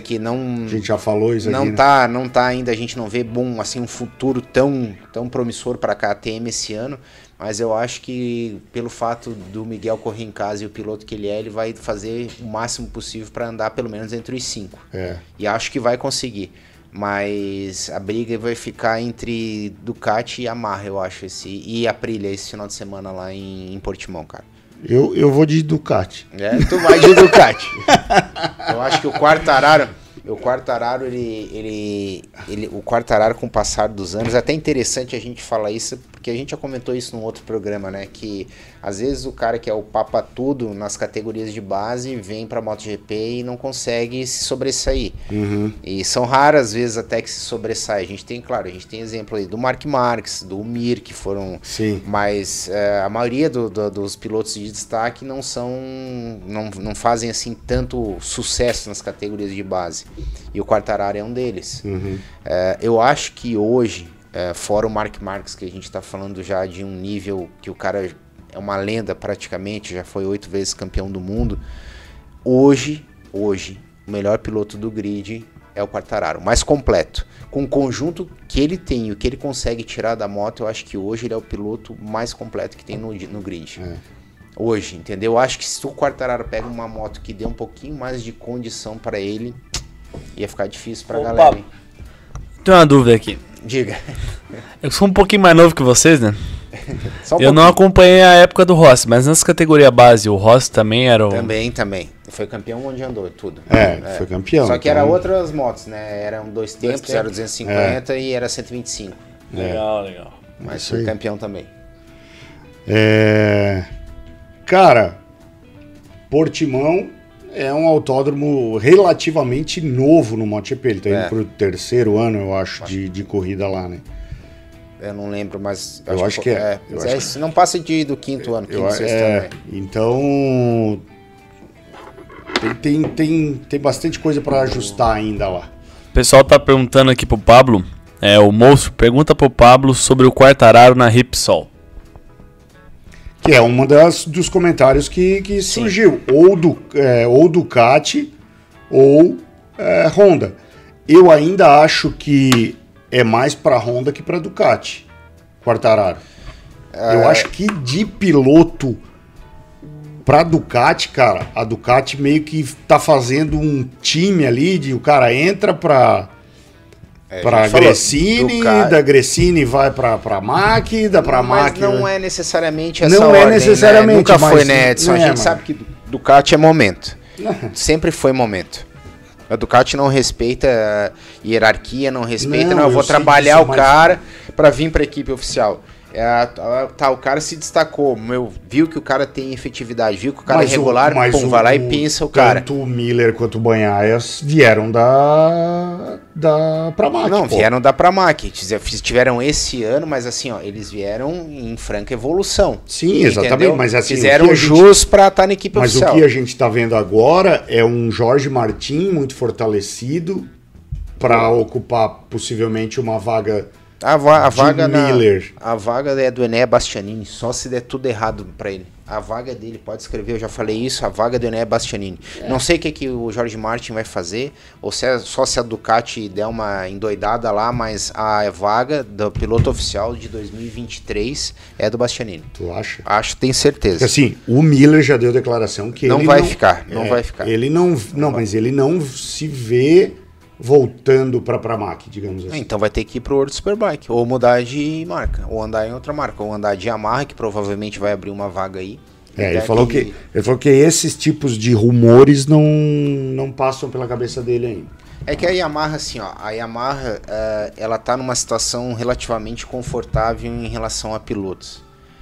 que não... A gente já falou isso não aqui, né? tá, não tá ainda, a gente não vê bom, assim, um futuro tão, tão promissor para a K T M esse ano, mas eu acho que pelo fato do Miguel correr em casa e o piloto que ele é, ele vai fazer o máximo possível para andar pelo menos entre os cinco. É. E acho que vai conseguir. Mas a briga vai ficar entre Ducati e Yamaha, eu acho, esse, e Aprilia esse final de semana lá em, em Portimão, cara. Eu, eu vou de Ducati. É, tu vai de Ducati. Eu acho que o Quartararo, o Quartararo, ele, ele, ele, o Quartararo com o passar dos anos, é até interessante a gente falar isso, porque a gente já comentou isso num outro programa, né, que às vezes o cara que é o papa tudo nas categorias de base vem pra MotoGP e não consegue se sobressair. Uhum. E são raras vezes até que se sobressai. A gente tem, claro, a gente tem exemplo aí do Mark Marques, do Mir, que foram... Sim. Mas é, a maioria do, do, dos pilotos de destaque não são... Não, não fazem, assim, tanto sucesso nas categorias de base. E o Quartararo é um deles. Uhum. É, eu acho que hoje, é, fora o Mark Marques, que a gente tá falando já de um nível que o cara é uma lenda praticamente, já foi oito vezes campeão do mundo. Hoje, hoje, o melhor piloto do grid é o Quartararo, mais completo. Com o conjunto que ele tem e o que ele consegue tirar da moto, eu acho que hoje ele é o piloto mais completo que tem no, no grid. É. Hoje, entendeu? Eu acho que se o Quartararo pega uma moto que dê um pouquinho mais de condição para ele, ia ficar difícil pra Ô, galera, Pablo, hein? Tem uma dúvida aqui. Diga. Eu sou um pouquinho mais novo que vocês, né? Só um Eu não pouquinho. acompanhei a época do Rossi, mas nessa categoria base, o Rossi também era o... Também, também. Foi campeão onde andou, tudo. É, foi campeão. Só que então- era outras motos, né? Eram dois tempos, tempos. era duzentos e cinquenta e era cento e vinte e cinco. Legal, legal. Mas Isso foi aí. campeão também. É... Cara, Portimão é um autódromo relativamente novo no MotoGP. Ele tá indo É. pro terceiro ano, eu acho, de, de corrida lá, né? Eu não lembro, mas... Eu acho que é. Eu mas acho é, que- se não passa de, do quinto ano, quinto, Eu, sexto é, ano. é. então tem, tem, tem, tem bastante coisa para ajustar ainda lá. O pessoal tá perguntando aqui pro Pablo, é, o moço pergunta pro Pablo sobre o Quartararo na Repsol. Que é um dos comentários que, que surgiu. Ou, do, é, ou Ducati ou é, Honda. Eu ainda acho que é mais para Honda que para Ducati, Quartararo. Eu acho que de piloto para Ducati, cara, a Ducati meio que tá fazendo um time ali de o cara entra para É, a para gente falou, Gresini, Ducati- da Gresini vai para para Mack, da para Mas Mack. não é necessariamente essa Não ordem, é necessariamente, né? Nunca foi, mas- né, Edson? é, a gente mano. sabe que Ducati é momento. Sempre foi momento. A Ducati não respeita a hierarquia, não respeita, Não, não, eu vou eu sei trabalhar disso, o mas- cara pra vir pra equipe oficial. É, a- a- tá, o cara se destacou, meu, viu que o cara tem efetividade, viu que o cara Mas é o- regular, mas pum, o- vai lá e pensa o cara. Tanto o Miller quanto o Banhaias vieram da da pra Mack, Não, pô. vieram da Pramac, tiveram esse ano, mas assim, ó, eles vieram em franca evolução. Sim, exatamente, entendeu? mas assim, fizeram o que a gente- jus pra estar na equipe Mas oficial. o que a gente tá vendo agora é um Jorge Martin muito fortalecido para ocupar possivelmente uma vaga A, va a de vaga na, Miller. a vaga é do Ené Bastianini, só se der tudo errado pra ele. A vaga dele, pode escrever, eu já falei isso, a vaga do Ené Bastianini. Não sei o que, que o Jorge Martin vai fazer, ou se é só se a Ducati der uma endoidada lá, mas a vaga do piloto oficial de dois mil e vinte e três é do Bastianini. Tu acha? Acho, tenho Porque certeza. assim, o Miller já deu declaração que Não ele vai não ficar, não é, vai ficar. Ele não, não, mas ele não se vê voltando para para Mack, digamos assim. Então vai ter que ir pro World Superbike, ou mudar de marca, ou andar em outra marca, ou andar de Yamaha, que provavelmente vai abrir uma vaga aí. É, ele Até falou que ele falou que esses tipos de rumores não não passam pela cabeça dele ainda. É que a Yamaha, assim, ó, a Yamaha, eh, ela tá numa situação relativamente confortável em relação a pilotos.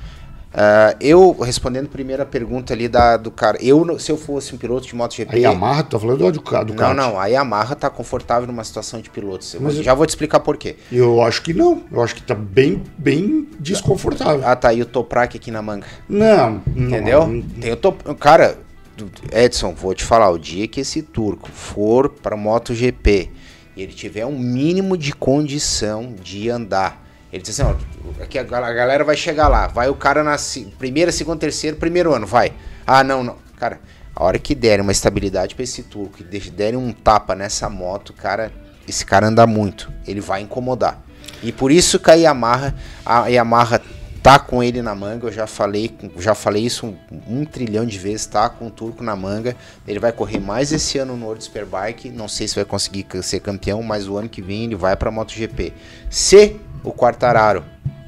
Eh, eu, respondendo primeiro a pergunta ali da, do cara, eu, se eu fosse um piloto de A MotoGP... Yamaha, tu tá falando do Ducati? Não, não, a Yamaha tá confortável numa situação de pilotos. Eu Mas vou- eu- já vou te explicar por quê. Eu acho que não. Eu acho que tá bem, bem desconfortável. Ah, tá aí o Toprak aqui na manga. Não, Entendeu? não. Tem o top... Cara, Edson, vou te falar, o dia que esse turco for para MotoGP e ele tiver um mínimo de condição de andar, ele diz assim, ó, aqui a gal- a galera vai chegar lá, vai o cara na se- primeira, segunda, terceiro, primeiro ano, vai. Ah, não, não. Cara, A hora que derem uma estabilidade pra esse turco e derem um tapa nessa moto, cara, esse cara anda muito. Ele vai incomodar. E por isso que a Yamaha, a Yamaha tá com ele na manga. Eu já falei, já falei isso um, um trilhão de vezes, tá com o turco na manga. Ele vai correr mais esse ano no World Superbike. Não sei se vai conseguir ser campeão, mas o ano que vem ele vai pra MotoGP. Se o Quartararo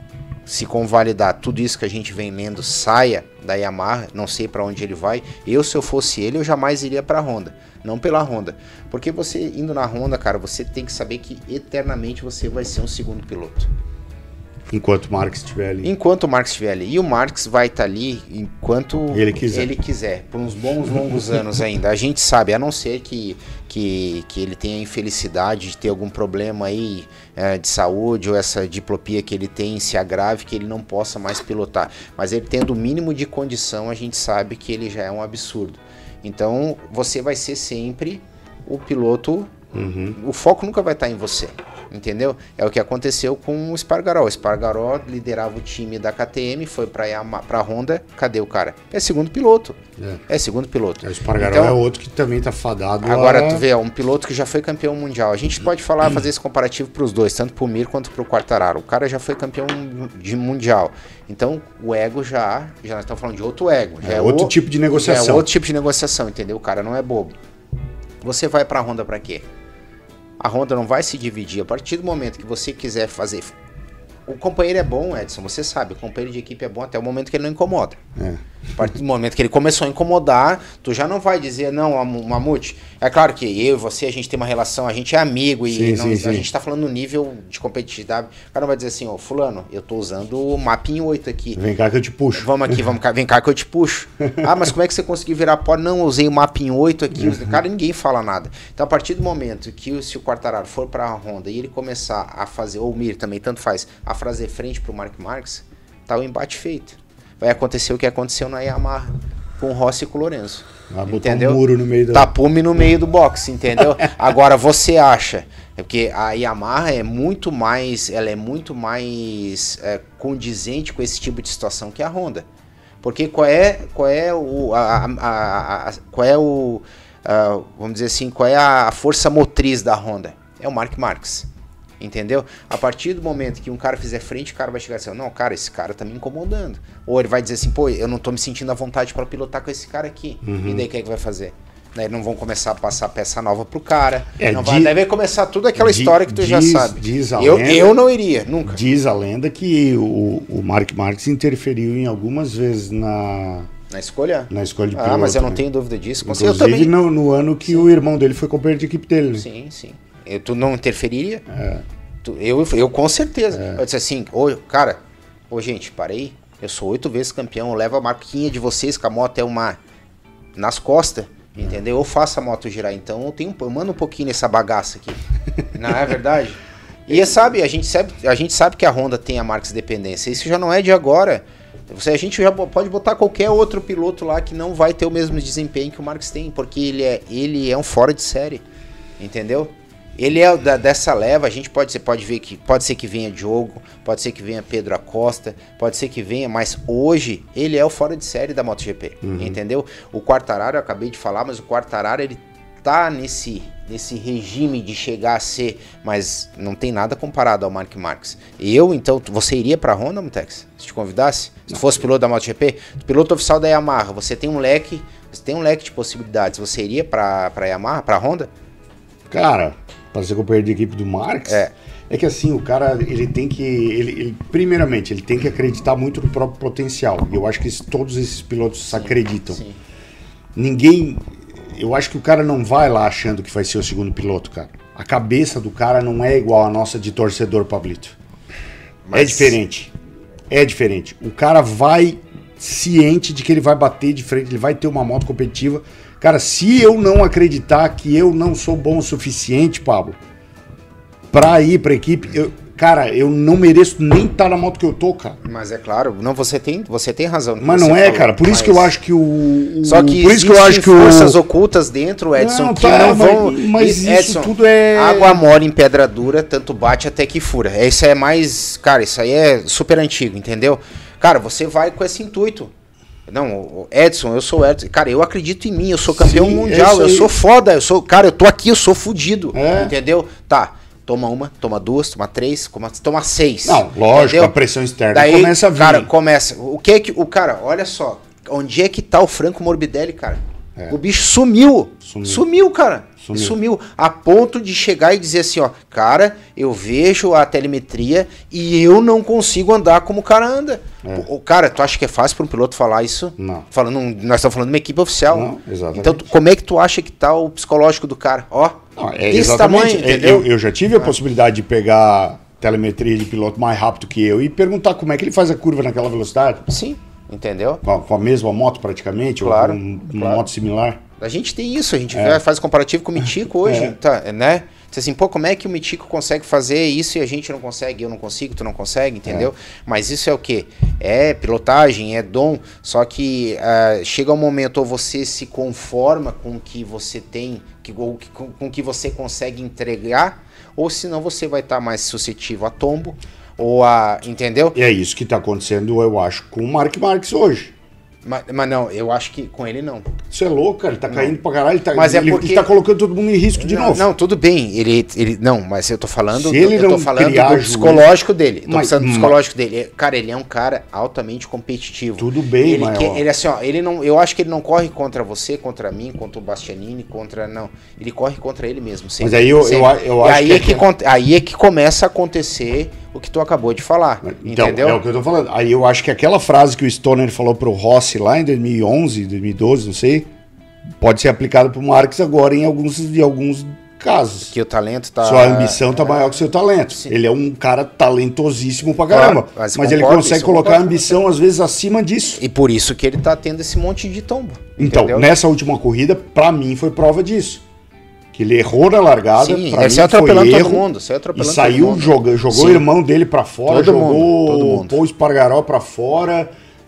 se convalidar, tudo isso que a gente vem lendo saia da Yamaha, não sei para onde ele vai. Eu, se eu fosse ele, eu jamais iria para a Honda, não pela Honda, porque você indo na Honda, cara, você tem que saber que eternamente você vai ser um segundo piloto. Enquanto o Marques estiver ali. Enquanto o Marques estiver ali. E o Marques vai estar tá ali enquanto ele quiser. ele quiser, por uns bons longos anos ainda. A gente sabe, a não ser que, que, que ele tenha a infelicidade de ter algum problema aí é, de saúde, ou essa diplopia que ele tem se agrave, que ele não possa mais pilotar. Mas ele tendo o mínimo de condição, a gente sabe que ele já é um absurdo. Então você vai ser sempre o piloto. Uhum. O foco nunca vai estar em você, entendeu? É o que aconteceu com o Espargaró. O Espargaró liderava o time da K T M, foi pra, Yama, pra Honda. Cadê o cara? É segundo piloto. É, é segundo piloto. O Espargaró então, é outro que também tá fadado. Agora a... tu vê, um piloto que já foi campeão mundial. A gente pode falar, fazer esse comparativo pros dois, tanto pro Mir quanto pro Quartararo. O cara já foi campeão de mundial. Então o ego já, já nós estamos falando de outro ego. Já é, é outro o, tipo de negociação. É outro tipo de negociação, entendeu? O cara não é bobo. Você vai pra Honda pra quê? A Honda não vai se dividir. A partir do momento que você quiser fazer... O companheiro é bom, Edson, você sabe. O companheiro de equipe é bom até o momento que ele não incomoda. É. A partir do momento que ele começou a incomodar, tu já não vai dizer, não, Mamute. É claro que eu e você, a gente tem uma relação, a gente é amigo e sim, não, sim, a sim. gente tá falando no nível de competitividade. O cara não vai dizer assim, ó, oh, fulano, eu tô usando o Mapin oito aqui. Vem cá que eu te puxo. Vamos aqui, vamos cá, vem cá que eu te puxo. Ah, mas como é que você conseguiu virar pó? Não, eu usei o Mapin oito aqui. Uhum. Cara, ninguém fala nada. Então, a partir do momento que se o Quartararo for pra Honda e ele começar a fazer, ou o Mir também, tanto faz, a fazer frente pro Mark Marques, tá o embate feito. Vai acontecer o que aconteceu na Yamaha com o Rossi e com o Lorenzo. Vai botar entendeu? Um muro no meio do... Tapume no meio do box, entendeu? Agora você acha, é porque a Yamaha é muito mais, ela é muito mais é, condizente com esse tipo de situação que a Honda. Porque qual é, qual é o, a, a, a, qual é o, a, vamos dizer assim, qual é a força motriz da Honda? É o Mark Marques. Entendeu? A partir do momento que um cara fizer frente, o cara vai chegar assim, não, cara, esse cara tá me incomodando. Ou ele vai dizer assim, pô, eu não tô me sentindo à vontade para pilotar com esse cara aqui. Uhum. E daí o que é que vai fazer? Daí não vão começar a passar peça nova pro cara. É, não diz, vai, deve começar toda aquela diz, história que tu diz, já sabe. Diz a eu, lenda, eu não iria, nunca. Diz a lenda que o, o Mark Marques interferiu em algumas vezes na... Na escolha? Na escolha de piloto. Ah, mas eu não né? tenho dúvida disso. Inclusive eu também... no, no ano que sim. o irmão dele foi companheiro de equipe dele. Né? Sim, sim. Eu, tu não interferiria? É. Eu, eu com certeza. É. Eu disse assim, ô, cara, ô gente, parei. Eu sou oito vezes campeão, eu levo a marquinha de vocês com a moto é uma nas costas, é. entendeu? Eu faço a moto girar, então eu tenho eu mando um pouquinho nessa bagaça aqui. Não é verdade? E sabe, a gente sabe, a gente sabe que a Honda tem a Marques dependência. Isso já não é de agora. Você, a gente já pode botar qualquer outro piloto lá que não vai ter o mesmo desempenho que o Marques tem, porque ele é, ele é um fora de série, entendeu? Ele é da, dessa leva, a gente pode, você pode ver que pode ser que venha Diogo, pode ser que venha Pedro Acosta, pode ser que venha, mas hoje ele é o fora de série da MotoGP, uhum. entendeu? O Quartararo, eu acabei de falar, mas o Quartararo ele tá nesse, nesse regime de chegar a ser, mas não tem nada comparado ao Mark Marques. Eu, então, você iria pra Honda, Mutex? Se te convidasse? Se tu fosse piloto da MotoGP? Piloto oficial da Yamaha, você tem um leque, você tem um leque de possibilidades, você iria pra, pra Yamaha, pra Honda? Cara... para ser companheiro de equipe do Marques, é. é que assim, o cara, ele tem que, ele, ele, primeiramente, ele tem que acreditar muito no próprio potencial, e eu acho que isso, todos esses pilotos sim, acreditam. Sim. Ninguém, eu acho que o cara não vai lá achando que vai ser o segundo piloto, cara. A cabeça do cara não é igual a nossa de torcedor, Pablito. Mas... é diferente, é diferente. O cara vai ciente de que ele vai bater de frente, ele vai ter uma moto competitiva. Cara, se eu não acreditar que eu não sou bom o suficiente, Pablo, pra ir pra equipe, eu, cara, eu não mereço nem estar na moto que eu tô, cara. Mas é claro, não, você tem, você tem razão. Mas não é, falou, cara, por isso mas... que eu acho que o... o Só que por isso que eu acho que forças o... ocultas dentro, Edson, não, que tá, não mas, vão... Mas isso Edson, tudo é... água mole em pedra dura, tanto bate até que fura. Isso é mais... Cara, isso aí é super antigo, entendeu? Cara, você vai com esse intuito. Não, o Edson, eu sou o Edson. Cara, eu acredito em mim, eu sou campeão Sim, mundial, é eu isso sou aí. foda, eu sou, cara, eu tô aqui, eu sou fudido, É. entendeu? Tá, toma uma, toma duas, toma três, toma, toma seis. Não, lógico, entendeu? a pressão externa Daí, começa a vir. cara, começa. O que é que, o cara, olha só, onde é que tá o Franco Morbidelli, cara? É. O bicho sumiu. Sumiu. Sumiu, cara. Sumiu. Sumiu. A ponto de chegar e dizer assim, ó, cara, eu vejo a telemetria e eu não consigo andar como o cara anda. É. O, o cara, tu acha que é fácil para um piloto falar isso? Não. Falando, nós estamos falando de uma equipe oficial. Não, exatamente. Então, tu- como é que tu acha que tá o psicológico do cara? Ó, Não, é desse exatamente. tamanho, É, entendeu? eu, eu já tive a possibilidade de pegar telemetria de piloto mais rápido que eu e perguntar como é que ele faz a curva naquela velocidade. Sim, entendeu? Com a, com a mesma moto praticamente, Claro, ou com um- uma claro. moto similar. A gente tem isso, a gente É. vê- faz comparativo com o Mitico hoje, É. tá, né? Diz assim, pô, como é que o Mitico consegue fazer isso e a gente não consegue, eu não consigo, tu não consegue, entendeu? Mas isso é o quê? É pilotagem, é dom, só que ah, chega um momento ou você se conforma com o que você tem, que, ou que- com, com o que você consegue entregar, ou senão você vai estar mais suscetível a tombo, ou a, entendeu? E é isso que está acontecendo, eu acho, com o Mark Marques hoje. Mas, mas não, eu acho que com ele não. Isso é louco, cara. Ele tá caindo pra caralho. Ele tá, Mas é ele, porque- ele tá colocando todo mundo em risco de não, novo. não, tudo bem. Ele, ele, não, mas eu tô falando, Se ele eu tô não falando criar do juízo- psicológico dele. Tô Mas- pensando do mas- psicológico dele. É, cara, ele é um cara altamente competitivo. Tudo bem, ele mas, quer- ó. ele assim, ó, ele não, eu acho que ele não corre contra você, contra mim, contra o Bastianini, contra não. Ele corre contra ele mesmo. Sempre, Mas aí eu- sempre. eu a- eu e acho aí que é é que, que- conte- aí é que começa a acontecer o que tu acabou de falar, Então, entendeu? é o que eu tô falando. Aí eu acho que aquela frase que o Stoner falou pro Rossi lá em dois mil e onze, dois mil e doze, não sei, pode ser aplicada pro Marques agora em alguns, em alguns casos. Que o talento tá. Sua ambição tá maior que o seu talento. Sim. Ele é um cara talentosíssimo pra caramba. Claro, mas mas ele concordo, consegue isso eu colocar a concordo. ambição, às vezes, acima disso. E por isso que ele tá tendo esse monte de tombo. Então, entendeu? nessa última corrida, pra mim, foi prova disso. Que ele errou na largada, Sim, pra ele mim saiu atropelando foi todo erro, mundo, saiu e atropelando todo saiu, mundo. joga, jogou Sim. o irmão dele pra fora, Todo jogou mundo, todo o mundo. Paul Espargaró pra fora,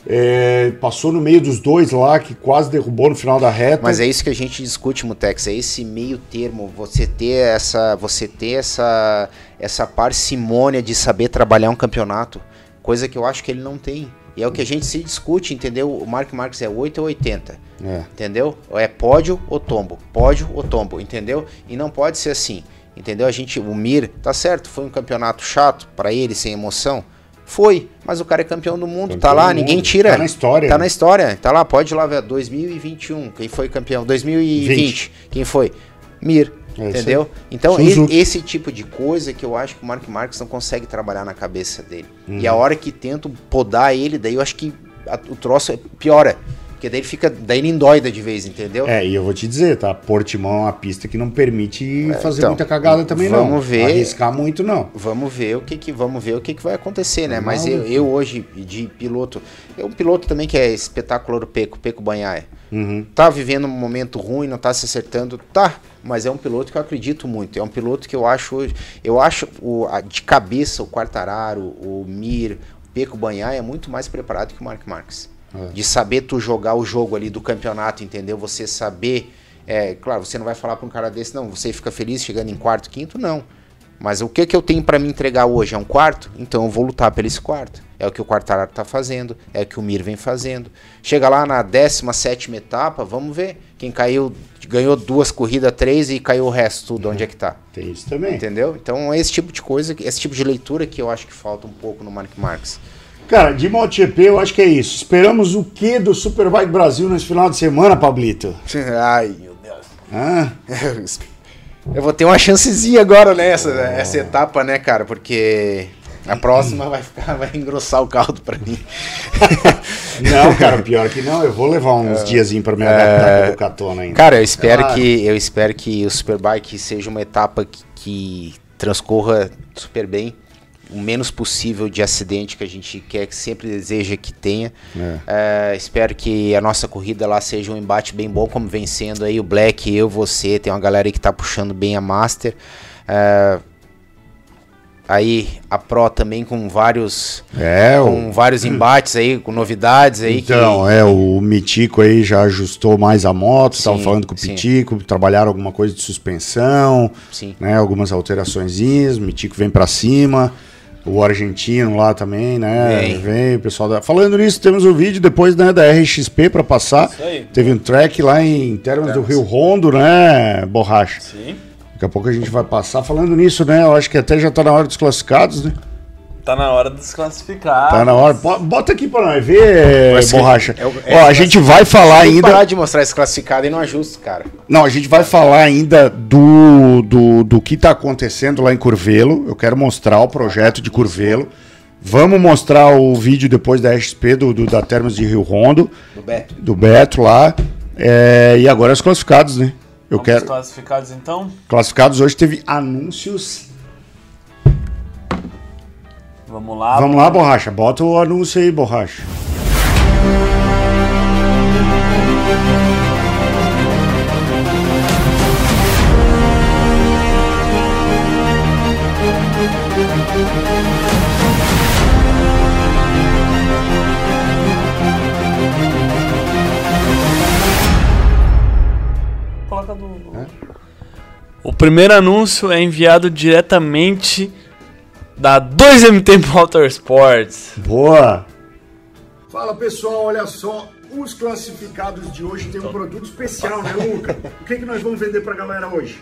é, passou no meio dos dois lá, que quase derrubou no final da reta. Mas é isso que a gente discute, Mutex, é esse meio termo, você ter essa, você ter essa, essa parcimônia de saber trabalhar um campeonato, coisa que eu acho que ele não tem. E é o que a gente se discute, entendeu? O Mark Marques é oito ou oitenta, É. entendeu? É pódio ou tombo, pódio ou tombo, entendeu? E não pode ser assim, entendeu? A gente, o Mir, tá certo, foi um campeonato chato pra ele, sem emoção, foi, mas o cara é campeão do mundo, Campeão tá lá, do ninguém mundo, tira. tá na história, Tá né? na história, tá lá, pode ir lá ver, dois mil e vinte e um, quem foi campeão? dois mil e vinte, vinte. quem foi? Mir, É isso entendeu? Então, Suzuki. e- esse tipo de coisa que eu acho que o Mark Marques não consegue trabalhar na cabeça dele. Uhum. E a hora que tento podar ele, daí eu acho que a- o troço é- piora. Porque daí ele fica, daí ele endoida de vez, entendeu? É, e eu vou te dizer, tá? Portimão é uma pista que não permite fazer então, muita cagada também, não. vamos ver. Arriscar muito, não. Vamos ver o que que vamos ver o que que vai acontecer, né? Não, Mas eu, eu hoje de piloto, é um piloto também que é espetacular, o Peco, Peco Banhaia. Uhum. Tá vivendo um momento ruim, não tá se acertando, tá, mas é um piloto que eu acredito muito, é um piloto que eu acho hoje, eu acho o, a- de cabeça o Quartararo, o Mir, o Peco Banhaia é muito mais preparado que o Mark Marques. É. De saber tu jogar o jogo ali do campeonato, entendeu? Você saber, é, claro, você não vai falar para um cara desse, não, você fica feliz chegando em quarto, quinto, não. Mas o que que eu tenho para me entregar hoje é um quarto? Então eu vou lutar por esse quarto. É o que o Quartararo tá fazendo, é o que o Mir vem fazendo. Chega lá na décima sétima etapa, vamos ver. Quem caiu, ganhou duas corridas, três e caiu o resto tudo, onde é que tá? Tem isso também. Entendeu? Então é esse tipo de coisa, esse tipo de leitura que eu acho que falta um pouco no Mark Marques. Cara, de MotoGP eu acho que é isso. Esperamos o que do Superbike Brasil nesse final de semana, Pablito? Ai, meu Deus. Hã? Eu vou ter uma chancezinha agora nessa essa etapa, né, cara? Porque a próxima vai ficar, vai engrossar o caldo pra mim. Não, cara, pior que não. Eu vou levar uns diazinhos pra me adaptar com o Ducatona ainda. Cara, eu espero Claro. que eu espero que o Superbike seja uma etapa que, que transcorra super bem, o menos possível de acidente que a gente quer, que sempre deseja que tenha. É. É, espero que a nossa corrida lá seja um embate bem bom, como vem sendo aí o Black, eu, você, tem uma galera aí que tá puxando bem a Master. É, aí a Pro também com vários É, com o... vários embates aí, com novidades aí. Então, que, é, o Mitico aí já ajustou mais a moto, tava Sim, falando com o sim. Pitico, trabalharam alguma coisa de suspensão, Sim. né, algumas alteraçõezinhas, o Mitico vem pra cima. O argentino lá também, né? Vem. Vem, o pessoal da... Falando nisso, temos um vídeo depois, né, da R X P para passar. Isso aí. Teve um track lá em Termas do Rio Rondo, né, Borracha? Sim. Daqui a pouco a gente vai passar. Falando nisso, né, eu acho que até já tá na hora dos classificados, né? Tá na hora de desclassificar. Tá na hora. Bo- Bota aqui pra nós ver, Mas que- Borracha. é o- é Ó, a o gente vai falar Tem que ainda... parar de mostrar esse classificado e não ajusta, cara. Não, a gente vai falar ainda do, do, do que está acontecendo lá em Curvelo. Eu quero mostrar o projeto de Curvelo. Vamos mostrar o vídeo depois da R X P do, do- da Termas de Rio Rondo, Do Beto. do Beto lá. É, e agora os classificados, né? Eu Vamos quero. classificados então? Classificados hoje teve anúncios. Vamos lá. Vamos lá, Borracha. Bota o anúncio aí, Borracha. Coloca do... O primeiro anúncio é enviado diretamente da dois M T Motorsports. Boa! Fala pessoal, olha só, os classificados de hoje tem um produto especial, né, Luca? O que, que nós vamos vender pra galera hoje?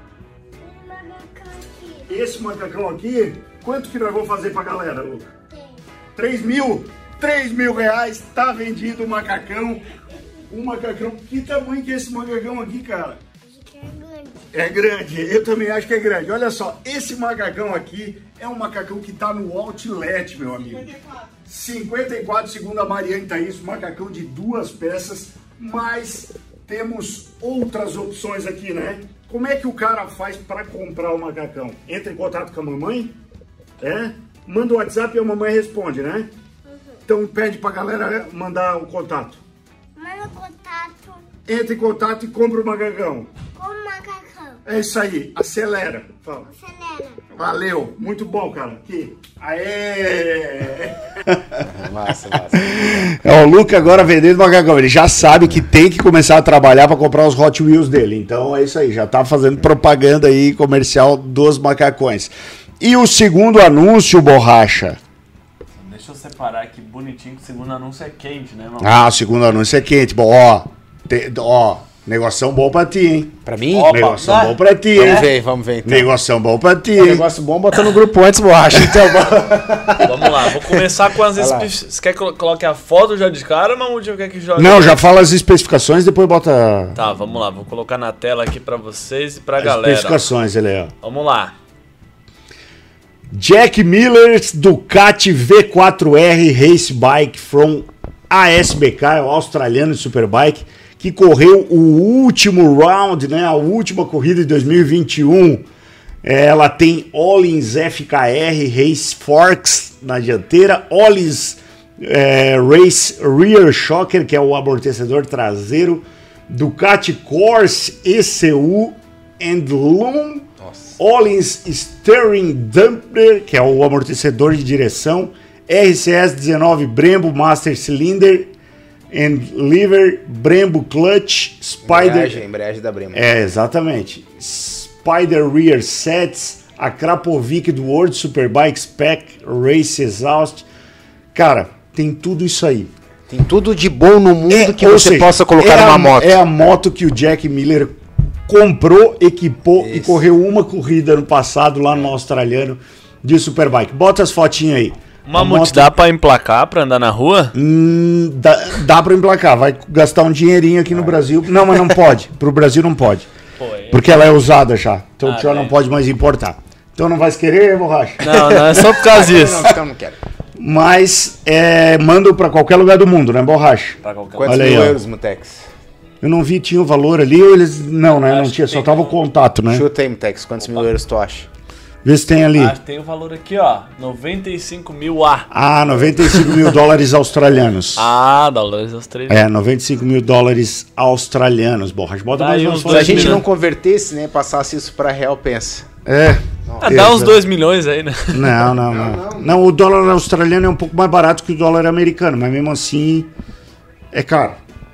Esse macacão aqui, quanto que nós vamos fazer pra galera, Luca? três mil? três mil reais, tá vendido o macacão. Um macacão, que tamanho que é esse macacão aqui, cara? É grande, eu também acho que é grande. Olha só, esse macacão aqui é um macacão que tá no Outlet, meu amigo. cinquenta e quatro, segundo a Mariane Thaís, um macacão de duas peças, mas temos outras opções aqui, né? Como é que o cara faz para comprar o macacão? Entra em contato com a mamãe, é? Manda o WhatsApp e a mamãe responde, né? Então pede pra galera mandar o contato. Manda contato Entra em contato e compra o macacão. com o macacão. É isso aí, acelera. Fala. Acelera. Valeu, muito bom, cara. Aqui. Aê! Massa, massa. É o Luca agora vendendo macacão. Ele já sabe que tem que começar a trabalhar para comprar os Hot Wheels dele. Então é isso aí, já tá fazendo propaganda aí comercial dos macacões. E o segundo anúncio, Borracha. Deixa eu separar aqui bonitinho, que o segundo anúncio é quente, né, mano? Ah, o segundo anúncio é quente. Bom, ó, te- ó, negoção bom pra ti, hein? Pra mim? Opa, Negoção dá. bom pra ti, Vamos hein? ver, vamos ver então. Negoção bom pra ti, Um hein? negócio bom, bota no grupo antes, Borracha. Então, Vamos lá, vou começar com as Vai lá. especificações. Você quer que eu coloque a foto já de cara, Mamute, ou quer que jogue? Não, já fala as especificações, depois bota Tá, vamos lá, vou colocar na tela aqui pra vocês e pra as galera. especificações, ele ó. Vamos lá. Jack Miller's Ducati V quatro R Race Bike from A S B K, é o australiano de Superbike, que correu o último round, né, a última corrida de dois mil e vinte e um. Ela tem Öhlins F K R Race Forks na dianteira, Öhlins é, Race Rear Shocker, que é o amortecedor traseiro, Ducati Corse E C U and Loom, Öhlins Steering Damper, que é o amortecedor de direção, R C S dezenove Brembo Master Cylinder and Lever, Brembo Clutch, Spider... Embreagem, embreagem da Brembo. É, exatamente. Spider Rear Sets, a Krapovic do World Superbike Spec Race Exhaust. Cara, tem tudo isso aí. Tem tudo de bom no mundo É, que ou você seja, possa colocar é numa a- moto. É a moto que o Jack Miller comprou, equipou e Isso. correu uma corrida ano passado lá no australiano de Superbike. Bota as fotinhas aí. A Mamute, moto- dá pra emplacar pra andar na rua? Hum, dá, dá pra emplacar, vai gastar um dinheirinho aqui no Brasil. Não, mas não pode. Pro Brasil não pode. Pô, é- Porque ela é usada já. Então Ah, o senhor é. não pode mais importar. Então não vai se querer, Borracha? Não, não, é só por causa disso. Não, então não quero. Mas é, mando pra qualquer lugar do mundo, né, Borracha? Pra qualquer Quantos Olha aí, mil ó. euros, Mutex? Eu não vi, tinha o valor ali, ou eles... Não, né, não Acho tinha, que só tem tava o como. contato, né? Chuta aí, Mutex. Quantos mil euros tu acha? Vê se tem ali. Ah, tem o valor aqui, ó. noventa e cinco mil A. Ah, noventa e cinco mil dólares australianos. Ah, dólares australianos. É, noventa e cinco mil dólares australianos, Borracha. Bota Dá mais aí umas uns Se a fotos. gente milhões. não convertesse, né, passasse isso pra real, pensa. É. Ah, dá uns Exato. dois milhões aí, né? Não, não, não, não. o dólar australiano é um pouco mais barato que o dólar americano, mas mesmo assim é caro.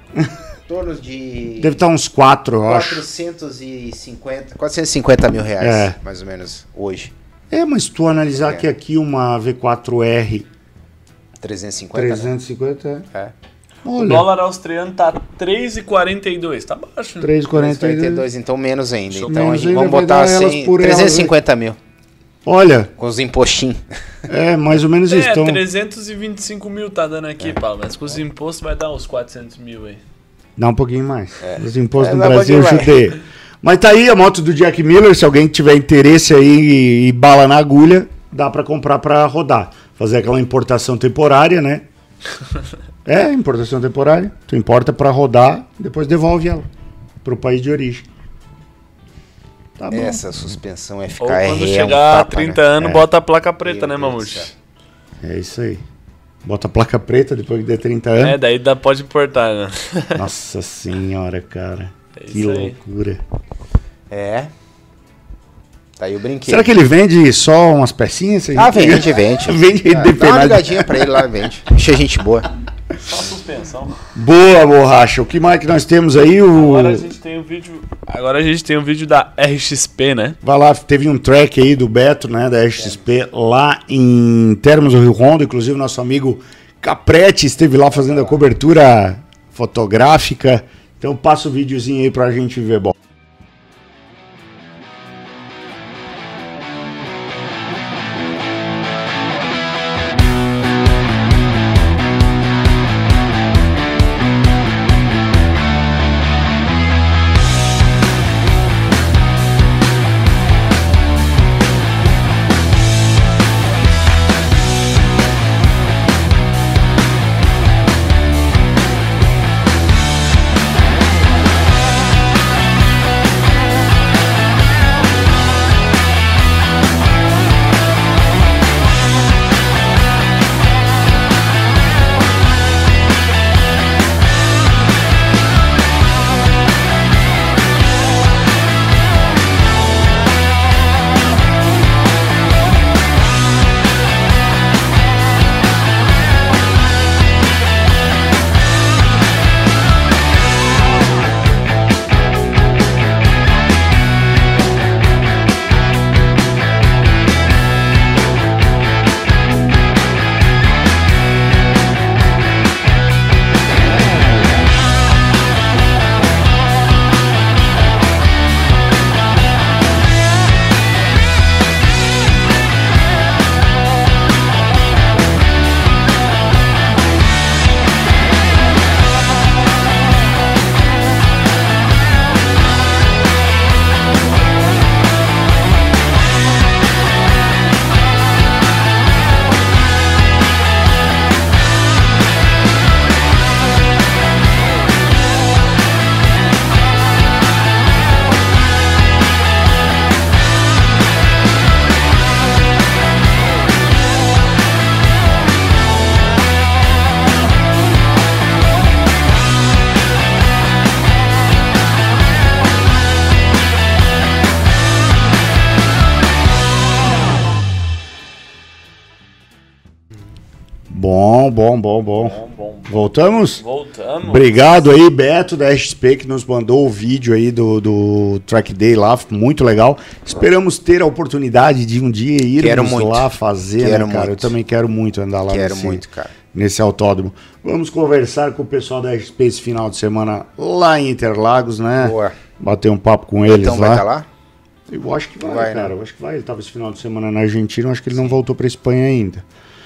Em torno de Deve estar uns quatro, eu acho. quatrocentos e cinquenta, quatrocentos e cinquenta mil reais, É. mais ou menos, hoje. É, mas tu analisar É. que aqui uma V quatro R trezentos e cinquenta, né? trezentos e cinquenta, É. O olha, dólar australiano tá três e quarenta e dois, tá baixo. Né? três e quarenta e dois. dois, então menos ainda. Então Menos a gente ainda, vamos vai botar dar elas assim, por elas, trezentos e cinquenta mil, Olha, com os impostinhos. é mais ou menos isso. É, Então, trezentos e vinte e cinco mil tá dando aqui, Paulo, mas com os impostos vai dar uns quatrocentos mil aí. dá um pouquinho mais. Os impostos É, no dá um Brasil eu pouquinho chutei. Mas tá aí a moto do Jack Miller, se alguém tiver interesse aí e, e bala na agulha, dá pra comprar pra rodar. Fazer aquela importação temporária, né? É, importação temporária. Tu importa pra rodar, depois devolve ela pro país de origem. Tá bom. Essa suspensão Ou F K R quando é um chegar a tapa, trinta né? anos, É. bota a placa preta, Meu né, Deus Mamute? do céu. É isso aí. Bota a placa preta depois de trinta anos. É, daí dá, pode importar, né? Nossa senhora, cara. É Que isso aí. loucura. É. Tá aí o brinquedo. Será que ele vende só umas pecinhas? Se a Ah, gente- vende, vende. Vende Ah, dá uma independente. ligadinha pra ele lá, vende. Deixa a gente boa. Só a suspensão. Boa, borracha. O que mais que nós temos aí? O... Agora a gente tem um vídeo. Agora a gente tem um vídeo da R X P, né? Vai lá, teve um track aí do Beto, né, da R X P, lá em Termos do Rio Hondo. Inclusive, nosso amigo Caprete esteve lá fazendo a cobertura fotográfica. Então, passa o videozinho aí pra gente ver. Bom. Bom, bom, bom, bom. Bom, bom. Voltamos? Voltamos. Obrigado aí, Beto da R X P, que nos mandou o vídeo aí do, do Track Day lá, muito legal. Esperamos ter a oportunidade de um dia Quero irmos muito. lá fazer, Quero né, cara? muito. Eu também quero muito andar lá Quero nesse, muito, cara. nesse autódromo. Vamos conversar com o pessoal da R X P esse final de semana lá em Interlagos, né? Boa. Bater um papo com eles Então lá. vai estar lá? Eu acho que vai, Vai, cara. né? Eu acho que vai. Ele tava esse final de semana na Argentina, eu acho que ele não voltou pra Espanha ainda.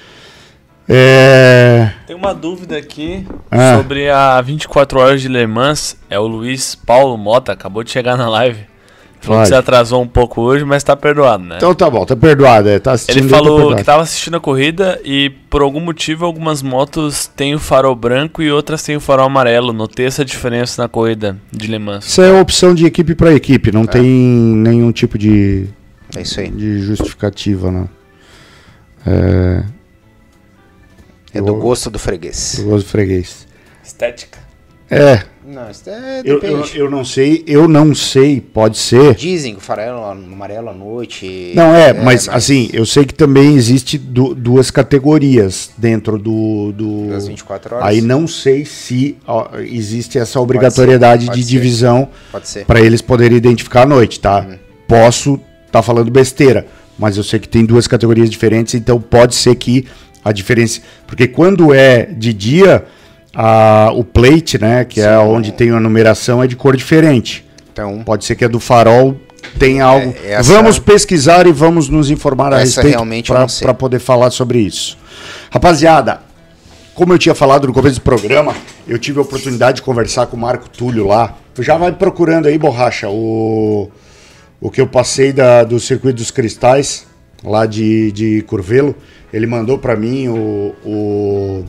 É... Tem uma dúvida aqui Ah. sobre a vinte e quatro horas de Le Mans. É o Luiz Paulo Mota, acabou de chegar na live. Falou Pode. que se atrasou um pouco hoje, mas tá perdoado, né? Então tá bom, tá perdoado. É, tá assistindo, Ele tá falou perdoado. que tava assistindo a corrida e por algum motivo algumas motos têm o farol branco e outras têm o farol amarelo. Notei essa diferença na corrida de Le Mans. Isso é opção de equipe para equipe, não tem nenhum tipo de, É isso aí. de justificativa, né? É, É do gosto do freguês. eu gosto do freguês. Estética. É, Não, isso é, eu, eu, depende. eu não sei, eu não sei, pode ser. Dizem que o farelo amarelo à noite... Não, é, mas, assim, eu sei que também existe du- duas categorias dentro do... do... Das vinte e quatro horas. Aí não sei se ó, existe essa obrigatoriedade pode de ser. divisão Pode ser. para eles poderem identificar à noite, tá? Posso estar falando besteira, mas eu sei que tem duas categorias diferentes, então pode ser que a diferença... Porque quando é de dia, a, o plate, né, que Sim, é onde é. tem a numeração, é de cor diferente. Então, pode ser que a do farol tenha algo... É, essa... Vamos pesquisar e vamos nos informar a essa respeito para poder falar sobre isso. Rapaziada, como eu tinha falado no começo do programa, eu tive a oportunidade de conversar com o Marco Túlio lá. Tu já vai procurando aí, Borracha, o... O que eu passei da, do Circuito dos Cristais, lá de, de Curvelo, ele mandou para mim o, o...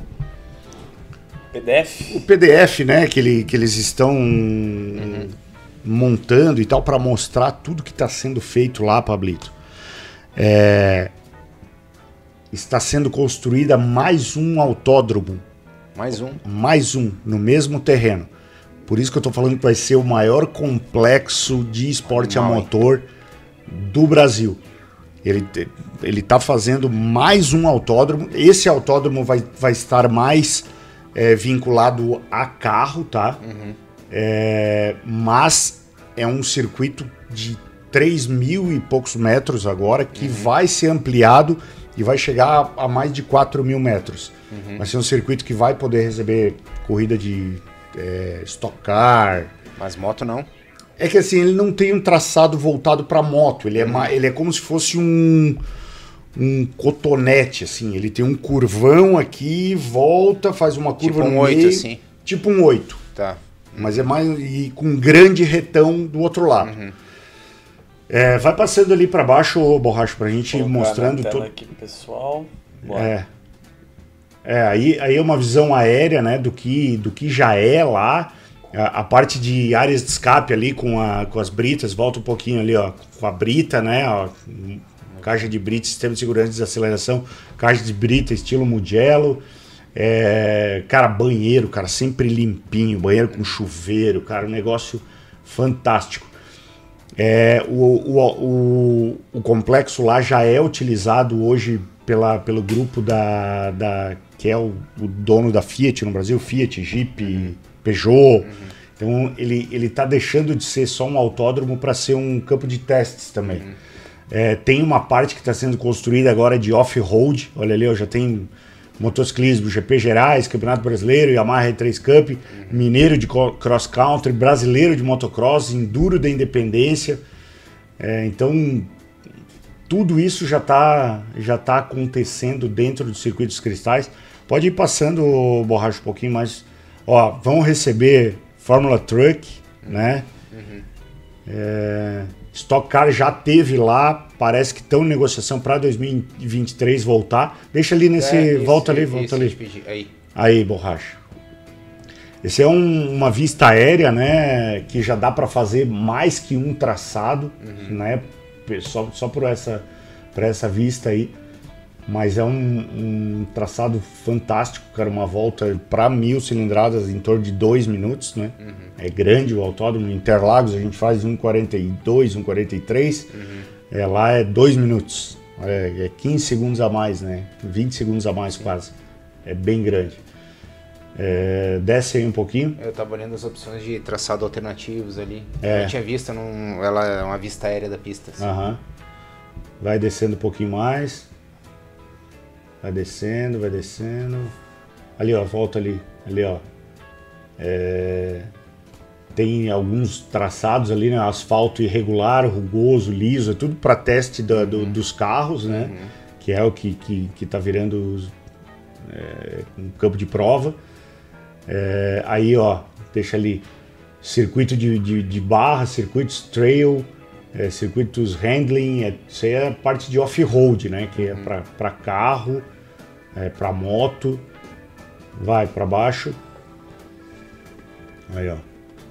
P D F? O P D F, né, que, ele, que eles estão uhum. montando e tal, para mostrar tudo que está sendo feito lá, Pablito. É... Está sendo construída mais um autódromo. Mais um? Mais um, no mesmo terreno. Por isso que eu tô falando que vai ser o maior complexo de esporte Animal, a motor hein? do Brasil. Ele, ele tá fazendo mais um autódromo. Esse autódromo vai, vai estar mais é, vinculado a carro, tá? Uhum. É, mas é um circuito de três mil e poucos metros agora, que uhum. vai ser ampliado e vai chegar a, a mais de quatro mil metros. Uhum. Vai ser um circuito que vai poder receber corrida de... É, Stock Car. Mas moto não? É que assim, ele não tem um traçado voltado para moto. Ele é, uma, ele é como se fosse um, um cotonete, assim. Ele tem um curvão aqui, volta, faz uma curva tipo um no oito, meio. Assim. Tipo um oito. Tá. Mas é mais... E com um grande retão do outro lado. Uhum. É, vai passando ali para baixo, ô Borracha, pra gente ir mostrando tudo. aqui pro pessoal. Bora. É. É, aí, aí é uma visão aérea, né, do que, do que já é lá, a, a parte de áreas de escape ali com, a, com as britas, volta um pouquinho ali, ó, com a brita, né, ó, caixa de brita, sistema de segurança e desaceleração, caixa de brita estilo Mugello, é, cara, banheiro, cara, sempre limpinho, banheiro com chuveiro, cara, um negócio fantástico. É, o, o, o, o complexo lá já é utilizado hoje pela, pelo grupo da... da que é o, o dono da Fiat no Brasil, Fiat, Jeep, uhum. Peugeot. Uhum. Então ele ele está deixando de ser só um autódromo para ser um campo de testes também. Uhum. É, tem uma parte que está sendo construída agora de off-road. Olha ali, ó, já tem motociclismo, G P Gerais, Campeonato Brasileiro, Yamaha R três Cup, uhum. Mineiro de cross country, Brasileiro de motocross, Enduro da Independência. É, então tudo isso já está já tá acontecendo dentro do Circuito dos Cristais. Pode ir passando, Borracha, um pouquinho mais. Ó, vão receber Fórmula Truck, uhum. né? Uhum. É, Stock Car já teve lá, parece que estão em negociação para dois mil e vinte e três voltar. Deixa ali nesse... É, volta isso, ali, volta ali. Aí. Aí, Borracha. Esse é um, uma vista aérea, né? Que já dá para fazer mais que um traçado, uhum. né? Só, só por essa, por essa vista aí. Mas é um, um traçado fantástico, cara. Uma volta para mil cilindradas em torno de dois minutos, né? Uhum. É grande o autódromo. Em Interlagos a gente faz um e quarenta e dois, um e quarenta e três. Uhum. É, lá é dois minutos. É, é quinze segundos a mais, né? vinte segundos a mais quase. É bem grande. É, desce aí um pouquinho. Eu tava olhando as opções de traçado alternativos ali. É. Eu tinha visto, num, ela é uma vista aérea da pista. Assim. Uhum. Vai descendo um pouquinho mais. Vai descendo, vai descendo. Ali, ó, volta ali. Ali, ó. É... Tem alguns traçados ali, né? Asfalto irregular, rugoso, liso. É tudo para teste da, do, uhum. dos carros, né? Uhum. Que é o que, que, que tá virando é, um campo de prova. É, aí, ó, deixa ali. Circuito de, de, de barra, circuitos trail, é, circuitos handling. É, isso aí é a parte de off-road, né? Que uhum. é para carro. É, para moto, vai para baixo, aí ó,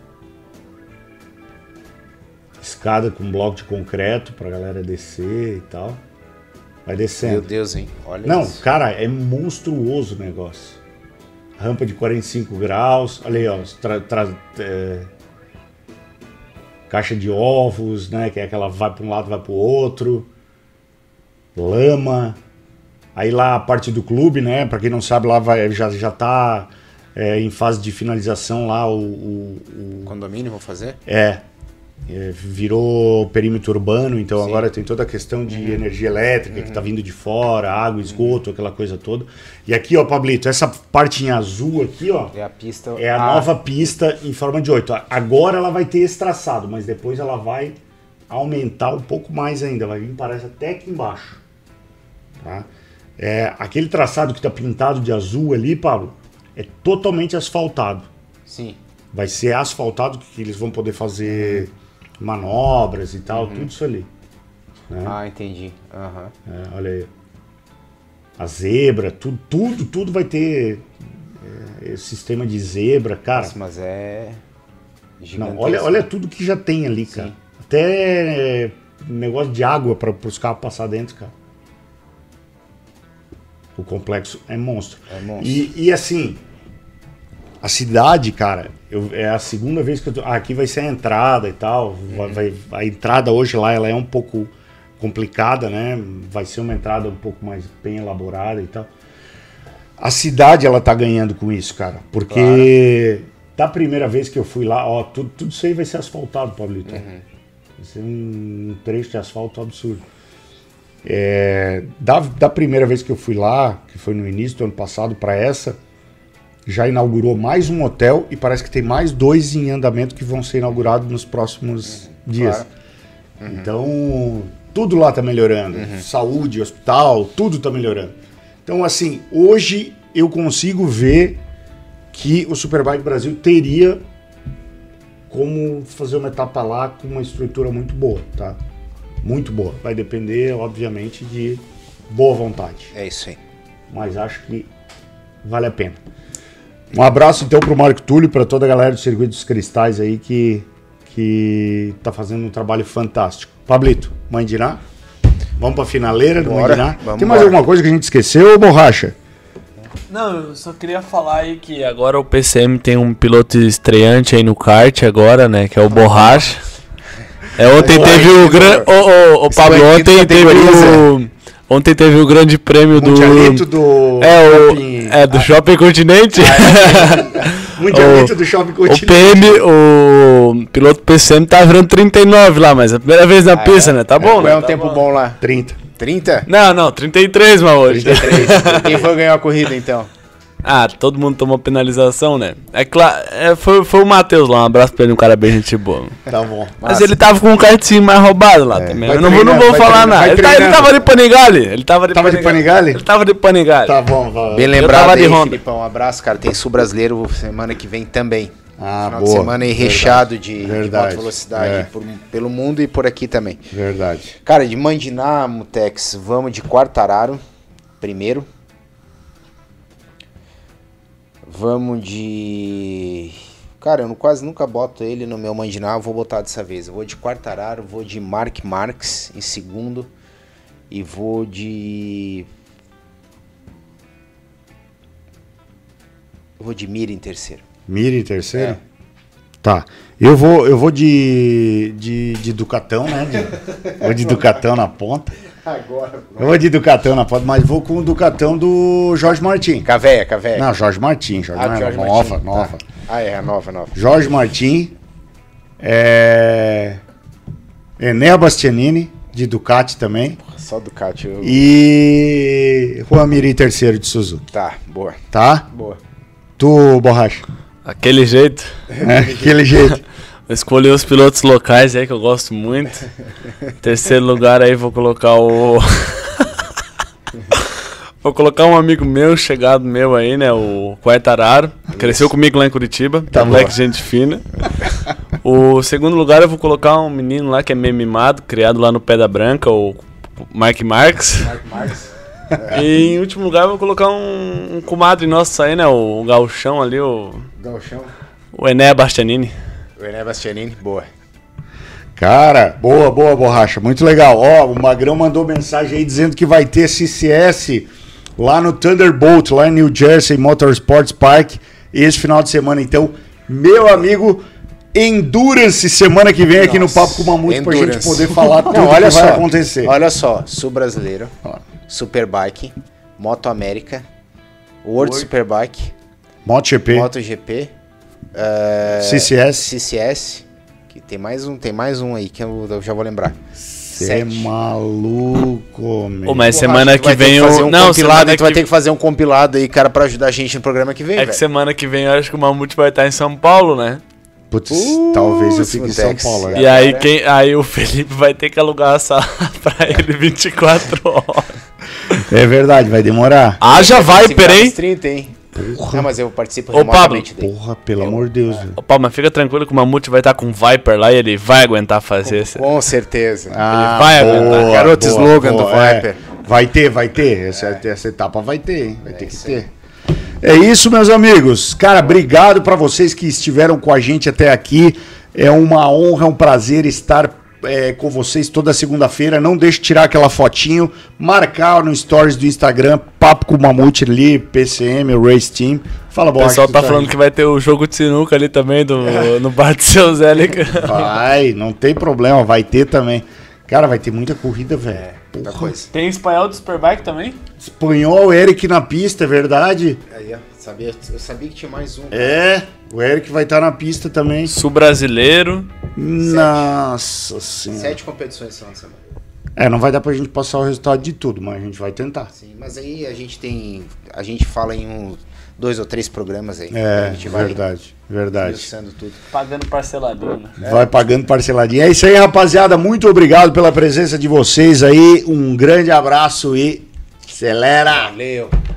escada com bloco de concreto pra galera descer e tal, vai descendo. Meu Deus, hein, olha Não, isso. Cara, é monstruoso o negócio, rampa de quarenta e cinco graus, olha aí ó, tra, tra, é, caixa de ovos, né, que é aquela vai para um lado, vai para o outro, lama. Aí lá a parte do clube, né? Para quem não sabe, lá vai, já, já tá é, em fase de finalização lá o... o, o... Condomínio vão fazer? É. É, virou perímetro urbano, então Sim. agora tem toda a questão de uhum. energia elétrica uhum. que está vindo de fora, água, esgoto, uhum. aquela coisa toda. E aqui, ó, Pablito, essa parte em azul aqui, ó, é a pista, é a ah. nova pista em forma de oito. Agora ela vai ter esse traçado, mas depois ela vai aumentar um pouco mais ainda, vai vir, parece, até aqui embaixo. Tá? É, aquele traçado que está pintado de azul ali, Pablo, é totalmente asfaltado. Sim. Vai ser asfaltado, que eles vão poder fazer manobras e tal, uhum. tudo isso ali. Né? Ah, entendi. Uhum. É, olha aí. A zebra, tudo, tudo, tudo vai ter é, esse sistema de zebra, cara. Nossa, mas é Não, olha, olha tudo que já tem ali, cara. Sim. Até é, negócio de água para os carros passar dentro, cara. O complexo é monstro. É monstro. E, e assim, a cidade, cara, eu, é a segunda vez que eu tô... Ah, aqui vai ser a entrada e tal. Uhum. Vai, vai, a entrada hoje lá, ela é um pouco complicada, né? Vai ser uma entrada um pouco mais bem elaborada e tal. A cidade, ela tá ganhando com isso, cara. Porque claro. Da primeira vez que eu fui lá, ó, tudo, tudo isso aí vai ser asfaltado, Pablito. Uhum. Vai ser um trecho de asfalto absurdo. É, da, da primeira vez que eu fui lá, que foi no início do ano passado, para essa, já inaugurou mais um hotel e parece que tem mais dois em andamento que vão ser inaugurados nos próximos uhum, dias. Claro. Uhum. Então, tudo lá tá melhorando. Uhum. Saúde, hospital, tudo tá melhorando. Então, assim, hoje eu consigo ver que o Superbike Brasil teria como fazer uma etapa lá com uma estrutura muito boa, tá? Muito boa. Vai depender, obviamente, de boa vontade. É isso aí. Mas acho que vale a pena. Um abraço, então, pro Marco Túlio, para toda a galera do Circuito dos Cristais aí que, que tá fazendo um trabalho fantástico. Pablito, Mãe de Iná? Vamos pra finaleira do Mãe de Iná? Tem mais alguma coisa que a gente esqueceu, ou Borracha? Não, eu só queria falar aí que agora o P C M tem um piloto estreante aí no kart agora, né? Que é o Borracha. É, ontem teve o grande... Ô, ô, ô, Pablo, ontem teve o... Ontem teve o grande prêmio do... Mundialito do... É, o... Shopping... É, do Shopping Continente. Ah, é. Mundialito do Shopping Continente. O P M, o piloto P C M tá virando trinta e nove lá, mas é a primeira vez na ah, pista, é? Né? Tá bom, é, né? É um tá tempo bom. bom lá. trinta. trinta? Não, não, trinta e três, mas hoje. trinta e três. Quem foi ganhar a corrida, então? Ah, todo mundo tomou penalização, né? É claro, é, foi, foi o Matheus lá, um abraço pra ele, um cara bem gente boa. Tá bom. Mas Massa. Ele tava com um kartzinho mais roubado lá é. também. Eu não, treinar, não vou falar nada. Ele, tá, ele tava de Panigale. Ele tava de tava Panigale. de Panigale? Ele tava de Panigale. Tá bom, vai. Bem lembrado aí, Filipão. Um abraço, cara. Tem Sul Brasileiro semana que vem também. Ah, Final boa. de semana aí recheado de, Verdade. de alta velocidade é. por, pelo mundo e por aqui também. Verdade. Cara, de Mandiná, Mutex, vamos de Quartararo primeiro. Vamos de... Cara, eu quase nunca boto ele no meu Mandiná, vou botar dessa vez. Eu vou de Quartararo, vou de Mark Marques em segundo e vou de... Eu vou de Mir em terceiro. Mir em terceiro? É. Tá. Eu vou, eu vou de, de, de Ducatão, né? De, vou de Ducatão na ponta. Agora, eu vou de Ducatão na ponta, mas vou com o Ducatão do Jorge Martin. Caveia, Caveia. Não, Jorge Martin. Jorge ah, Martin. Jorge Nova, Martin. nova. Tá. Ah, é, nova, nova. Jorge Martin. É... Enea Bastianini, de Ducati também. Porra, só Ducati. Eu... E Juan Mir em terceiro de Suzuki. Tá, boa. Tá? Boa. Tu, Borracha. Aquele jeito. É, aquele jeito. Vou escolher os pilotos locais aí que eu gosto muito. Terceiro lugar aí vou colocar o... Vou colocar um amigo meu, chegado meu aí, né? O Quartararo. Cresceu comigo lá em Curitiba. Tá moleque, gente fina. O segundo lugar eu vou colocar um menino lá que é meio mimado, criado lá no Pedra Branca, o Mark Marques. Mark Marques. E em último lugar eu vou colocar um, um comadre nosso aí, né? O, o Gauchão ali, o... Gauchão? O Enea Bastianini. O Enea Bastianini, boa. Cara, boa, boa, Borracha, muito legal. Ó, o Magrão mandou mensagem aí dizendo que vai ter C C S lá no Thunderbolt, lá em New Jersey Motorsports Park, esse final de semana. Então, meu amigo, Endurance semana que vem. Nossa, aqui no Papo com o Mamute, pra gente poder falar tudo Não, olha que só, vai acontecer. Olha só, Sul Brasileiro, ó. Superbike, Moto América, World Oi. Superbike, MotoGP, MotoGP, uh, C C S, C C S, Que tem mais um, tem mais um aí que eu, eu já vou lembrar. Você é maluco, meu. Ô, mas Porra, semana a gente que vai ter vem fazer o... um Não, compilado, semana aí tu vai que... ter que fazer um compilado aí, cara, pra ajudar a gente no programa que vem, É que velho. semana que vem eu acho que o Mamute vai estar em São Paulo, né? Putz, talvez eu fique em São Mutex. Paulo. E É. aí, quem, aí o Felipe vai ter que alugar a sala pra ele vinte e quatro horas. É verdade, vai demorar. Haja Viper, hein? trinta, hein? Porra. Não, mas eu participo Ô, remotamente dele. Porra, pelo amor de Deus, velho. Ô, Paulo, mas fica tranquilo que o Mamute vai estar com o Viper lá e ele vai aguentar fazer esse... Com certeza. Ah, vai aguentar. Garoto slogan do Viper. é. Vai ter, vai ter. Essa, essa etapa vai ter, hein? Vai ter que ter. É isso, meus amigos. Cara, obrigado pra vocês que estiveram com a gente até aqui. É uma honra, é um prazer estar é, com vocês toda segunda-feira. Não deixe de tirar aquela fotinho, marcar no stories do Instagram, Papo com o Mamute ali, P C M, Race Team. Fala, O Borracha. pessoal tu tá aí. falando que vai ter o jogo de sinuca ali também do, no bar do seu Zé. Vai, não tem problema, vai ter também. Cara, vai ter muita corrida, velho. Muita Porra. coisa. Tem espanhol do Superbike também? Espanhol, Eric na pista, é verdade? Aí, ó. Sabia, eu sabia que tinha mais um. É, o Eric vai estar na pista também. Sul brasileiro. Nossa senhora. Sete competições são na semana. É, não vai dar pra gente passar o resultado de tudo, mas a gente vai tentar. Sim, mas aí a gente tem. A gente fala em um, dois ou três programas aí. É, a gente vai verdade, verdade. esmiuçando tudo. Pagando parceladinho, né? Vai pagando parceladinho. É isso aí, rapaziada. Muito obrigado pela presença de vocês aí. Um grande abraço e acelera! Valeu!